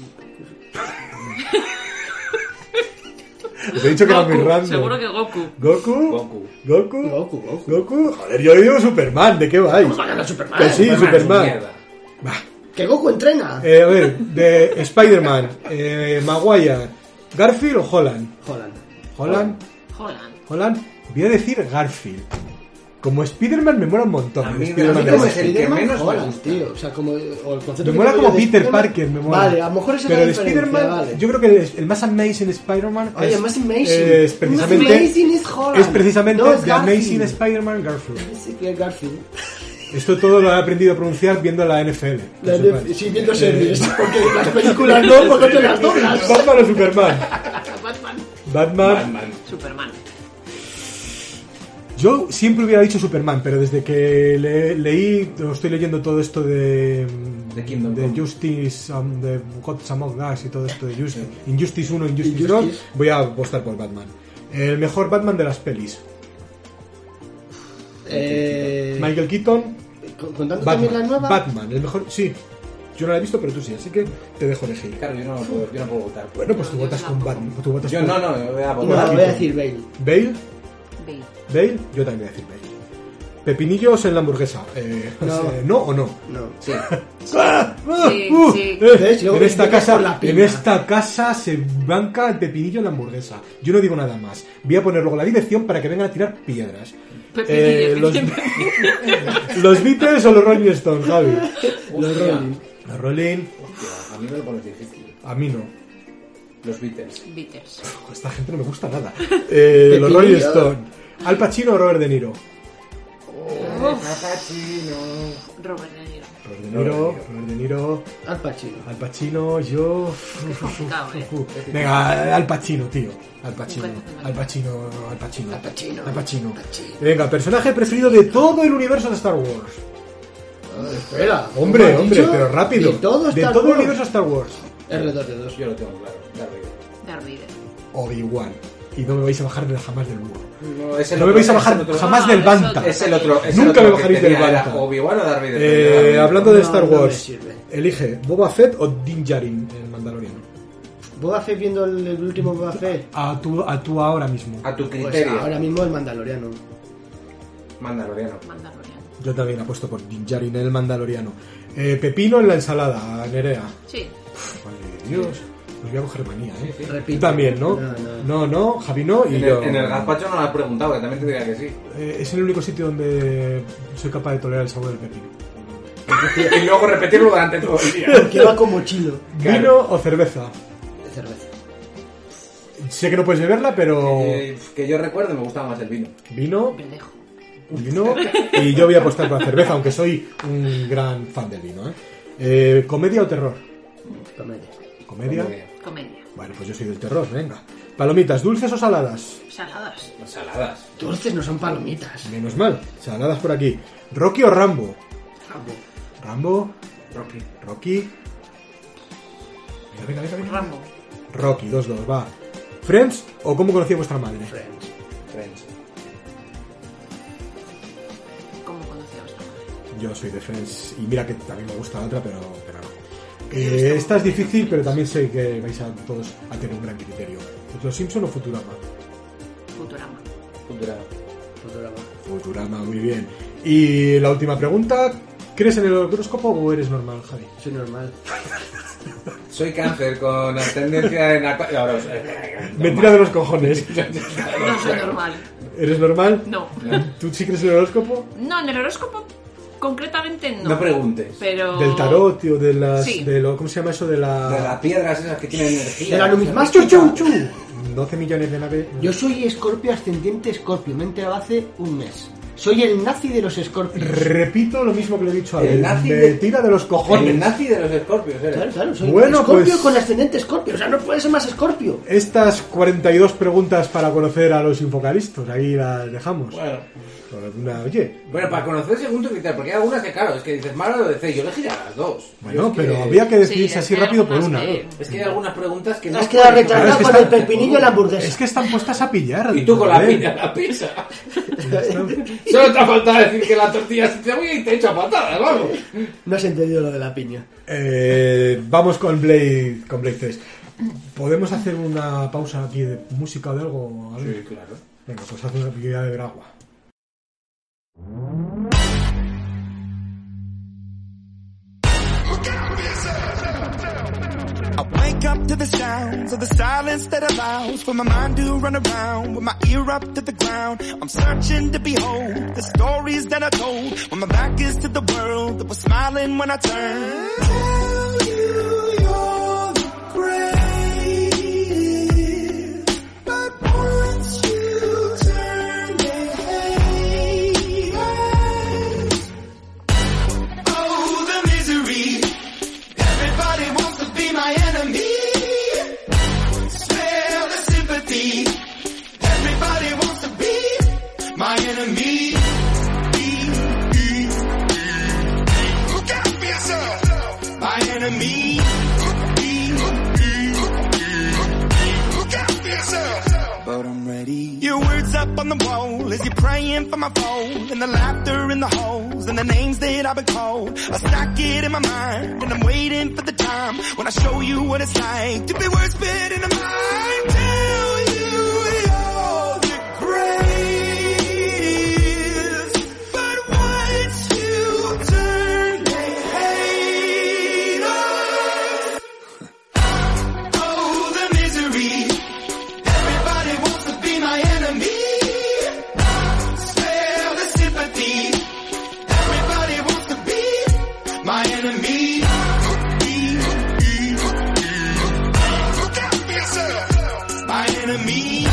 Os he dicho que era muy Goku, random. seguro que Goku. ¿Goku? Goku. ¿Goku? Goku, Goku. ¿Goku? Joder, yo digo Superman, ¿de qué vais? Vamos a ganar a Superman. Que sí, Superman, Superman. mierda. Va. Que Goku entrena. Eh, a ver, de Spider-Man, eh, Maguire, ¿Garfield o Holland? Holland. Holland, Holland. Holland, voy a decir Garfield. Como Spider-Man me mola un montón. A el mí Spider-Man me de como Garfield. es el que Spider-Man, menos me Holland, gusta. tío. O sea, como... O el concepto Me que mola tengo como yo de Peter Spider-Man- Parker, me mola. Vale, a lo mejor esa Pero es la el diferencia, Spider-Man, vale. yo creo que el, el más amazing Spider-Man Oye, es, el más amazing. es precisamente, El más amazing es Holland. es precisamente No, es The Garfield. Amazing Spider-Man Garfield. Sí, que es Garfield. Esto todo lo he aprendido a pronunciar viendo la N F L. que La sepáis. de- sí, viendo Eh, series. Porque las películas no, porque te las doblas. Batman o Superman. Batman. Batman. Batman. Superman. Yo siempre hubiera dicho Superman, pero desde que le- leí, o estoy leyendo todo esto de De Kingdom de Come. Justice, um, de Gods Among Us y todo esto de Justice, Injustice uno, Injustice dos, Injustice. voy a apostar por Batman. El mejor Batman de las pelis. Eh, Michael Keaton, con- Contando también la Batman. nueva. Batman, el mejor, sí. Yo no la he visto, pero tú sí, así que te dejo elegir. Claro, yo no puedo, yo no puedo votar. Bueno, pues tú Yo votas con tampoco. Batman. Tú votas Yo por- no, no, yo voy a No, votar. voy a decir Bale. Bale, Bale. Bale, yo también voy a decir Bale. Pepinillos en la hamburguesa. Eh, No. eh, ¿No o no? No. Sí. ¡Ah! ¡Ah! Sí, ¡Uh! sí. Eh, ¿Ves? Luego En esta empiezas casa, por la en piña. esta casa se banca el pepinillo en la hamburguesa. Yo no digo nada más. Voy a poner luego la dirección para que vengan a tirar piedras. Pepinillo, Eh, los, pepinillo. los Beatles o los Rolling Stones, Javi. Los Rolling. Los Rolling, A mí me lo pones difícil. a mí no. Los Beatles. Beatles. Esta gente no me gusta nada. Eh, los Pepinillo. Rolling Stones. Al Pacino o Robert De Niro. Robert De Niro. Robert De Niro, Robert De Niro. Al Pacino. Al Pacino, yo. Es complicado, ¿eh? Venga, Al Pacino, tío. Al Pacino. Nunca te Al Pacino, Al Pacino. Al Pacino. Al Pacino. Pacino. Venga, personaje preferido de todo el universo de Star Wars. Espera. Hombre, ¿cómo has hombre, dicho? pero rápido. De todo, de Star todo el Wars. universo Star Wars. R dos D dos. Yo lo tengo claro. Darth Vader. Darth Vader. Obi-Wan. Y no me vais a bajar de jamás del burro. No, es el No me otro- vais a es bajar el otro- jamás Ah, del es Banta. otro. Es el otro. es el Nunca otro me que bajaréis del tenía, era Banta. Obi-Wan o Darth Vader. Eh, hablando de No, Star no me Wars, sirve. elige Boba Fett o Din Djarin, el mandaloriano. Boba Fett viendo el, el último Boba Fett. A tu, a tu ahora mismo. A tu Pues criterio. ahora mismo el Mandaloriano. Mandaloriano. Mandaloriano. Yo también apuesto por Din Djarin, el mandaloriano. Eh, pepino en la ensalada, Nerea. Sí. Uf, madre de Dios. Os voy a coger manía, ¿eh? Repito. Tú también, ¿no? No, No, no, Javi no y En yo. el, en el gazpacho no lo has preguntado, que también te diría que sí. Eh, es el único sitio donde soy capaz de tolerar el sabor del pepino. Y luego repetirlo durante todo el día. Que va como chilo. ¿Vino Claro. o cerveza? De cerveza. Sé que no puedes beberla, pero... Eh, que yo recuerdo, me gustaba más el vino. Vino, Verdejo. vino, y yo voy a apostar por la cerveza, aunque soy un gran fan del vino, ¿eh? Eh, ¿Comedia o terror? Comedia. ¿Comedia? Comedia. Bueno, pues yo soy del terror, venga. Palomitas, ¿dulces o saladas? Saladas. Las saladas. Dulces no son palomitas. Menos mal, saladas por aquí. ¿Rocky o Rambo? Rambo. Rambo, Rocky. Rocky. Venga, venga, venga, venga. Rambo. Rocky, dos dos, va. ¿Friends o cómo conocía vuestra madre? Friends. Friends. ¿Cómo conocí a vuestra madre? Yo soy de Friends y mira que también me gusta la otra, pero, pero no. Eh, esta es difícil, pero también sé que vais a todos a tener un gran criterio. ¿Los Simpson o Futurama? Futurama. Cultura. Fotograma. Futurama, muy bien. Y la última pregunta, ¿crees en el horóscopo o eres normal, Javi? Soy normal. Soy cáncer con ascendencia en acuario. Ahora, Me tira de los cojones. No soy normal. ¿Eres normal? No. ¿Tú sí crees en el horóscopo? No, en el horóscopo concretamente no. No preguntes. Pero... Del tarot, tío, de las... Sí. De lo, ¿cómo se llama eso? De la... De las piedras esas que tienen energía. De la numismática. Chu, chu, chu. doce millones de naves... Yo soy Escorpio ascendiente Escorpio, me he enterado hace un mes. Soy el nazi de los escorpios. Repito lo mismo que le he dicho a El él. nazi Me de- tira de los cojones. El nazi de los escorpios, ¿eh? Claro, claro, soy Bueno, escorpio pues- con ascendente Escorpio. O sea, no puede ser más Escorpio. Estas cuarenta y dos preguntas para conocer a los infocalistas, ahí las dejamos. Bueno, Una, oye, bueno, para conocer según tu criterio, porque hay algunas que, claro, es que dices Marvel o D C, yo elegiría las dos. bueno, Yo es pero que- había que decidirse Sí, así es que rápido por algunas una. que- Es que hay algunas preguntas que Te no... has quedado puedes- retrasado es que con está- el pepinillo y la hamburguesa. Es que están puestas a pillar. Y tú con la joder. piña, la pizza. Solo te ha faltado decir que la tortilla se te voy y te echo a patadas, vamos. No has entendido lo de la piña. Eh, vamos con Blade, con Blade tres. ¿Podemos hacer una pausa aquí de música o de algo? A ver. Sí, claro. Venga, pues haz una piquilla de beber agua. I wake up to the sounds of the silence that allows for my mind to run around with my ear up to the ground. I'm searching to behold the stories that I told when my back is to the world that was smiling when I turned. Tell you you're the greatest, but once you turn they hate us. Oh, the misery. Everybody wants to be my enemy. Spare the sympathy. Everybody wants to be my enemy. Look out for yourself. My enemy. Look out for yourself. But I'm ready. Your words up on the wall as you're praying for my phone, and the laughter in the holes and the names that I've been called. I stack it in my mind and I'm waiting for the time when I show you what it's like to be worse fit in a mind. Tell you you're the greatest, but once you turn they hate us. Oh, the misery. Everybody wants to be my enemy. Spare the sympathy. Everybody wants to be my enemy. Look out for yourself. My enemy.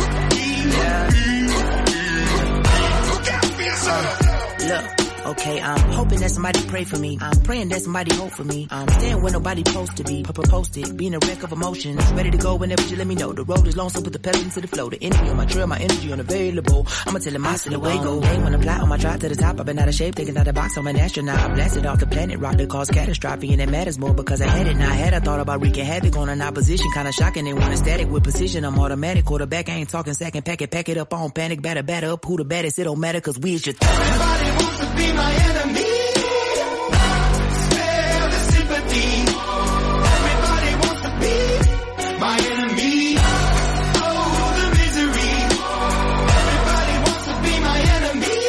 Look out for yourself. Look, okay, I'm hoping that somebody pray for me. I'm praying that somebody hope for me. I'm staying where nobody supposed to be. Papa posted, being a wreck of emotions. Ready to go whenever you let me know. The road is long, so put the pedal into the flow. The energy on my trail, my energy unavailable. I'ma tell him I still away go. Hey, when I fly on my drive to the top, I've been out of shape, taking out the box. I'm an astronaut. I blasted off the planet rock that caused catastrophe, and it matters more because I had it. Now I had I thought about wreaking havoc on an opposition, kinda shocking. They want a static with precision. I'm automatic quarterback. I ain't talking second pack it, pack it up on panic, batter, batter up. Who the baddest? It don't matter, cause we is your Everybody wants to be my enemy. Spare the sympathy. Everybody wants to be my enemy. Oh, the misery. Everybody wants to be my enemy.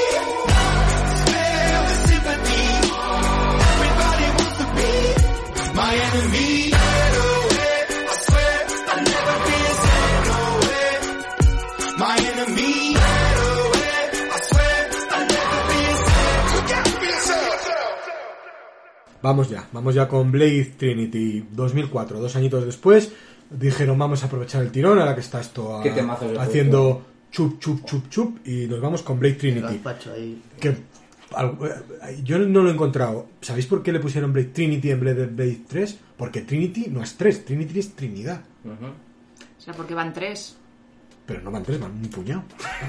Spare the sympathy. Everybody wants to be my enemy. Get away. I swear I'll never be a sad away. My enemy. Get away. I swear I'll never be a sad. Look out for yourself. Vamos ya, vamos ya con Blade Trinity dos mil cuatro, dos añitos después. Dijeron, vamos a aprovechar el tirón, ahora que está esto a- Qué temazos de haciendo chup, chup, chup, chup, y nos vamos con Blade Trinity. Gazpacho ahí. Que al- eh, yo no lo he encontrado. ¿Sabéis por qué le pusieron Blade Trinity en vez de Blade tres? Porque Trinity no es tres, Trinity es Trinidad. Ujú. O sea, porque van tres. Pero no van tres, van un puñado.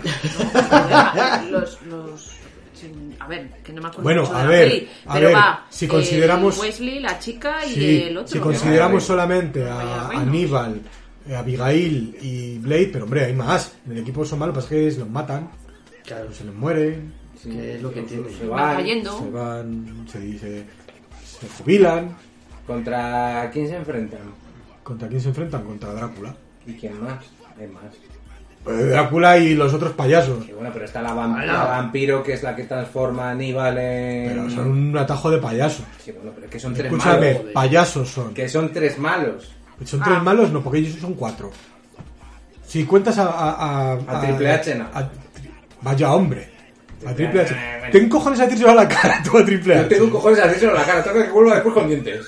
los, los, sí, a ver, que no me acuerdo Bueno, mucho de a la ver, peli, a pero ver, va si consideramos- el Wesley, la chica y Sí, el otro. si consideramos solamente Vaya a reinos. Aníbal, a Abigail y Blade, pero hombre, hay más. En el equipo son malos, pasa que se los matan, Claro, se les mueren, Sí, que es lo que se- tiene. se Va van. cayendo. se van, se, se, se jubilan. ¿Contra quién se enfrentan? ¿Contra quién se enfrentan? Contra Drácula. ¿Y quién más? Hay más. Eh, Drácula y los otros payasos. Sí, bueno, pero está la, vamp- la vampiro que es la que transforma a Aníbal en... Pero son un atajo de payasos. Sí, bueno, pero es que son tres Escúchame, malos. payasos son. Que son tres malos. Son Ah. tres malos, no, porque ellos son cuatro. Si cuentas a... A, A Triple H, no. a- vaya hombre. A Triple H. Ten cojones a decírselo a la cara, tú a Triple H. Yo tengo cojones a decírselo a la cara, tengo que vuelva después con dientes.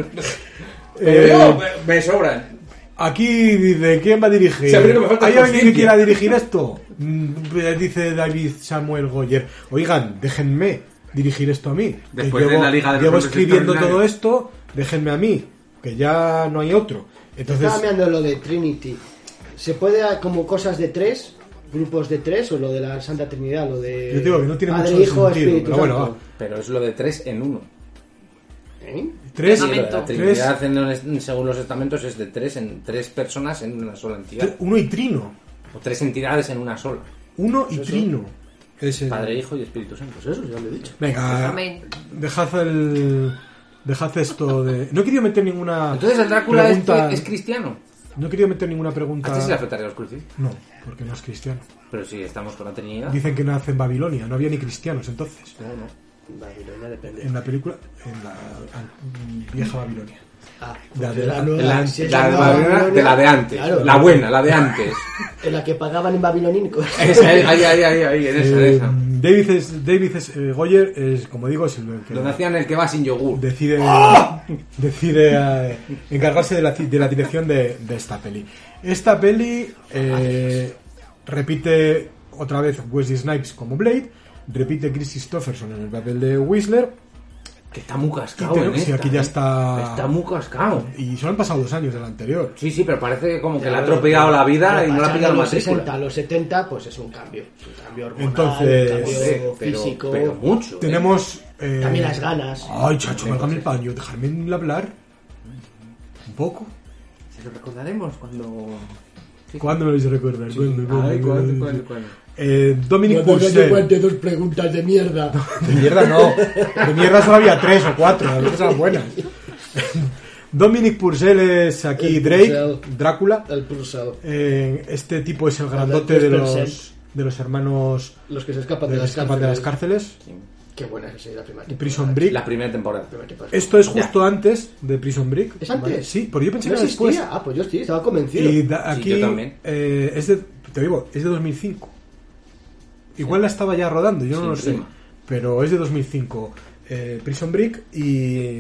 Eh, Pero me, me sobran. Aquí dice, ¿quién va a dirigir? Sí, a mí no me falta ¿Hay alguien que conciencia. quiera dirigir esto? Mm, Dice David Samuel Goyer. Oigan, déjenme dirigir esto a mí. Después Que de llevo, la Liga de los llevo Hombres escribiendo todo Extraordinarios. esto, déjenme a mí, que ya no hay otro. Entonces, Estaba mirando lo de Trinity. ¿Se puede como cosas de tres? ¿Grupos de tres? ¿O lo de la Santa Trinidad? Lo de yo digo que no tiene Padre, mucho Hijo, sentido. Espíritu Pero bueno, Santo. va. Pero es lo de tres en uno. ¿Eh? Tres, Sí, lo de la Testamento. Trinidad, en- según los estamentos, es de tres en tres personas en una sola entidad. tres- uno y trino. O tres entidades en una sola. Uno y trino. Es el- Padre, Hijo y Espíritu Santo. Pues eso, ya lo he dicho. Venga, Amén. dejad el. Dejad esto de. No he querido meter ninguna. Entonces el Drácula es, pregunta- es cristiano. No he querido meter ninguna pregunta. ¿Antes se afectaría a los crucis? No, porque no es cristiano. Pero si estamos con la Trinidad. Dicen que nace en Babilonia, no había ni cristianos entonces. No, no. Babilonia depende. En la película, en la an- vieja Babilonia. Ah, La porque de- la nueva- La, si es la de nueva Babilonia, de la de antes. Claro. La buena, la de antes. En la que pagaban en babilónico. Esa, ahí, ahí, ahí, ahí, ahí, en esa, en Eh, esa. David, es, David es, eh, Goyer es, como digo, es el que Donde hacían el que va sin yogur. decide, decide eh, encargarse de la, de la dirección de, de esta peli. Esta peli eh, repite otra vez Wesley Snipes como Blade, repite Chris Christopherson en el papel de Whistler. Que está muy cascado Y en tenemos- sí, esta, aquí ya ¿eh? está- Está muy cascado. Y solo han pasado dos años del anterior. Sí, sí, pero parece como que le ha Claro, atropellado la vida pero y no le ha pasar pillado de la los sesenta matrícula. a los setenta, pues es un cambio. Es un cambio hormonal, Entonces, un cambio Hombre, pero, físico. pero mucho. ¿eh? Tenemos... eh, También las ganas. Ay, chacho, válgame el paño, dejarme hablar. Un poco. Se lo recordaremos cuando... ¿Cuándo me lo vais a recordar? ¿Cuándo, cuándo, Ay, cuándo? ¿cuándo, cuándo, cuándo? Eh, Dominic Cuando yo Purcell. cuente dos preguntas de mierda. De mierda no. De mierda solo había tres o cuatro. A veces eran buenas. Dominic Purcell es aquí El Drake, Purcell. Drácula. El pulsado. Eh, este tipo es el grandote de los, de los hermanos Los que se escapan de de los las que escapan de las cárceles. cárceles. Qué buena es esa la primera Y temporada. Prison Break. La primera temporada. Primera temporada. Esto es justo antes de Prison Break. ¿Es antes? ¿vale? Sí, porque yo pensé ¿No que era después. existía? Ah, pues yo sí, estaba convencido. Y da- Sí, aquí yo también. eh, es de, te digo, es de dos mil cinco. Igual la estaba ya rodando, yo no Sí, lo sé. prima. Pero es de dos mil cinco. Eh, Prison Break y,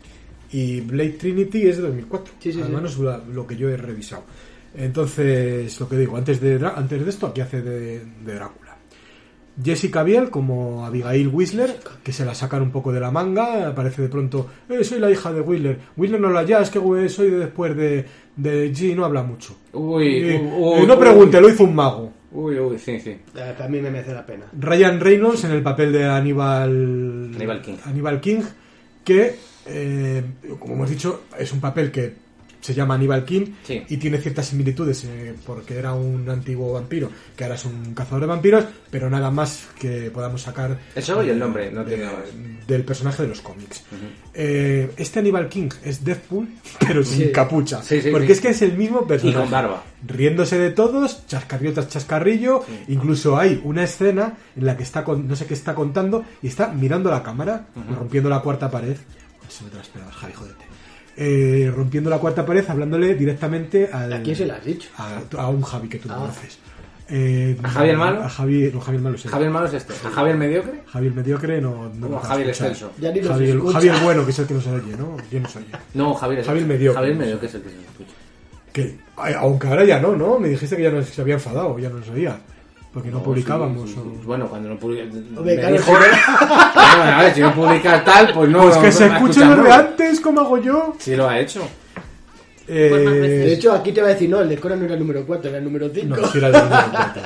y Blade Trinity es de dos mil cuatro. Sí, sí, sí. Además es la- lo que yo he revisado. Entonces, lo que digo, antes de, Dra- antes de esto, aquí hace de, de Drácula. Jessica Biel como Abigail Whistler, que se la sacan un poco de la manga, aparece de pronto, eh, soy la hija de Whistler. Whistler no habla ya, es que güey, soy de después de, de G, no habla mucho. Uy, Y- uy, y no uy. pregunte, lo hizo un mago. Uy, uy, sí, sí. Eh, Para mí me merece la pena. Ryan Reynolds en el papel de Aníbal Aníbal King. Aníbal King, que, eh, como hemos dicho, es un papel que se llama Aníbal King Sí. y tiene ciertas similitudes eh, porque era un antiguo vampiro, que ahora es un cazador de vampiros, pero nada más que podamos sacar Eso y el nombre, no de- tiene más. del personaje de los cómics. Eh, este Aníbal King es Deadpool, pero sin Sí. capucha, Sí, sí, porque sí. es que es el mismo personaje. Y con barba. Riéndose de todos, chascarrillo tras chascarrillo. Incluso hay una escena en la que está con, no sé qué está contando y está mirando la cámara, rompiendo la cuarta pared. Se me te la esperabas, Javi, jódete. Eh, rompiendo la cuarta pared, hablándole directamente al, ¿A quién se lo has dicho? a, a un Javi que tú no Ah. conoces. Eh, ¿A Javi el malo? A Javi, no, Javi el malo sí. Javier Malo es este. ¿A Javier Mediocre? Javi el mediocre no, no Como nos va a Javier escuchar. Excelso. Ya ni nos Javi el, escucha. Javi el bueno, que es el que nos oye, ¿no? Yo no soy yo. No, Javier es Javier Mediocre. Javier Mediocre es el que se escucha. Que, ay, aunque ahora ya no, ¿no? Me dijiste que ya no, se había enfadado, ya no nos oía. Porque no, No, publicábamos. sí, sí, o- sí. Bueno, cuando no publicas. Hombre, claro, dijo, bueno, a ver, si no publicas tal, pues no. Pues que no se va a escuche escuchar, lo de ¿no? antes, como hago yo. Sí lo ha hecho. Eh, Pues más veces. De hecho, aquí te va a decir, no, el de Conan no era el número cuatro, era el número cinco. no, sí era el número cuatro.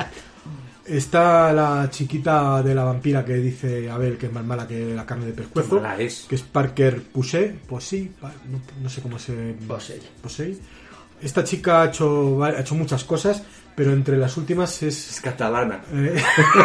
Está la chiquita de la vampira que dice Abel que es más mala que la carne de pescuezo. Qué mala es. Que es Parker Posey. Posey, pa- no, no sé cómo se. Posey. Posey. Esta chica ha hecho, ha hecho muchas cosas, pero entre las últimas es. Es catalana. Eh,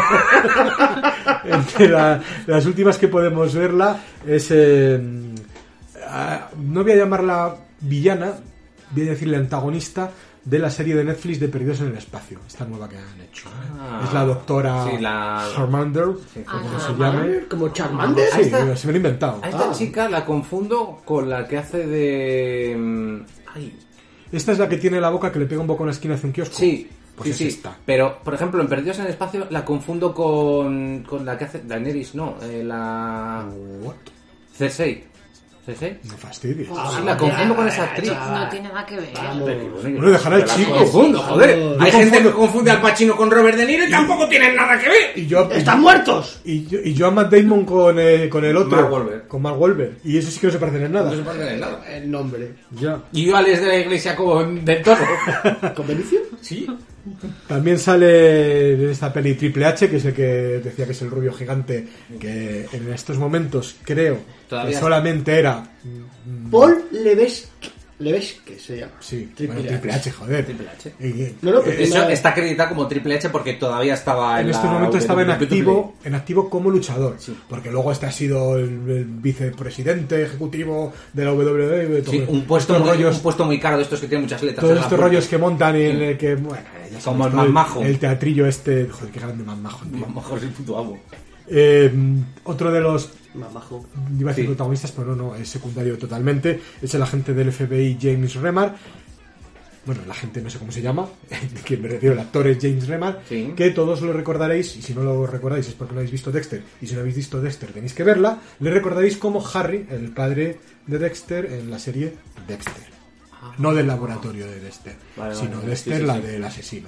entre la- las últimas que podemos verla es eh, ah, no voy a llamarla villana, voy a decirle antagonista de la serie de Netflix de Perdidos en el Espacio, esta nueva que han hecho. ¿eh? Ah. Es la doctora Sí, la- Charmander, Sí, o como Ah, se llame. Como Charmander. Sí, Ahí está. se me lo he inventado. A esta Ah. chica la confundo con la que hace de. mm, Ay. Esta es la que tiene la boca que le pega un poco en la esquina hacia un kiosco. Sí, Pues sí, es sí, esta. pero, por ejemplo, en Perdidos en el Espacio la confundo con, con la que hace Daenerys, no, eh, la... What? Cersei. ¿Cersei? No fastidies. Ah, sí, la confundo con esa actriz. No tiene nada que ver. Bueno, dejará el La chico. confundo, joder. Yo Hay gente confundo- que confunde al Pacino con Robert De Niro y tampoco tienen nada que ver. Y yo, ¡Están muertos! Y yo, y yo a Matt Damon con, eh, con el otro. Mark Wahlberg. Con Mark Wahlberg. Y eso sí que no se parecen en nada. No se parecen en nada. El nombre. Ya. Y yo Alex de la Iglesia con Del Toro. ¿Con Benicio? Sí. También sale en esta peli Triple H, que es el que decía que es el rubio gigante, que en estos momentos creo Todavía que solamente era... Paul Levesque. Levesque se llama. Sí, Triple bueno, Triple H, joder. Triple H. Y- No, no, pero eh, Eso Una- está acreditado como Triple H porque todavía estaba en, en la estos momentos estaba en W W E. activo, en activo como luchador, Sí. porque luego este ha sido el, el vicepresidente ejecutivo de la W W E. Sí, todo- un puesto, estos muy, rollos, un puesto muy caro de estos que tienen muchas letras. todos en la estos puerta. rollos que montan y en el que, bueno, ya Como sabes, el todo Más Majo. el teatrillo este, joder, qué grande más majo, tío. A lo mejor es el puto amo. Eh, otro de los Mamajo. iba a decir Sí. protagonistas, pero no, no, es secundario totalmente. Es el agente del F B I James Remar. Bueno, la gente no sé cómo se llama, de quien me refiero, el actor es James Remar, Sí. que todos lo recordaréis, y si no lo recordáis es porque no habéis visto Dexter, y si no habéis visto Dexter tenéis que verla, le recordaréis como Harry, el padre de Dexter en la serie Dexter. No del laboratorio de Dexter, Vale, sino vale, vale. Dexter, Sí, sí, la sí. del asesino.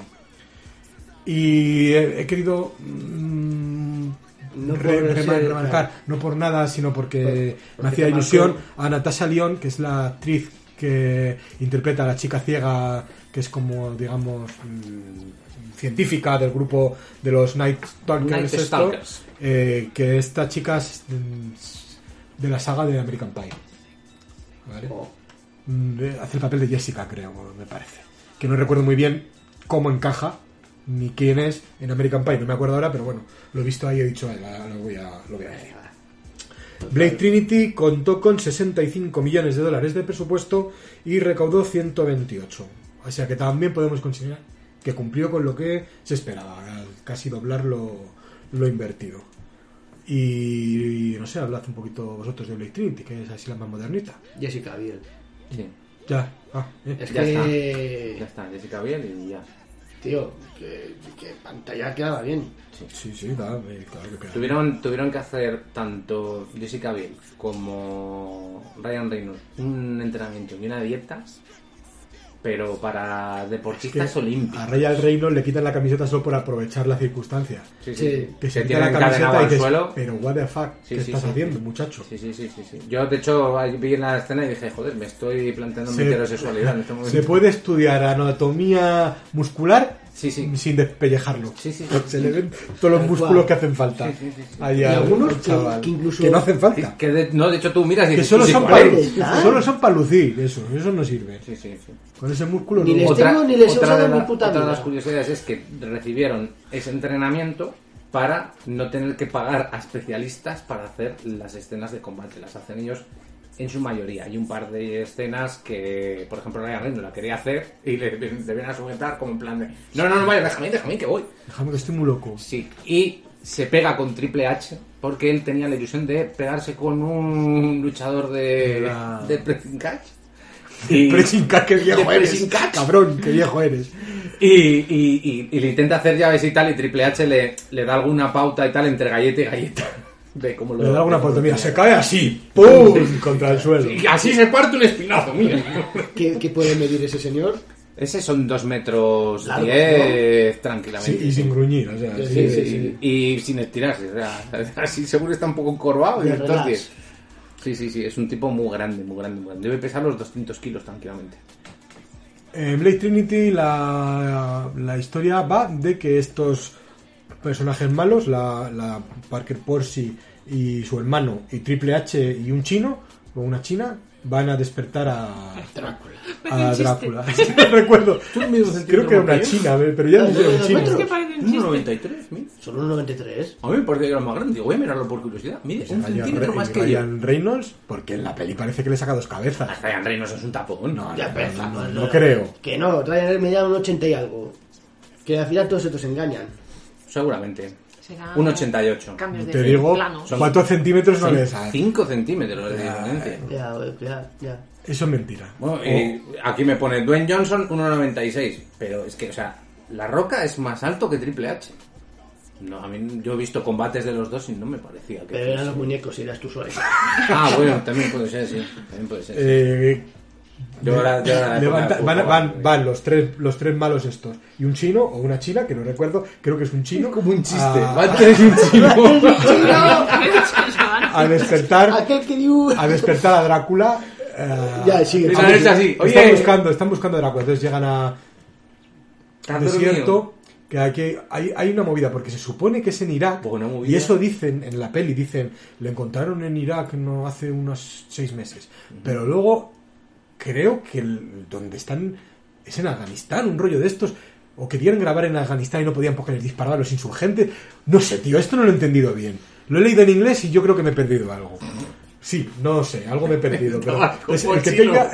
Y he, he querido mm, No re- por remar- ser- remarcar, no por nada, sino porque Por- me porque hacía te ilusión marcó. a Natasha Lyonne, que es la actriz que interpreta a la chica ciega, que es como, digamos, mm, científica del grupo de los Night Stalkers, Night esto, Stalkers. eh, que esta chica es mm, de la saga de American Pie. ¿Vale? Oh. Mm, de- Hace el papel de Jessica, creo, me parece. Que no recuerdo muy bien cómo encaja, ni quién es en American Pie, no me acuerdo ahora, pero bueno, lo he visto ahí y he dicho, "Venga, lo voy a, lo voy a decir". Blade Trinity contó con sesenta y cinco millones de dólares de presupuesto y recaudó ciento veintiocho. O sea que también podemos considerar que cumplió con lo que se esperaba, casi doblar lo, lo invertido. Y, y no sé, hablad un poquito vosotros de Blade Trinity, que es así la más modernita. Jessica Biel. Sí. Ya, ah, eh. Es Ya que... Ya está, Jessica Biel y ya. Tío, que, que pantalla quedaba bien. Sí, sí, da, eh, claro que queda. Tuvieron, tuvieron que hacer tanto Jessica Biel como Ryan Reynolds un entrenamiento y una dieta, pero para Es deportistas que olímpicos. a Ryan Reynolds le quitan la camiseta solo por aprovechar la circunstancia. Sí, Sí. sí. Que se Que quita la tienen camiseta encadenado y al dices, suelo. pero what the fuck, Sí, ¿qué sí, estás sí. haciendo, muchacho? Sí, sí, sí, sí, sí. Yo, de hecho, ahí vi en la escena y dije, joder, me estoy planteando mi Se- heterosexualidad en este momento. Se puede estudiar anatomía muscular Sí, sí. sin despellejarlo. Sí, sí. Se le ven todos los Tal músculos cual. que hacen falta. Sí, sí, sí, sí. Ahí Y al- algunos al que- chaval. que incluso- Que no hacen falta. Que de, no, de hecho tú miras y Que dices, solo sí, son, sí, para, ¿cuál ¿cuál es? es? solo son para lucir, eso, eso no sirve. Sí, sí, sí. Con ese músculo Ni no. les Otra, tengo ni les he otra usado de en la- mi puta otra de vida. las curiosidades es que recibieron ese entrenamiento para no tener que pagar a especialistas para hacer las escenas de combate. Las hacen ellos en su mayoría. Hay un par de escenas que, por ejemplo, Ryan Reynolds la quería hacer y le, le vienen a sujetar como en plan de no, no, no, vaya, déjame, déjame, que voy. Déjame que estoy muy loco. Sí, y se pega con Triple H porque él tenía la ilusión de pegarse con un luchador de, La- de pressing catch. Y, Pressing catch, qué viejo de eres. pressing catch. Cabrón, qué viejo eres. Y, y, y- y le intenta hacer llaves y tal, y Triple H le, le da alguna pauta y tal entre galleta y galleta. De cómo lo Le da alguna de cómo pauta, lo mira, tenía. se cae así, ¡pum! Contra el suelo. Y así se parte un espinazo, mira. ¿Qué, qué puede medir ese señor? Ese son dos metros Largo, diez Sí, tranquilamente. y sin gruñir, o sea, Sí, sí, Sí, sí, sí, sí. y sin estirarse, o sea, así seguro está un poco encorvado y De entonces... relax. Sí, sí, sí, es un tipo muy grande, muy grande, muy grande. Debe pesar los doscientos kilos tranquilamente. En Blade Trinity la, la historia va de que estos personajes malos, la, la Parker Posey y su hermano y Triple H y un chino o una china, van a despertar a Drácula. a Drácula. No recuerdo. Creo que era una china, pero ya no sé, un chino. Es que parece un uno chiste. noventa y tres, mira. Solo un noventa y tres. A mí me parece que era más grande. Digo, voy a mirarlo por curiosidad. Mide un Ryan, centímetro más Re- que yo. Ryan Reynolds, porque en la peli parece que le saca dos cabezas. Ryan Reynolds es un tapón. No, Ya no, empieza, no, pues, no creo. Que no, Ryan me da un ochenta y algo. Que al final todos estos se engañan. Seguramente. Será Un ochenta y ocho. Cambios de Te digo, plano. cuatro centímetros no le sale. cinco centímetros de diferencia. Ya, ya, ya. Eso es mentira. Bueno, y aquí me pone Dwayne Johnson uno noventa y seis. Pero es que, o sea, La Roca es más alto que Triple H. No, a mí yo he visto combates de los dos y no me parecía que... Pero eran los muñecos y eras tú solo. Ah, bueno, también puede ser, sí. También puede ser. Sí. Eh, Yo ahora- yo ahora- levanta- época, van, época, van, época. van los tres los tres malos estos y un chino o una china que no recuerdo, creo que es un chino, Como un chiste. a, Van tres y un chino. a despertar Aquel que dio... a despertar a Drácula. eh, Ya, sigue. Y la derecha así, están oye. buscando están buscando a Drácula, entonces llegan a Está un desierto dormido. que hay, hay hay una movida porque se supone que es en Irak Buena movida. y eso dicen en la peli, dicen le encontraron en Irak no hace unos seis meses, pero luego creo que el- donde están es en Afganistán, un rollo de estos, o querían grabar en Afganistán y no podían porque les disparaban los insurgentes. No sé, tío, esto no lo he entendido bien. Lo he leído en inglés y yo creo que me he perdido algo. Sí, no sé, algo me he perdido, pero pues el que tenga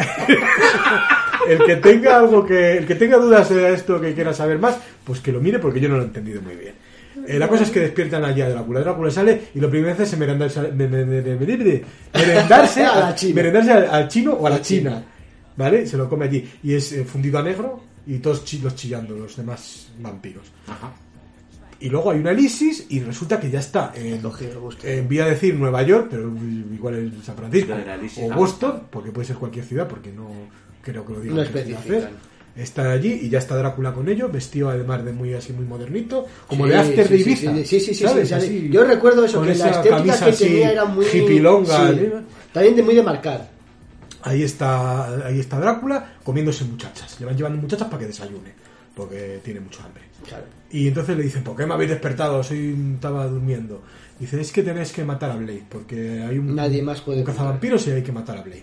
el que tenga algo que el que tenga dudas de esto, que quiera saber más, pues que lo mire porque yo no lo he entendido muy bien. Eh, la cosa es que despiertan allá a Drácula. Drácula sale y lo primero que hace es merendarse, me- me- me- me- me- me- merendarse, A la al- china. merendarse al, al chino o a la A la china. china. ¿Vale? Se lo come allí. Y es eh, fundido a negro y todos chi- los chillando, los demás vampiros. Ajá. Y luego hay una elisis y resulta que ya está en, Lo que me gusta. en vía a decir Nueva York, pero igual es San Francisco Lo de la elisis, o la Boston, porque puede ser cualquier ciudad, porque no creo que lo digan No qué ciudad especifican. es. Está allí y ya está Drácula con ellos, vestido además de muy así muy modernito, como Sí, de After sí, de sí, Ibiza. sí, sí, sí, sí, ¿sabes? sí, Así, sí. Yo recuerdo eso, con que la esa estética camisa que así, tenía era muy... hippilonga, sí. ¿eh? También de muy de marcar. Ahí está, ahí está Drácula comiéndose muchachas. Le van llevando muchachas para que desayune, porque tiene mucho hambre. Claro. Y entonces le dicen, ¿por qué me habéis despertado? Soy estaba durmiendo. Dice, es que tenéis que matar a Blade, porque hay un, Nadie más puede un cazavampiros y hay que matar a Blade.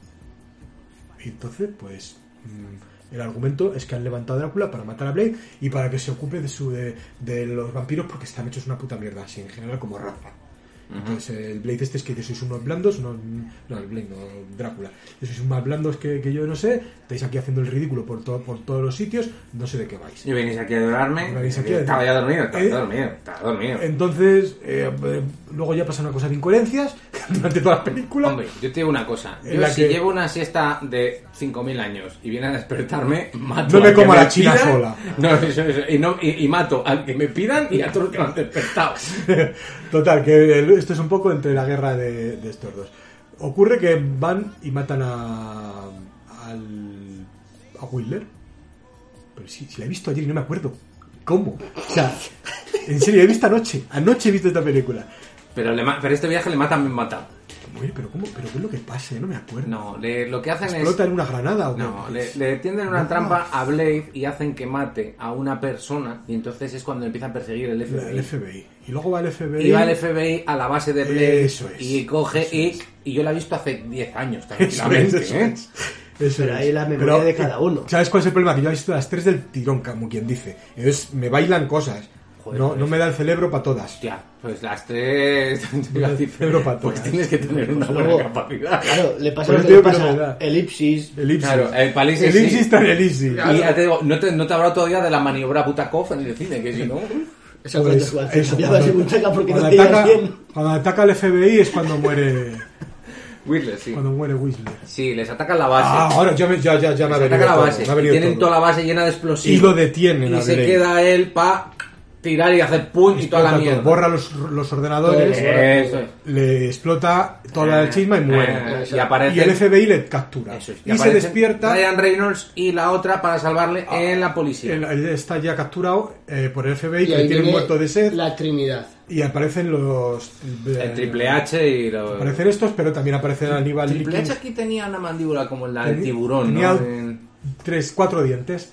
Y entonces, pues, mm, el argumento es que han levantado a Drácula para matar a Blade y para que se ocupe de su de, de los vampiros porque están hechos una puta mierda, así en general como raza. Entonces el Blade este es que sois unos blandos, unos, no, el Blade no, Drácula, sois unos más blandos que, que yo no sé, estáis aquí haciendo el ridículo por, todo, por todos los sitios, no sé de qué vais. Y venís aquí a adorarme. Venís aquí a- Estaba ya dormido, estaba Eh, dormido, estaba dormido. Entonces, eh, eh, luego ya pasa una cosa de incoherencias durante toda la película. Hombre, yo te digo una cosa. En Yo la si que- llevo una siesta de cinco mil años y viene a despertarme, mato No me al que como a la china pidan. sola. No, eso, eso. Y, no, y, y mato al que me pidan y a todos los que me han despertado. Total, que el- esto es un poco entre la guerra de, de estos dos. Ocurre que van y matan a al, a Whistler. Pero si, si la he visto ayer y no me acuerdo. ¿Cómo? O sea, en serio, he visto anoche. Anoche he visto esta película. Pero, le, ma- pero este viaje le matan bien matado. Oye, pero ¿cómo? ¿Pero qué es lo que pasa? Yo no me acuerdo. No, le- lo que hacen ¿Explota es... en una granada o qué? No, le, le tienden una No. trampa a Blade y hacen que mate a una persona y entonces es cuando empiezan a perseguir el F B I. El F B I. Y luego va el F B I. Y va el F B I a la base de Blade Eso es, y coge eso y, es. y yo la he visto hace diez años Eso tranquilamente. es, eso ¿eh? es. Eso Pero es. ahí la memoria de cada uno. ¿Sabes cuál es el problema? Que yo he visto las tres del tirón, como quien dice. Entonces me bailan cosas. Joder, no, pues. no me da el cerebro para todas. Hostia, pues las tres... te iba a decir, Cerebro para pues todas. tienes que tener una buena Luego, capacidad. Claro, le pasa Por lo eso que le digo que no me pasa. da. Elipsis. Elipsis. Claro, el palisis Elipsis sí. tras elipsis. Y ya te digo, no te, no te habrá todavía de la maniobra Butakov en el cine, que si no... Esa Pues, cuando eso, cambiabas de cuando- muchacha porque no cuando te ibas ataca, bien. cuando ataca el F B I es cuando muere Whistler, sí. cuando muere Whistler. Sí, les atacan la base. Ah, ahora ya me, ya, ya, ya me ha les venido atacan la todo, base. me ha Y venido tienen todo. toda la base llena de explosivos. Y lo detienen Y a se Blade. queda él para tirar y hacer punch y toda la Explota todo, mierda. borra los, los ordenadores, Eso es. le explota toda la chisma y muere. Eh, y aparece Y el F B I le captura. Eso es. Y, se aparecen despierta. Ryan Reynolds y la otra para salvarle Ah, en la policía. Él, él está ya capturado eh, por el F B I, Y que ahí le tiene viene muerto de sed. la Trinidad. Y aparecen los. El Triple H y los... Aparecen estos, pero también aparece Aníbal Triple H Líquid. aquí tenía una mandíbula como la del Teni- tiburón, tenía ¿no? En- Tres, cuatro dientes.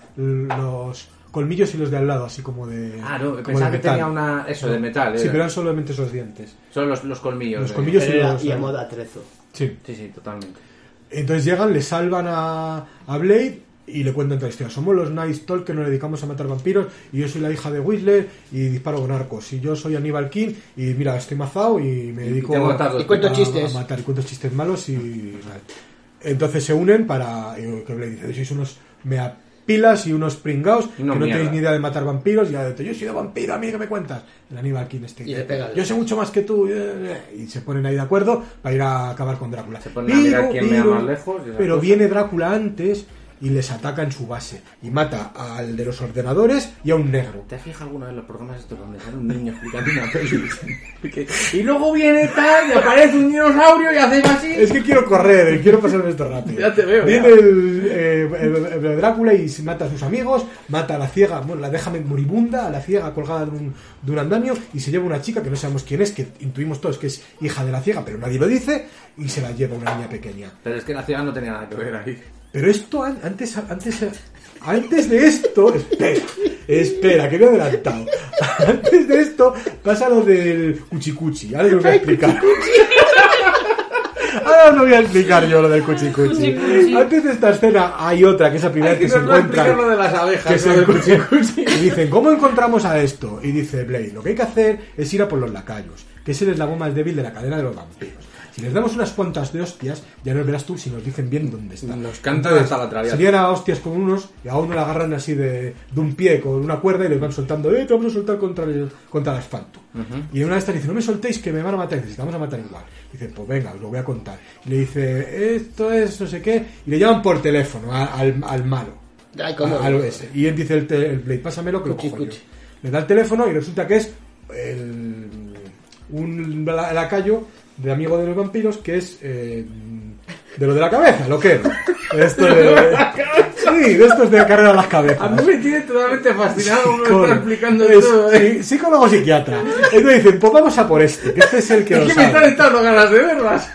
Los colmillos y los de al lado, así como de. Ah, no, como pensaba de que metal. tenía una... Eso, de metal. Sí, era. pero eran solamente esos dientes. Son los, los colmillos. Los de- colmillos y Pero era- los. y a modo atrezo. Sí. Sí, sí, totalmente. Entonces llegan, le salvan a, a Blade y le cuentan toda la historia. Somos los Night Stalker, nos dedicamos a matar vampiros y yo soy la hija de Whistler y disparo con arcos. Y yo soy Aníbal King y mira, estoy mazado y me dedico tengo a, atados. Y cuento a- chistes. a matar y cuento chistes malos y vale. Entonces se unen para... y que Blade dice, sois unos mea pilas y unos pringaos Y una que no mierda. tenéis ni idea de matar vampiros. Y ya de, yo he sido vampiro, a mí que me cuentas. El Aníbal King este. Y le pega el- Yo sé mucho más que tú. Y se ponen ahí de acuerdo para ir a acabar con Drácula. Se ponen a mirar quién mea más lejos y esas pero cosas. viene Drácula antes y les ataca en su base y mata al de los ordenadores y a un negro. ¿Te has fijado alguna vez en los programas estos donde sale un niño explicando una peli? Y luego viene tal y aparece un dinosaurio y hace así. Es que quiero correr, quiero pasarme esto rápido. Ya te veo. Viene el, eh, el, el Drácula y mata a sus amigos, mata a la ciega, bueno, la deja moribunda, a la ciega colgada de un, de un andamio, y se lleva una chica que no sabemos quién es, que intuimos todos que es hija de la ciega, pero nadie lo dice, y se la lleva una niña pequeña. Pero es que la ciega no tenía nada que ver ahí. Pero esto antes, antes, antes de esto, espera, espera, que me he adelantado. Antes de esto pasa lo del cuchicuchi. Ahora os lo voy a explicar. Ahora os lo voy a explicar yo lo del cuchicuchi. Antes de esta escena hay otra, que es la primera vez que, que se encuentra. Lo de las abejas, que se cuchicuchi. Y dicen, ¿cómo encontramos a esto? Y dice Blade, lo que hay que hacer es ir a por los lacayos, que es el eslabón más débil de la cadena de los vampiros. Si les damos unas cuantas de hostias, ya nos verás tú si nos dicen bien dónde está. Nos cantan hasta la traviata. Se vienen a hostias con unos y a uno le agarran así de, de un pie con una cuerda y les van soltando, eh, te vamos a soltar contra el, contra el asfalto. Uh-huh. Y una de estas dice, no me soltéis que me van a matar. Y dice, te vamos a matar igual. Y dice, pues venga, os lo voy a contar. Y le dice, esto es no sé qué. Y le llaman por teléfono a, al, al malo. Ay, ¿cómo? A, al ese. Y él dice, el, te, el Blade, pásamelo que cuchi, lo cojo yo. Le da el teléfono y resulta que es el, un lacayo de amigo de los vampiros, que es eh, de lo de la cabeza, lo que esto de, sí, de estos de cargar a las cabezas. A mí me tiene totalmente fascinado como me está explicando es, todo, ¿eh? Sí, psicólogo psiquiatra. Entonces dicen, pues vamos a por este, que este es el que es lo que sabe. me están entrando ganas de verlas.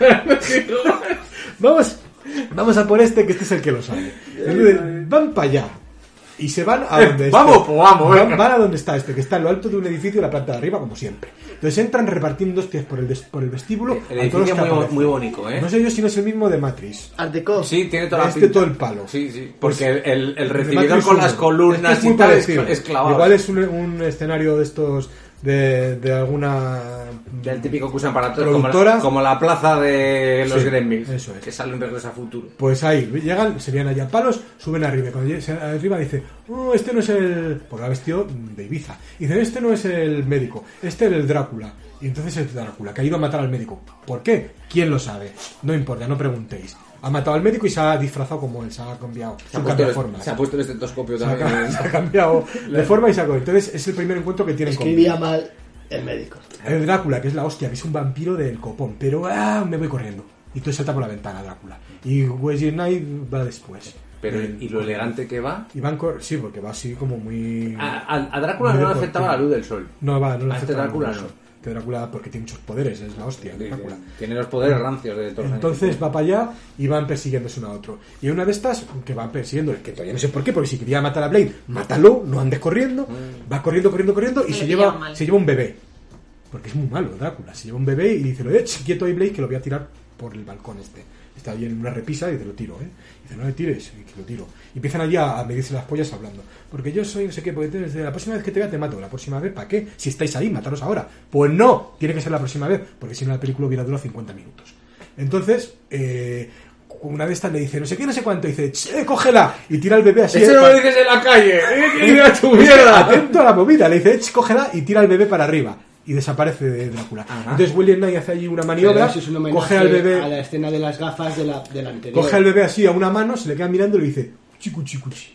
vamos, vamos a por este, que este es el que lo sabe. Entonces, van para allá. Y se van a donde está. Vamos, pues vamos. Van, van a donde está este, que está en lo alto de un edificio, la planta de arriba, como siempre. Entonces entran repartiendo hostias por el, des, por el vestíbulo. El edificio es muy, muy bonito, ¿eh? No sé yo si no es el mismo de Matrix. Art Deco. Sí, tiene toda la este todo el palo. Sí, sí. Porque el, el, el recibidor con las columnas es, que es y tal es, es clavado. Igual es un, un escenario de estos... De, de alguna del típico que usan para todo, productora, como la, como la plaza de los sí, Gremlins, eso es. Que sale en Regreso a Futuro. Pues ahí llegan, serían allá palos, suben arriba. Y cuando llegan arriba dice, oh, este no es el, porque va vestido de Ibiza. Y dicen, este no es el médico, este es el Drácula. Y entonces es Drácula, que ha ido a matar al médico. ¿Por qué? ¿Quién lo sabe? No importa, no preguntéis. Ha matado al médico y se ha disfrazado como él, se ha cambiado. Se ha, puesto, forma, se ha puesto el estetoscopio se también. Ha, se ha cambiado de forma y se ha cambiado. Entonces es el primer encuentro que tienen con él. Escribía mal el médico. El Drácula, que es la hostia, que es un vampiro del copón. Pero ah, me voy corriendo. Y entonces salta por la ventana Drácula. Y Wesley Knight va después. Pero, eh, ¿y lo elegante que va? Y van cor- sí, porque va así como muy... A, a, a Drácula no le afectaba la luz del sol. No, va, no le a afectaba este Drácula la luz del no. sol. Que Drácula, porque tiene muchos poderes, es la hostia. Sí, Drácula. sí. Tiene los poderes rancios de todos. Entonces va para allá y van persiguiéndose uno a otro. Y una de estas que van persiguiendo, que todavía no sé por qué, porque si quería matar a Blade, mátalo, no andes corriendo. Mm. Va corriendo, corriendo, corriendo y se lleva, se lleva un bebé. Porque es muy malo Drácula. Se lleva un bebé y dice, eh, quieto ahí Blade, que lo voy a tirar por el balcón este. Está ahí en una repisa y dice, lo tiro, ¿eh? Y dice, no le tires, y que lo tiro. Y empiezan allí a medirse las pollas hablando. Porque yo soy no sé qué, porque desde la próxima vez que te vea te mato. La próxima vez, ¿para qué? Si estáis ahí, mataros ahora. Pues no, tiene que ser la próxima vez, porque si no la película hubiera durado cincuenta minutos. Entonces, eh... una de estas le dice, no sé qué, no sé cuánto, y dice, eh, cógela, y tira al bebé así. Eso no lo dices en la calle, eh, que mira tu mierda. Atento a la movida, le dice, cógela, y tira al bebé para arriba. Y desaparece de Drácula. Ajá. Entonces William Knight hace allí una maniobra, es un coge al bebé, a la escena de las gafas de la, de la anterior. Coge al bebé así a una mano, se le queda mirando y le dice, cuchi, cuchi, cuchi.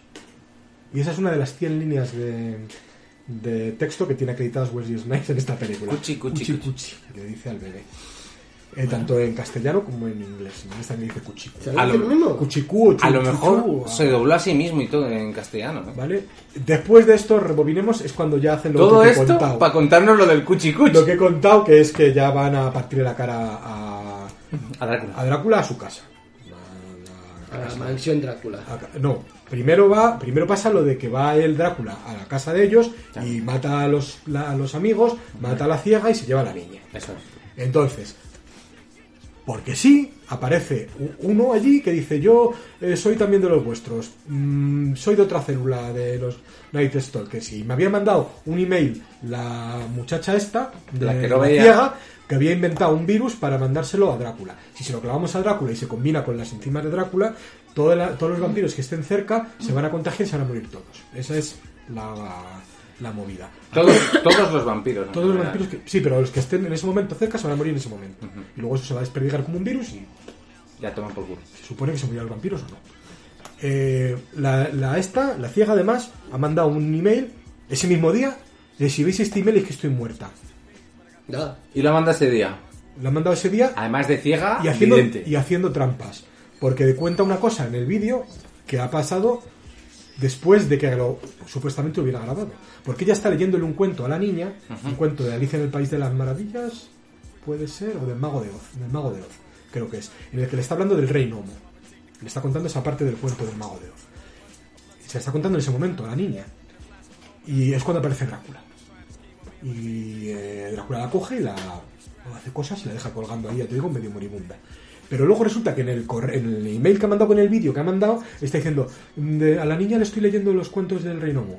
Y esa es una de las cien líneas de, de texto que tiene acreditadas Wesley Snipes en esta película. Cuchi, cuchi, cuchi, cuchi, cuchi, le dice al bebé. Eh, tanto en castellano como en inglés. En esta me dice cuchicu. A lo, mismo? Cuchicu, a lo mejor chuchu, se dobló a sí mismo y todo en castellano, ¿no? ¿Vale? Después de esto, rebobinemos, es cuando ya hacen lo todo que he esto contado. Para contarnos lo del cuchicuchi. Lo que he contado, que es que ya van a partirle la cara a, a Drácula. A Drácula a su casa. A la, a la mansión Drácula. A, no, primero va, primero pasa lo de que va el Drácula a la casa de ellos y mata a los, la, a los amigos, mata a la ciega y se lleva a la niña. Eso es. Entonces, porque sí, aparece uno allí que dice, yo eh, soy también de los vuestros, mm, soy de otra célula de los Night Stalkers, y me había mandado un email la muchacha esta, de la que no la veía, ciega, que había inventado un virus para mandárselo a Drácula. Si se lo clavamos a Drácula y se combina con las enzimas de Drácula, toda la, todos los vampiros que estén cerca se van a contagiar y se van a morir todos. Esa es la... la movida. Todos, todos los vampiros. Todos los vampiros que, sí, pero los que estén en ese momento cerca se van a morir en ese momento. Uh-huh. Y luego eso se va a desperdigar como un virus y... ya toman por culo. ¿Se supone que se morirán los vampiros o no? Eh, la, la esta, la ciega además, ha mandado un email ese mismo día de si veis este email es que estoy muerta. Ya. Y lo manda ese día. Lo ha mandado ese día Además de ciega, y haciendo, vidente. y haciendo trampas. Porque cuenta una cosa en el vídeo que ha pasado después de que lo, supuestamente lo hubiera grabado. Porque ella está leyéndole un cuento a la niña, uh-huh. un cuento de Alicia en el País de las Maravillas, puede ser, o del Mago de Oz, del Mago de Oz, creo que es, en el que le está hablando del Rey Gnomo. Le está contando esa parte del cuento del Mago de Oz. Se la está contando en ese momento a la niña. Y es cuando aparece Drácula. Y eh, Drácula la coge y la hace cosas y la deja colgando ahí, ya te digo, medio moribunda. Pero luego resulta que en el, corre- en el email que ha mandado con el vídeo que ha mandado, está diciendo, de, a la niña le estoy leyendo los cuentos del Rey Gnomo.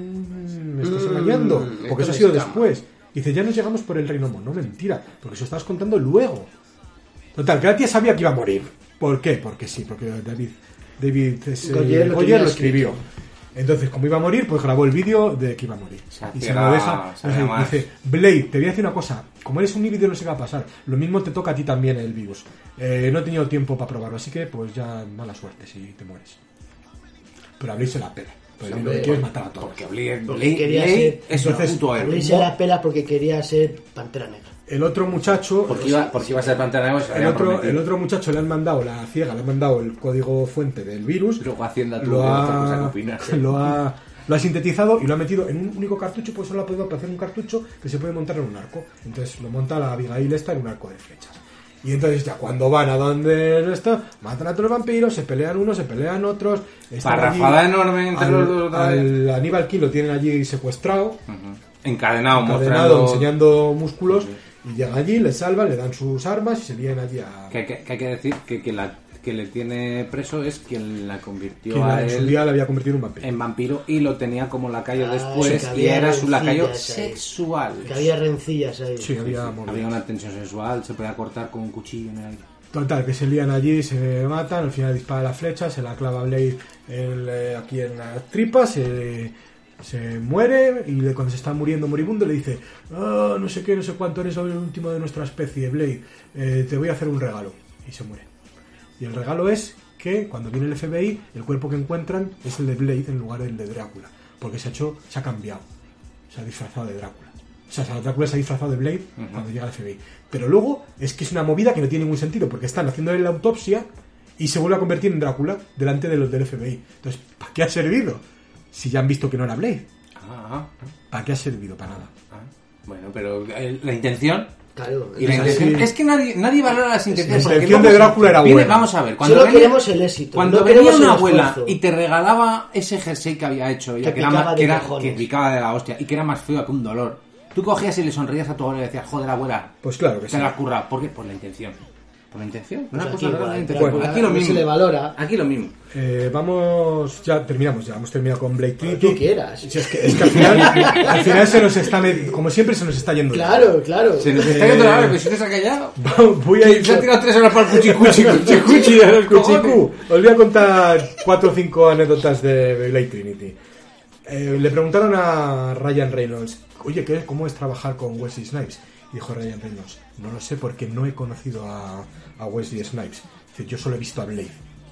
Mm, me estás engañando, Mm, porque eso ha sido después. Dice, ya nos llegamos por el Rey Gnomo. No, mentira, porque eso estabas contando luego. Total, que la tía sabía que iba a morir. ¿Por qué? Porque sí, porque David, David es, Goyer eh, lo Goyer tenía lo escribió. escrito. Entonces, como iba a morir, pues grabó el vídeo de que iba a morir. Se Y se hacía- lo deja. se hacía más. Dice, Blade, te voy a decir una cosa. Como eres un vídeo no sé qué va a pasar. Lo mismo te toca a ti también el virus. Eh, no he tenido tiempo para probarlo, así que pues ya mala suerte si te mueres. Pero a Blade se la pela. Pues Sí, lo que quiere es matar a todos. Porque Blade, Porque Blade- quería Blade ser- es un Entonces, puto A héroe. mí se la pela porque quería ser Pantera Negra. El otro muchacho... Porque iba, porque iba a ser Pantera Negra, se lo El habían otro, prometido. el otro muchacho le han mandado, la ciega, le han mandado el código fuente del virus. Luego Hacienda tuvo Lo otra cosa que ha, opinar. lo, ha, lo ha sintetizado y lo ha metido en un único cartucho, pues solo ha podido hacer un cartucho que se puede montar en un arco. Entonces lo monta la Abigail esta en un arco de flechas. Y entonces ya cuando van a donde no está, matan a todos los vampiros, se pelean unos, se pelean otros. están Parrafada allí, enorme entre al, los dos. al Aníbal King lo tienen allí secuestrado, Ujú. Encadenado, encadenado, mostrando... enseñando músculos. Sí, Y llegan allí, le salvan, le dan sus armas y se lían allí a... Que, que- que hay que decir que, que, la, que le tiene preso es quien la convirtió que a en su él día le había convertido en un vampiro. en vampiro y lo tenía como lacayo Ah, después sí, que y había era su lacayo rencillas ahí. sexual. Que había rencillas ahí. Sí, había Había movido. una tensión sexual, se podía cortar con un cuchillo en el aire. Total, que se lían allí, se matan, al final dispara la flecha, se la clava Blade en, eh, aquí en las tripas, se, se muere y le- cuando se está muriendo moribundo le dice, "Ah, no sé qué, no sé cuánto, eres el último de nuestra especie, Blade, eh, te voy a hacer un regalo". Y se muere. Y el regalo es que cuando viene el F B I, el cuerpo que encuentran es el de Blade en lugar del de Drácula, porque se ha hecho, se ha cambiado, se ha disfrazado de Drácula. O sea, Drácula se ha disfrazado de Blade Ujú. cuando llega el F B I. Pero luego es que es una movida que no tiene ningún sentido, porque están haciéndole la autopsia y se vuelve a convertir en Drácula delante de los del F B I. Entonces, ¿para qué ha servido? Si ya han visto que no era Blade. Ah, ¿Para qué ha servido? Para nada. ah. Bueno, pero eh, la intención... Claro. Y la Es intención así. es que nadie, nadie valora las intenciones. La porque intención luego de Drácula era viene- buena. Vamos a ver, cuando Solo venía, queremos el éxito. cuando no venía queremos una el abuela esfuerzo. y te regalaba ese jersey que había hecho ella, Que que, era, picaba más- de que, era- cojones. que picaba de la hostia y que era más feo que un dolor, tú cogías y le sonrías a tu abuela y le decías, joder, abuela, Pues claro que te sí. la has currado. ¿Por qué? Por la intención. Por la intención. Una Pues cosa aquí rara, igual, la intención. Drácula, Bueno, aquí lo no mismo. se le valora. Aquí lo mismo. Eh, vamos, ya terminamos, ya hemos terminado con Blade Trinity. tú quieras. Sí, es, que, es que al final, al final se nos está, met- como siempre se nos está yendo. Claro, claro. Se nos está Eh, yendo la hora, pero si te has callado. Voy a ir Se ha con- tirado tres horas para el cuchicuchi, cuchicuchi de los cojones. Cuchicu, os voy a contar cuatro o cinco anécdotas de Blade Trinity. Eh, le preguntaron a Ryan Reynolds, oye, ¿qué, ¿cómo es trabajar con Wesley Snipes? Y dijo Ryan Reynolds, no lo sé porque no he conocido a, a Wesley Snipes. Dice, yo solo he visto a Blade.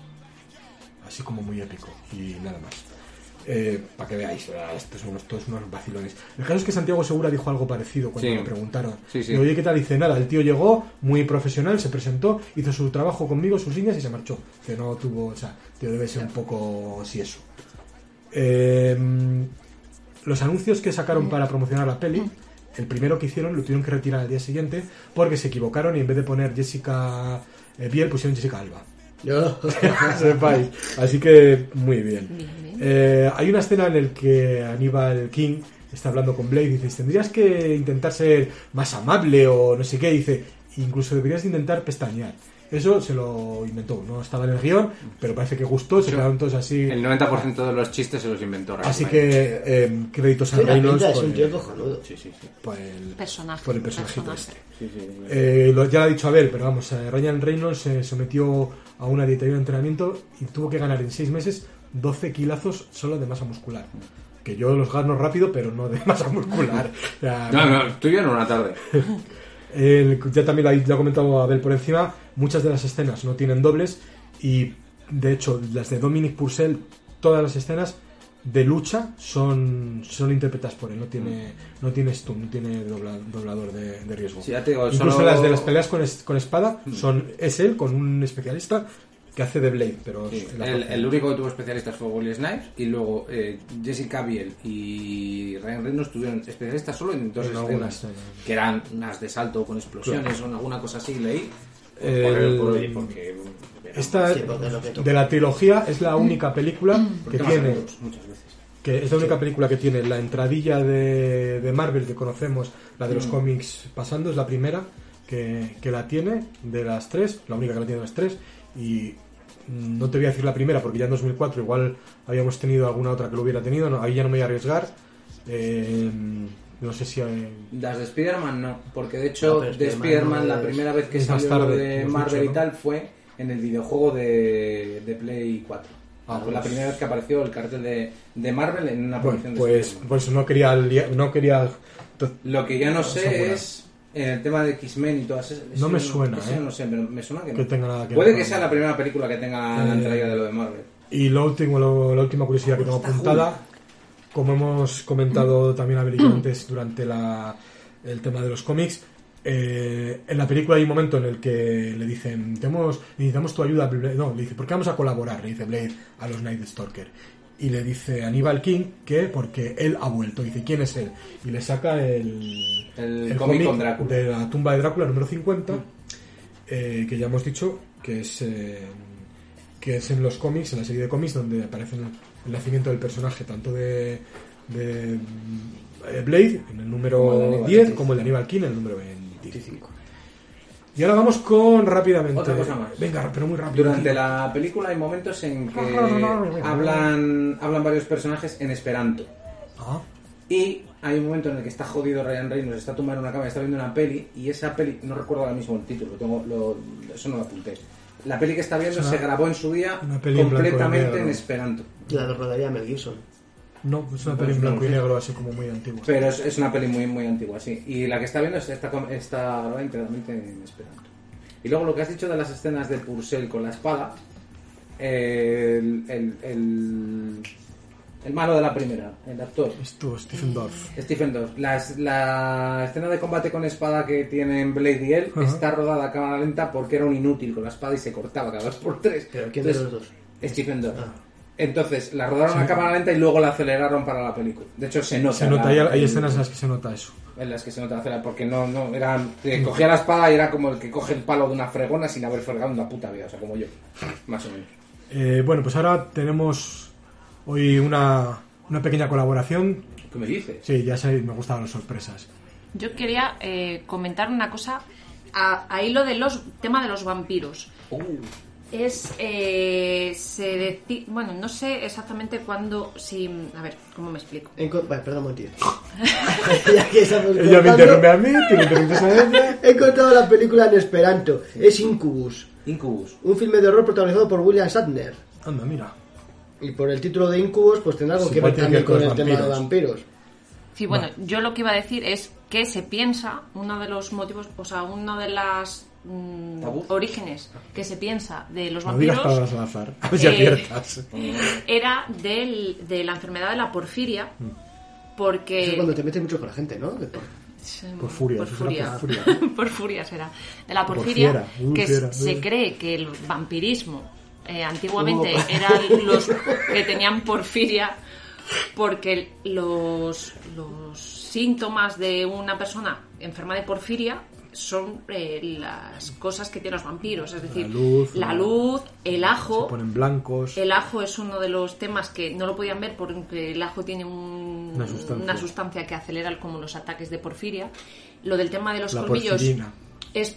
Así como muy épico y nada más. Eh, para que veáis, ¿verdad? Estos son unos, todos unos vacilones. El caso es que Santiago Segura dijo algo parecido cuando Sí. le preguntaron. Sí, sí. Y, oye, ¿qué tal? Dice, nada, el tío llegó muy profesional, se presentó, hizo su trabajo conmigo, sus líneas y se marchó. Que no tuvo, o sea, tío debe ser un poco si eso. Eh, los anuncios que sacaron para promocionar la peli, el primero que hicieron lo tuvieron que retirar al día siguiente porque se equivocaron y en vez de poner Jessica eh, Biel pusieron Jessica Alba. Yo. Sepáis. Así que muy bien. Bien, bien. Eh, hay una escena en la que Aníbal King está hablando con Blade y dice, tendrías que intentar ser más amable o no sé qué, dice, incluso deberías intentar pestañear. Eso se lo inventó, no estaba en el guión, pero parece que gustó, se Sí. quedaron todos así. El noventa por ciento de los chistes se los inventó Ryan Así Reynolds. que eh, créditos a Tiene Reynolds pinta, es por, un tío el- cojonudo. Sí, sí, sí. por el Personaje. por el personajito personaje. este. Sí, sí, sí. Eh, lo, ya lo ha dicho Abel, pero vamos, eh, Ryan Reynolds se sometió a una dieta y un entrenamiento y tuvo que ganar en seis meses doce kilazos solo de masa muscular. Que yo los gano rápido, pero no de masa muscular. O sea, No, no, estoy bien en una tarde. el- ya también lo ha, lo ha comentado Abel por encima, muchas de las escenas no tienen dobles y de hecho, las de Dominic Purcell, todas las escenas de lucha son son interpretadas por él, no tiene no tiene stunt, no tiene dobla, doblador de, de riesgo. Sí, ya te digo, incluso solo... las de las peleas con, es, con espada son es él con un especialista que hace de Blade, pero sí, el, el único que tuvo especialistas fue Wesley Snipes, y luego eh, Jessica Biel y Ryan Reynolds tuvieron especialistas solo en dos en escenas, algunas, que eran unas de salto con explosiones, claro, o alguna cosa así, leí. El... Por, por, porque, esta de la trilogía es la única película que tiene muchas veces. que es la única película que tiene la entradilla de, de Marvel que conocemos, la de los mm. cómics pasando, es la primera que, que la tiene de las tres, la única que la tiene de las tres, y no te voy a decir la primera porque ya en dos mil cuatro igual habíamos tenido alguna otra que lo hubiera tenido, no, ahí ya no me voy a arriesgar. eh, no sé si hay... Las de Spider-Man no, porque de hecho no, de Spider-Man no la primera vez que salió tarde, de Marvel dicho, ¿no? y tal fue en el videojuego de, de Play cuatro. Ah, fue pues... la primera vez que apareció el cartel de, de Marvel en una producción bueno, de pues, pues no quería no quería lo que ya no sé es en el tema de X-Men y todas esas. No me suena, no, ¿eh? No sé, pero me suena que, que no. tenga nada que Puede ver que sea la primera película que tenga eh, la entrada de lo de Marvel. Y lo último, lo, la última curiosidad que tengo apuntada, como hemos comentado también a antes durante la, el tema de los cómics, eh, en la película hay un momento en el que le dicen, Tenemos, necesitamos tu ayuda, Blade. No, le dice, ¿por qué vamos a colaborar? Le dice Blade a los Night Stalker. Y le dice Aníbal King que porque él ha vuelto. Dice, ¿quién es él? Y le saca el, el, el cómic con Drácula, de la tumba de Drácula número cincuenta, mm. eh, que ya hemos dicho que es eh, que es en los cómics, en la serie de cómics donde aparece el nacimiento del personaje tanto de, de Blade en el número diez como el de Aníbal King en el número veinticinco. Y ahora vamos con rápidamente. Otra cosa más. Venga, pero muy rápido. Durante tío. la película hay momentos en que hablan hablan varios personajes en esperanto. Ah. Y hay un momento en el que está jodido Ryan Reynolds, está tumbado en una cama y está viendo una peli, y esa peli, no recuerdo ahora mismo el título, tengo, lo, eso no lo apunté. La peli que está viendo una, se grabó en su día completamente en, en esperanto. La de rodaría Mel Gibson. No, es una peli en blanco y negro, así como muy antigua. Pero es, es una peli muy muy antigua, sí. Y la que está viendo está, está íntegramente en esperanto. Y luego lo que has dicho de las escenas de Purcell con la espada, el, el, el, el malo de la primera, el actor. Esto, Stephen Dorff. Stephen Dorff. La, la escena de combate con espada que tienen Blade y él, uh-huh, está rodada a cámara lenta porque era un inútil con la espada y se cortaba cada dos por tres. ¿Pero quién Entonces, de los dos? Stephen Dorff. Ah. Entonces la rodaron sí. a cámara lenta y luego la aceleraron para la película. De hecho se nota. Se nota, la, hay, hay el, escenas en las que se nota eso. En las que se nota la acelerar, porque no, no, era, eh, cogía la espada y era como el que coge el palo de una fregona sin haber fregado una puta vida, o sea, como yo, más o menos. Eh, bueno, pues ahora tenemos hoy una, una pequeña colaboración. ¿Qué me dices? Sí, ya sabéis, me gustan las sorpresas. Yo quería eh, comentar una cosa a, a hilo del tema de los vampiros. Uh. Es, eh, se deci- bueno, no sé exactamente cuándo, si, a ver, ¿cómo me explico? Enco- vale, perdón, un tío. Ella me interrumpe a mí, tú me interrumpes a ella. He encontrado la película en esperanto, sí. Es Incubus. Incubus. Un filme de horror protagonizado por William Shatner. Anda, mira. Y por el título de Incubus, pues tendrá algo sí, que ver también con el vampiros. tema de vampiros. Sí, bueno, no. Yo lo que iba a decir es que se piensa, uno de los motivos, o sea, uno de las mmm, orígenes que se piensa de los no vampiros digas palabras al azar, a ver si aciertas. Era del, de la enfermedad de la porfiria, porque... Eso es cuando te metes mucho con la gente, ¿no? Por, por furia. Por furia, por furia. Por furia será. De la porfiria, por fiera, que fiera, se fiera. cree que el vampirismo eh, antiguamente oh. eran los que tenían porfiria, porque los, los síntomas de una persona enferma de porfiria son eh, las cosas que tienen los vampiros, es decir, la luz, la luz, el ajo. Se ponen blancos. El ajo es uno de los temas que no lo podían ver porque el ajo tiene un, una, sustancia. una sustancia que acelera como los ataques de porfiria. Lo del tema de los la colmillos porfirina. Es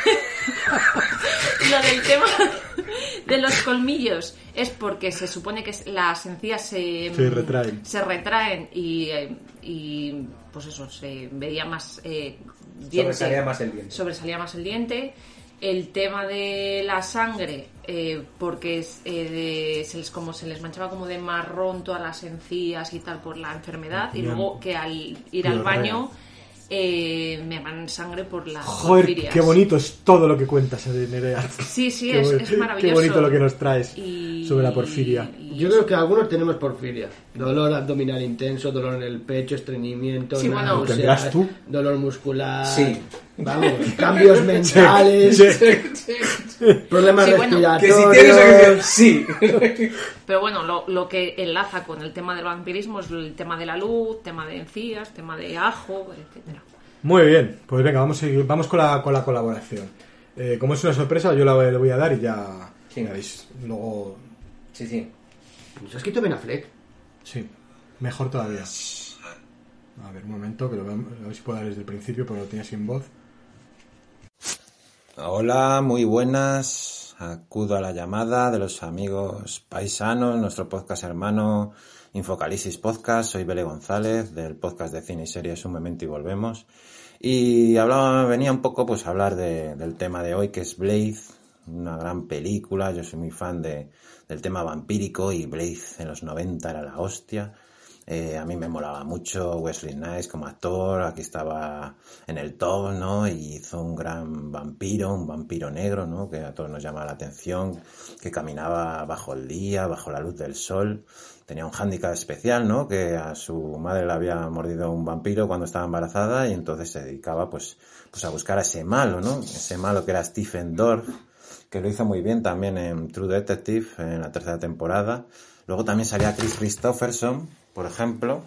lo del tema de los colmillos es porque se supone que las encías se, se retraen, se retraen y, y pues eso, se veía más eh, diente, sobresalía más el diente. Sobresalía más el diente. El tema de la sangre, eh, porque es, eh, de, se les, como se les manchaba como de marrón todas las encías y tal por la enfermedad, y luego que al ir al baño eh, me van sangre por las Joder, porfirias. qué bonito es todo lo que cuentas, Nerea. Sí, sí, Qué es, bon- es maravilloso. Qué bonito lo que nos traes Y- sobre la porfiria. y Yo creo que algunos tenemos porfiria. Dolor abdominal intenso, dolor en el pecho, estreñimiento, Sí, bueno. náuseas, ¿Tendrás tú? dolor muscular, Sí. vamos, cambios mentales, problemas Sí, bueno, Que respiratorios. si tienes acción, sí. Pero bueno, lo, lo que enlaza con el tema del vampirismo es el tema de la luz, tema de encías, tema de ajo, etcétera. Muy bien, pues venga, vamos, a seguir- vamos con, la, con la colaboración. Eh, como es una sorpresa, yo la le voy a dar y ya Sí. veréis. Luego, Sí, sí. ¿Se ha escrito Ben Affleck? sí, mejor todavía. A ver, un momento, que lo veo, a ver si puedo dar desde el principio, pero lo tenía sin voz. Hola, muy buenas. Acudo a la llamada de los amigos paisanos, nuestro podcast hermano Infocalisis Podcast. Soy Bele González, del podcast de cine y series Un Memento y Volvemos. Y hablaba, venía un poco pues a hablar de, del tema de hoy, que es Blade, una gran película. Yo soy muy fan de, del tema vampírico y Blade en los noventa era la hostia. Eh, a mí me molaba mucho Wesley Snipes como actor, aquí estaba en el top, ¿no? Y hizo un gran vampiro, un vampiro negro, ¿no? Que a todos nos llama la atención, que caminaba bajo el día, bajo la luz del sol. Tenía un hándicap especial, ¿no? Que a su madre le había mordido un vampiro cuando estaba embarazada y entonces se dedicaba pues, pues a buscar a ese malo, ¿no? Ese malo que era Stephen Dorff, que lo hizo muy bien también en True Detective, en la tercera temporada. Luego también salía Chris Christopherson, por ejemplo,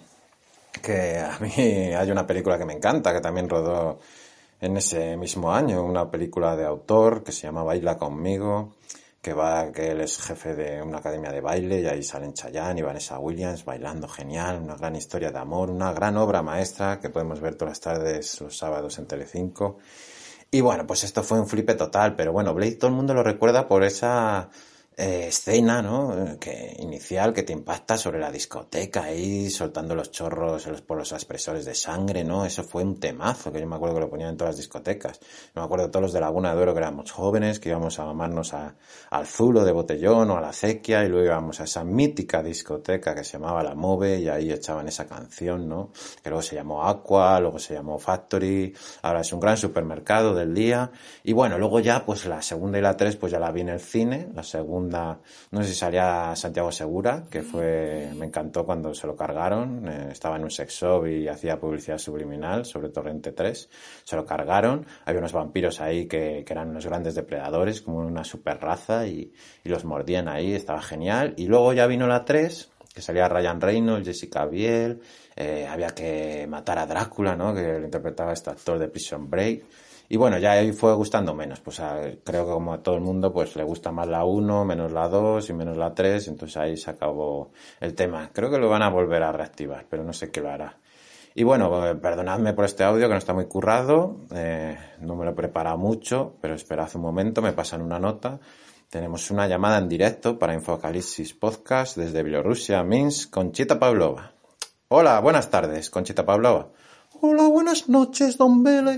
que a mí hay una película que me encanta, que también rodó en ese mismo año, una película de autor que se llama Baila Conmigo, que va, que él es jefe de una academia de baile y ahí salen Chayanne y Vanessa Williams bailando genial, una gran historia de amor, una gran obra maestra que podemos ver todas las tardes, los sábados en Telecinco. Y bueno, pues esto fue un flipe total, pero bueno, Blade todo el mundo lo recuerda por esa eh, escena, ¿no? Que inicial que te impacta sobre la discoteca ahí soltando los chorros los, por los aspersores de sangre, ¿no? Eso fue un temazo que yo me acuerdo que lo ponían en todas las discotecas. No me acuerdo de todos los de Laguna de Oro que éramos jóvenes, que íbamos a mamarnos a, al Zulo de Botellón o a la Acequia y luego íbamos a esa mítica discoteca que se llamaba La Move y ahí echaban esa canción, ¿no? Que luego se llamó Aqua, luego se llamó Factory, ahora es un gran supermercado del día. Y bueno, luego ya pues la segunda y la tres pues ya la vi en el cine, la segunda no sé si salía Santiago Segura, que fue, me encantó cuando se lo cargaron, eh, estaba en un sex shop y hacía publicidad subliminal sobre Torrente tres, se lo cargaron, había unos vampiros ahí que, que eran unos grandes depredadores, como una super raza y, y los mordían ahí, estaba genial. Y luego ya vino la tres, que salía Ryan Reynolds, Jessica Biel, eh, había que matar a Drácula, ¿no? Que lo interpretaba este actor de Prison Break. Y bueno, ya ahí fue gustando menos, pues a, creo que como a todo el mundo pues le gusta más la uno, menos la dos y menos la tres, entonces ahí se acabó el tema. Creo que lo van a volver a reactivar, pero no sé qué lo hará. Y bueno, eh, perdonadme por este audio que no está muy currado, eh, no me lo he preparado mucho, pero esperad un momento, me pasan una nota. Tenemos una llamada en directo para Infocalisis Podcast desde Bielorrusia, Minsk, Conchita Pavlova. Hola, buenas tardes, Conchita Pavlova. Hola, buenas noches, don Bele.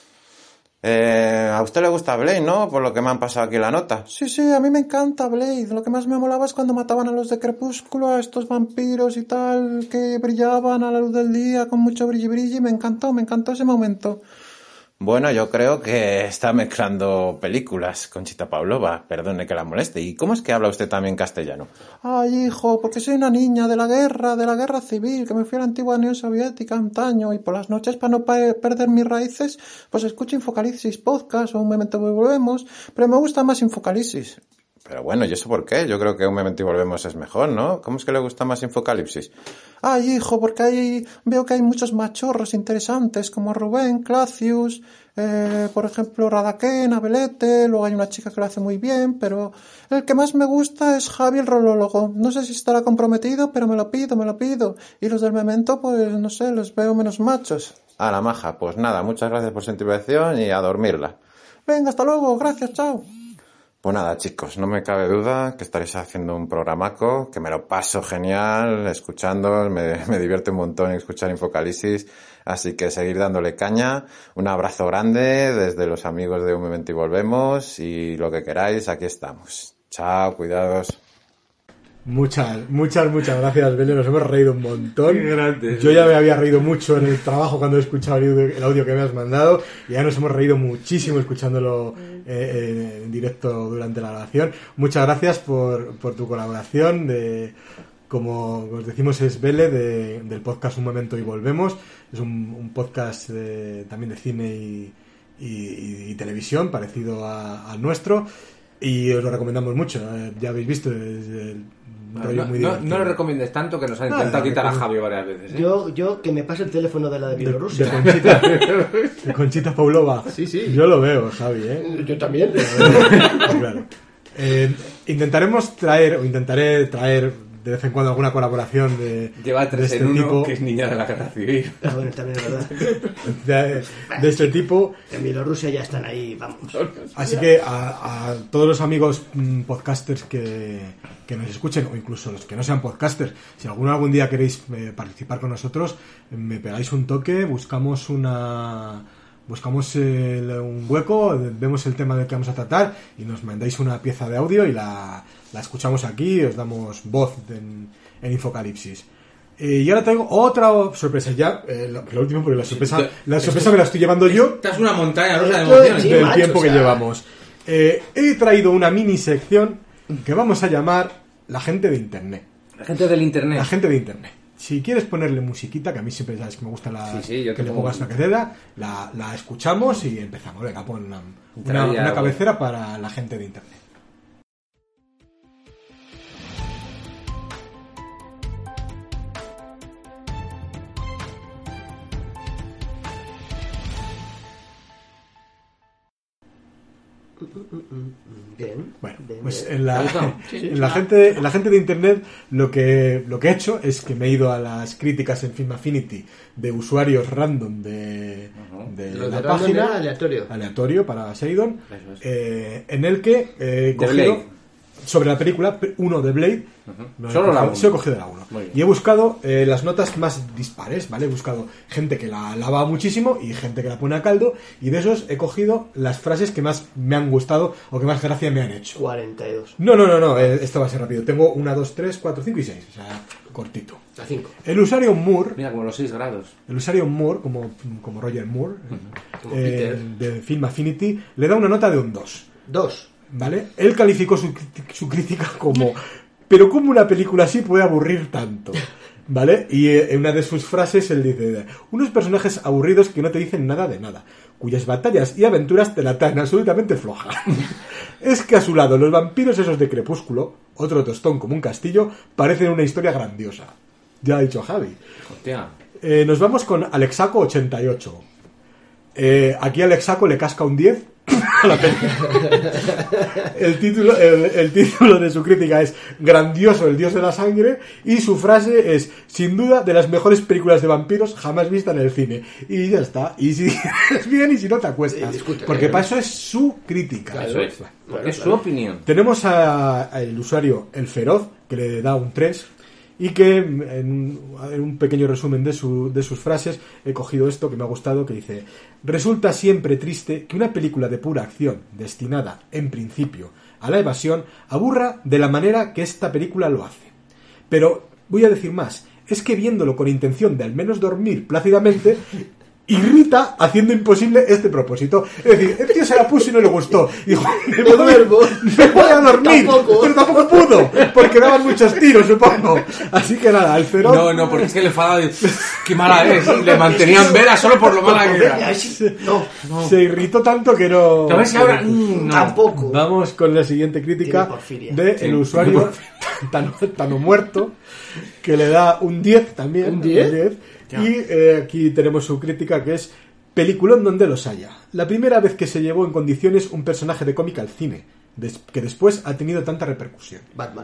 Eh, a usted le gusta Blade, ¿no? Por lo que me han pasado aquí la nota. Sí, sí, a mí me encanta Blade. Lo que más me molaba es cuando mataban a los de Crepúsculo, a estos vampiros y tal, que brillaban a la luz del día con mucho brilli brilli. Me encantó, me encantó ese momento. Bueno, yo creo que está mezclando películas, Conchita Pavlova, perdone que la moleste. ¿Y cómo es que habla usted también castellano? Ay, hijo, porque soy una niña de la guerra, de la guerra civil, que me fui a la antigua Unión Soviética antaño, y por las noches, para no pa- perder mis raíces, pues escucho Infocalisis Podcast o Un Memento y Volvemos, pero me gusta más Infocalisis. Pero bueno, ¿y eso por qué? Yo creo que Un Memento y Volvemos es mejor, ¿no? ¿Cómo es que le gusta más Infocalipsis? Ay, hijo, porque ahí veo que hay muchos machorros interesantes, como Rubén, Clacius, eh, por ejemplo, Radaken, Abelete, luego hay una chica que lo hace muy bien, pero el que más me gusta es Javi el Rolólogo. No sé si estará comprometido, pero me lo pido, me lo pido. Y los del Memento, pues, no sé, los veo menos machos. A la maja, pues nada, muchas gracias por su intervención y a dormirla. Venga, hasta luego, gracias, chao. Pues nada, chicos, no me cabe duda que estaréis haciendo un programaco, que me lo paso genial escuchando, me, me divierte un montón escuchar Infocalisis, así que seguir dándole caña. Un abrazo grande desde los amigos de Un Memento y Volvemos, y lo que queráis, aquí estamos. Chao, cuidados. Muchas, muchas, muchas gracias, Bele. Nos hemos reído un montón. Qué grande. Yo ya me había reído mucho en el trabajo cuando he escuchado el audio, el audio que me has mandado. Y ya nos hemos reído muchísimo escuchándolo eh, en directo durante la grabación. Muchas gracias por, por tu colaboración. De, como os decimos, es Bele de, del podcast Un Momento y Volvemos. Es un, un podcast de, también de cine y, y, y televisión, parecido a, al nuestro. Y os lo recomendamos mucho. Eh, ya habéis visto, es el No, rollo no, muy no, divertido. no lo recomiendes tanto que nos han No, intentado no, quitar a no. Javi varias veces. ¿eh? Yo, yo que me pase el teléfono de la de De, Bielorrusia. de Conchita, de Conchita Pavlova. Sí, sí. Yo lo veo, Javi, ¿eh? Yo también. Claro. Eh, intentaremos traer, o intentaré traer de vez en cuando alguna colaboración de, Lleva de tres este en uno, tipo. que es niña de la guerra civil. Ah, bueno, también es verdad. De, de este tipo. En Bielorrusia ya están ahí, vamos. Así que a, a todos los amigos mm, podcasters que, que nos escuchen, o incluso los que no sean podcasters, si alguno algún día queréis eh, participar con nosotros, eh, me pegáis un toque, buscamos una buscamos el- un hueco, vemos el tema del que vamos a tratar y nos mandáis una pieza de audio y la, la escuchamos aquí y os damos voz en, en Infocalipsis. Eh, y ahora traigo otra sorpresa ya, eh, lo, lo último, porque la sorpresa, te- la sorpresa me la estoy llevando yo Esta es una montaña rusa de Esto emociones. sí, del macho, tiempo o que sea. llevamos. Eh, he traído una mini sección que vamos a llamar La gente de Internet. La gente del internet. La gente de Internet. Si quieres ponerle musiquita, que a mí siempre sabes que me gusta la, Sí, sí, yo que te le pongo- pongas una cabecera, la, la escuchamos y empezamos. Venga, pon una, una, Entraría, una bueno. cabecera para la gente de Internet. Bien. Bueno, bien, pues bien. en la, ¿Te ha gustado? en la gente, en la gente de Internet lo que, lo que he hecho es que me he ido a las críticas en Film Affinity de usuarios random de, de Lo de la random página. era aleatorio. aleatorio para Seidon, Eso es. eh, en el que eh, he De cogido Blade. sobre la película uno de Blade. No he Solo la cogido- uno. sí he cogido la uno. Muy bien. Y he buscado eh, las notas más dispares, ¿vale? He buscado gente que la alaba muchísimo y gente que la pone a caldo, y de esos he cogido las frases que más me han gustado o que más gracia me han hecho. cuarenta y dos. No, no, no, no, eh, esto va a ser rápido. Tengo una, dos, tres, cuatro, cinco y seis, o sea, cortito. A cinco. El usuario Moore, Mira, como los seis grados. el usuario Moore, como, como Roger Moore, Como eh, Peter. de Film Affinity, le da una nota de un dos. Dos. ¿Vale? Él calificó su, cri- su crítica como, pero ¿cómo una película así puede aburrir tanto? ¿Vale? Y eh, en una de sus frases él dice, unos personajes aburridos que no te dicen nada de nada, cuyas batallas y aventuras te la traen absolutamente floja. Es que a su lado los vampiros esos de Crepúsculo, otro tostón como un castillo, parecen una historia grandiosa. Ya ha dicho Javi. Hostia. Eh, nos vamos con Alexaco ochenta y ocho. Eh, aquí Alexaco le casca un diez a la película. El título, el, el título de su crítica es Grandioso, el dios de la sangre, y su frase es, sin duda, de las mejores películas de vampiros jamás vistas en el cine. Y ya está. Y si es bien y si no te acuestas. Sí, discute, porque ¿eh? para eso es su crítica. Eso es. Porque es su claro. opinión. Tenemos al usuario El Feroz, que le da un tres, y que en, en un pequeño resumen de, su, de sus frases he cogido esto que me ha gustado, que dice: resulta siempre triste que una película de pura acción, destinada, en principio, a la evasión, aburra de la manera que esta película lo hace. Pero voy a decir más, es que viéndolo con intención de al menos dormir plácidamente, irrita haciendo imposible este propósito. Es decir, el tío se la puso y no le gustó. Dijo, me voy, duermo. me voy a dormir, Tampoco. pero tampoco pudo, porque daban muchos tiros, supongo. Así que nada, el feroz... No, no, porque es que le enfadaba de... ¡Qué mala es! Y le mantenía en vela solo por lo mala que era. Ay, sí. No, no. Se irritó tanto que no... A ver si ahora... Mm, no. Tampoco. Vamos con la siguiente crítica Tiene porfiria. de Sí, el usuario tiene Tano, Tano Muerto, que le da un diez también. ¿Un diez? Y eh, aquí tenemos su crítica, que es peliculón donde los haya. La primera vez que se llevó en condiciones un personaje de cómic al cine, des- que después ha tenido tanta repercusión. Batman.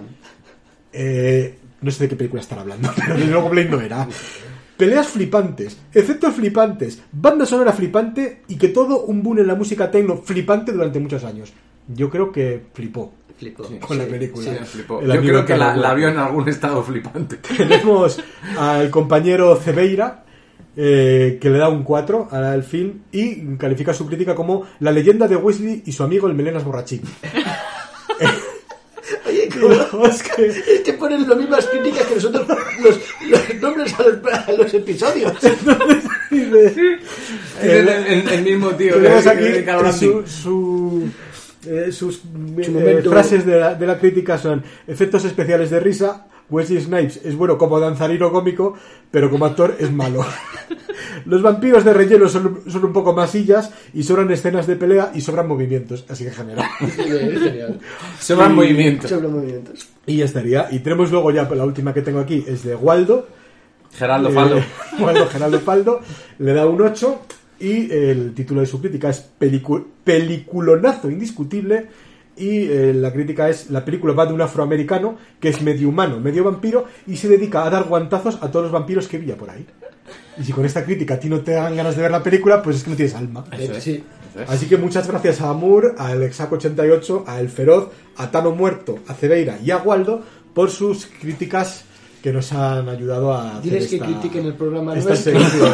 Eh, no sé de qué película están hablando, pero desde luego Blade no era. Peleas flipantes, efectos flipantes, banda sonora flipante y que todo un boom en la música techno flipante durante muchos años. Yo creo que flipó Flipó. con la película. Sí, me flipó. El Yo amigo creo que la, Carlos. la vio en algún estado flipante. Tenemos al compañero Cebeira, eh, que le da un cuatro al film y califica su crítica como la leyenda de Weasley y su amigo el Melenas Borrachín. Oye, ridículo. Es que... es que ponen las mismas críticas que nosotros los, los nombres a los, a los episodios. Dice el, el, el mismo tío. Tenemos aquí que su... su... Eh, sus eh, frases de la, de la crítica son: efectos especiales de risa. Wesley Snipes es bueno como danzarino cómico, pero como actor es malo. Los vampiros de relleno son, son un poco masillas y sobran escenas de pelea y sobran movimientos, así que general. Sobran movimientos. Sobran movimientos. Y ya estaría. Y tenemos luego ya la última que tengo aquí, es de Waldo. Geraldo Faldo. Eh, Waldo Geraldo Faldo. Le da un ocho. Y el título de su crítica es Pelicu- Peliculonazo indiscutible. Y eh, la crítica es: la película va de un afroamericano que es medio humano, medio vampiro, y se dedica a dar guantazos a todos los vampiros que pilla por ahí. Y si con esta crítica a ti no te dan ganas de ver la película, pues es que no tienes alma. Eso es. Sí. Eso es. Así que muchas gracias a Amur, a Alexaco ochenta y ocho, a El Feroz, a Tano Muerto, a Cebeira y a Waldo por sus críticas que nos han ayudado a Diles hacer que esta, critiquen el programa esta nuestro. sección.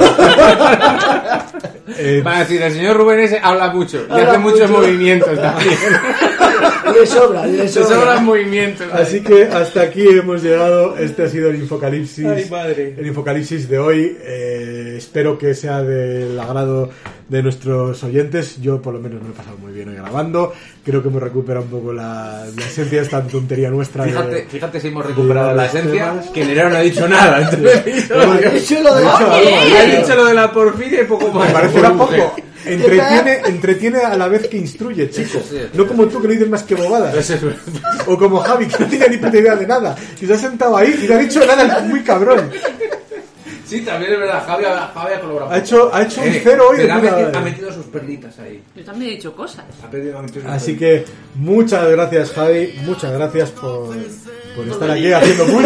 eh, Va a decir, el señor Rubén ese habla mucho y Habla hace muchos mucho. movimientos también. Le sobra, le Se sobra. sobran movimientos. Así que hasta aquí hemos llegado. Este ha sido el Infocalipsis. Ay, madre. El Infocalipsis de hoy. Eh, espero que sea del agrado de nuestros oyentes. Yo por lo menos me he pasado muy bien hoy grabando. Creo que hemos recuperado un poco la, la esencia de esta tontería nuestra. Fíjate, de, fíjate si hemos recuperado de la los esencia, temas. que Nereo no ha dicho nada. Entonces, Ha dicho lo de Ha dicho la- algo, ha ha dicho. dicho lo de la porfiria y poco más. Me parecerá Por mujer. poco. Entretiene, entretiene a la vez que instruye, chico. Eso sí, eso No como tú, que no dices más que bobadas. Eso es verdad. O como Javi, que no tiene ni puta idea de nada. Que se ha sentado ahí y no ha dicho nada, el muy cabrón. Sí, también es verdad. Javi, ha- Javi ha colaborado. Ha hecho, ha hecho un Eh, cero hoy. de pero ha, puta metido, madre. ha metido sus perlitas ahí. Yo también he dicho cosas. Ha pedido, ha metido sus Así perlitas. que muchas gracias, Javi. Muchas gracias por, por estar aquí haciendo bulto.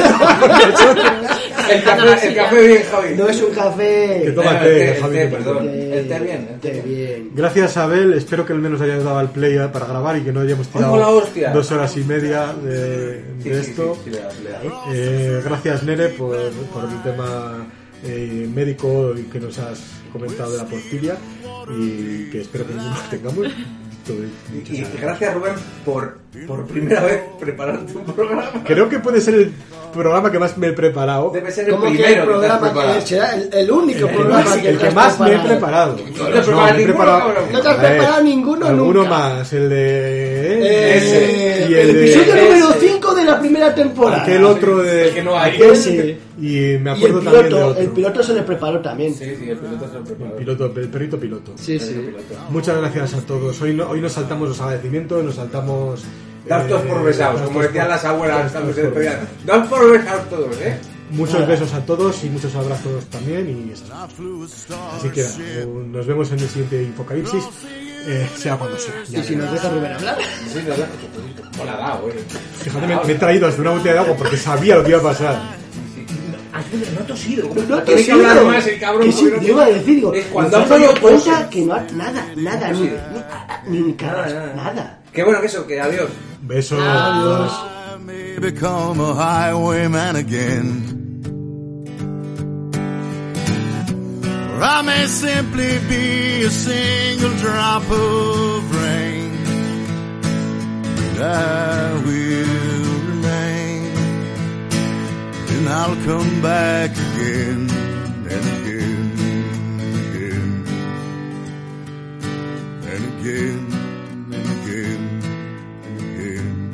El café, el café bien, Javi. No es un café. Que toma Eh, té, el té, Javi, el que té, toma perdón. té. El té bien, el té Té bien. Gracias, Abel. Espero que al menos hayas dado al play para grabar y que no hayamos tirado ¡Ojo la hostia! dos horas y media de, Sí, de sí, esto. sí, sí, le da, le da. Eh, gracias, Nere, por, por el tema eh, médico que nos has comentado de la porfiria y que espero que ninguno tengamos. Todo- muchas Y, y gracias. gracias, Rubén, por, por primera vez prepararte un programa. Creo que puede ser el programa que más me he preparado. Debe ser el ¿Cómo que el primero que te has programa que preparado. será el, el único El, programa más, que el te que has más me he preparado? preparado. No te preparas me he ninguno, preparado. cabrón. No te has A ver, preparado ninguno Alguno nunca. más, el de. Eh, ese. Y el, el, de. episodio ese. número cinco de la primera temporada. Aquel otro de. El que no hay. aquel- Ese. Y me Y acuerdo el también de piloto, otro. el piloto se le preparó también. Sí, sí, el piloto se lo El preparó. piloto, el perrito piloto. Sí, sí. Muchas gracias a todos. Hoy, no- hoy nos saltamos los agradecimientos, nos saltamos. Dar todos eh, por besados, dar como todos decían por- las abuelas dar cuando todos se por despedían. besados. Dan por besados todos, ¿eh? Muchos besos a todos y muchos abrazos también. Y eso. Así que nada, un- nos vemos en el siguiente Infocalipsis, eh, sea cuando sea. Ya Y si nos deja Rubén hablar. Sí, lo dejo chocodito. Hola, da, güey. Fíjate, me, me he traído hasta una botella de agua porque sabía lo que iba a pasar. No ha tosido. No Tiene que hablar más el cabrón. Que sí, porque no te iba a decir, digo, Es cuando ¿os has has dado oído cuenta cosas. que no ha nada, nada, ni, ni, ni caras, Nada, nada. nada. Qué bueno que eso, que adiós. Besos. Adiós. I may become a highwayman again. Or I may simply be a single drop of rain. And I will remain. And I'll come back again and again and again and again and again and again.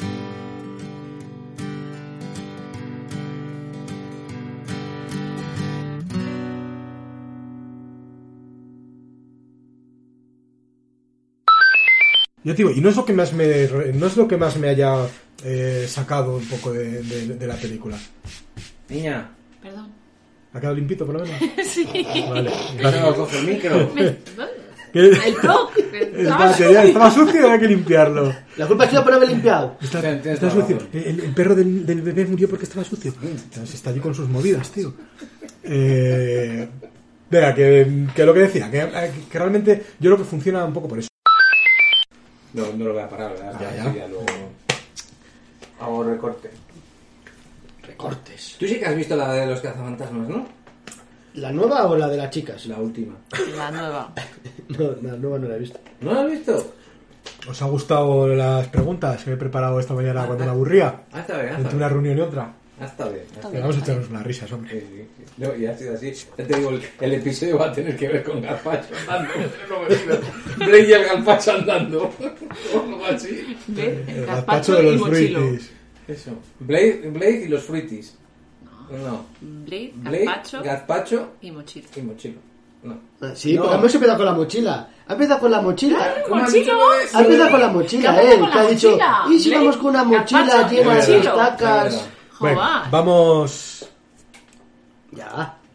Yo te digo, y no es lo que más me, no es lo que más me haya eh, sacado un poco de, de- de la película. Niña, Perdón. ¿Ha quedado limpito por lo menos? Sí. Vale. que no coge el micro. ¿Qué? El blog. El material estaba sucio y había que limpiarlo. La culpa es que yo por haber limpiado. Está, Tienes- tienes está toda sucio. razón. El, el perro del, del bebé murió porque estaba sucio. Entonces está allí con sus movidas, tío. Eh, venga, que, que lo que decía, que, que realmente yo creo que funciona un poco por eso. No, no lo voy a parar, ¿verdad? Ya, Ya, ya. ya luego hago recorte. Recortes. Tú sí que has visto la de los cazafantasmas, ¿no? ¿La nueva o la de las chicas? La última. La nueva. No, la nueva no la he visto. ¿No la has visto? ¿Os ha gustado las preguntas que he preparado esta mañana Ah, cuando ah. me aburría? Ah, está bien, ah, Entre está una bien. reunión y otra. Ah, está bien. Está Eh, bien. Vamos a echarnos unas risas, hombre. Sí, sí, sí. No, y ha sido así. Ya te digo, el, el episodio va a tener que ver con Gazpacho andando. No me olvido. Blade y el Gazpacho andando. O algo así. ¿Ves? El Gazpacho de y los mochilo. fruitis. Eso. Blade, Blade y los fruitis. No. Blade, Blade, gazpacho Gazpacho y mochilo. y mochilo. No. Ah, Sí, No. porque hemos empezado con la mochila. Ha empezado con la mochila. ¿Cómo has ¡Mochilo! dicho lo de- Ha empezado con la mochila, ¿Qué ha él, empezado con que ha la dicho, mochila? ¿y si Blade, vamos con una mochila gazpacho y llena de mochilo. Es estacas? verdad. Venga, Joder. vamos. Ya.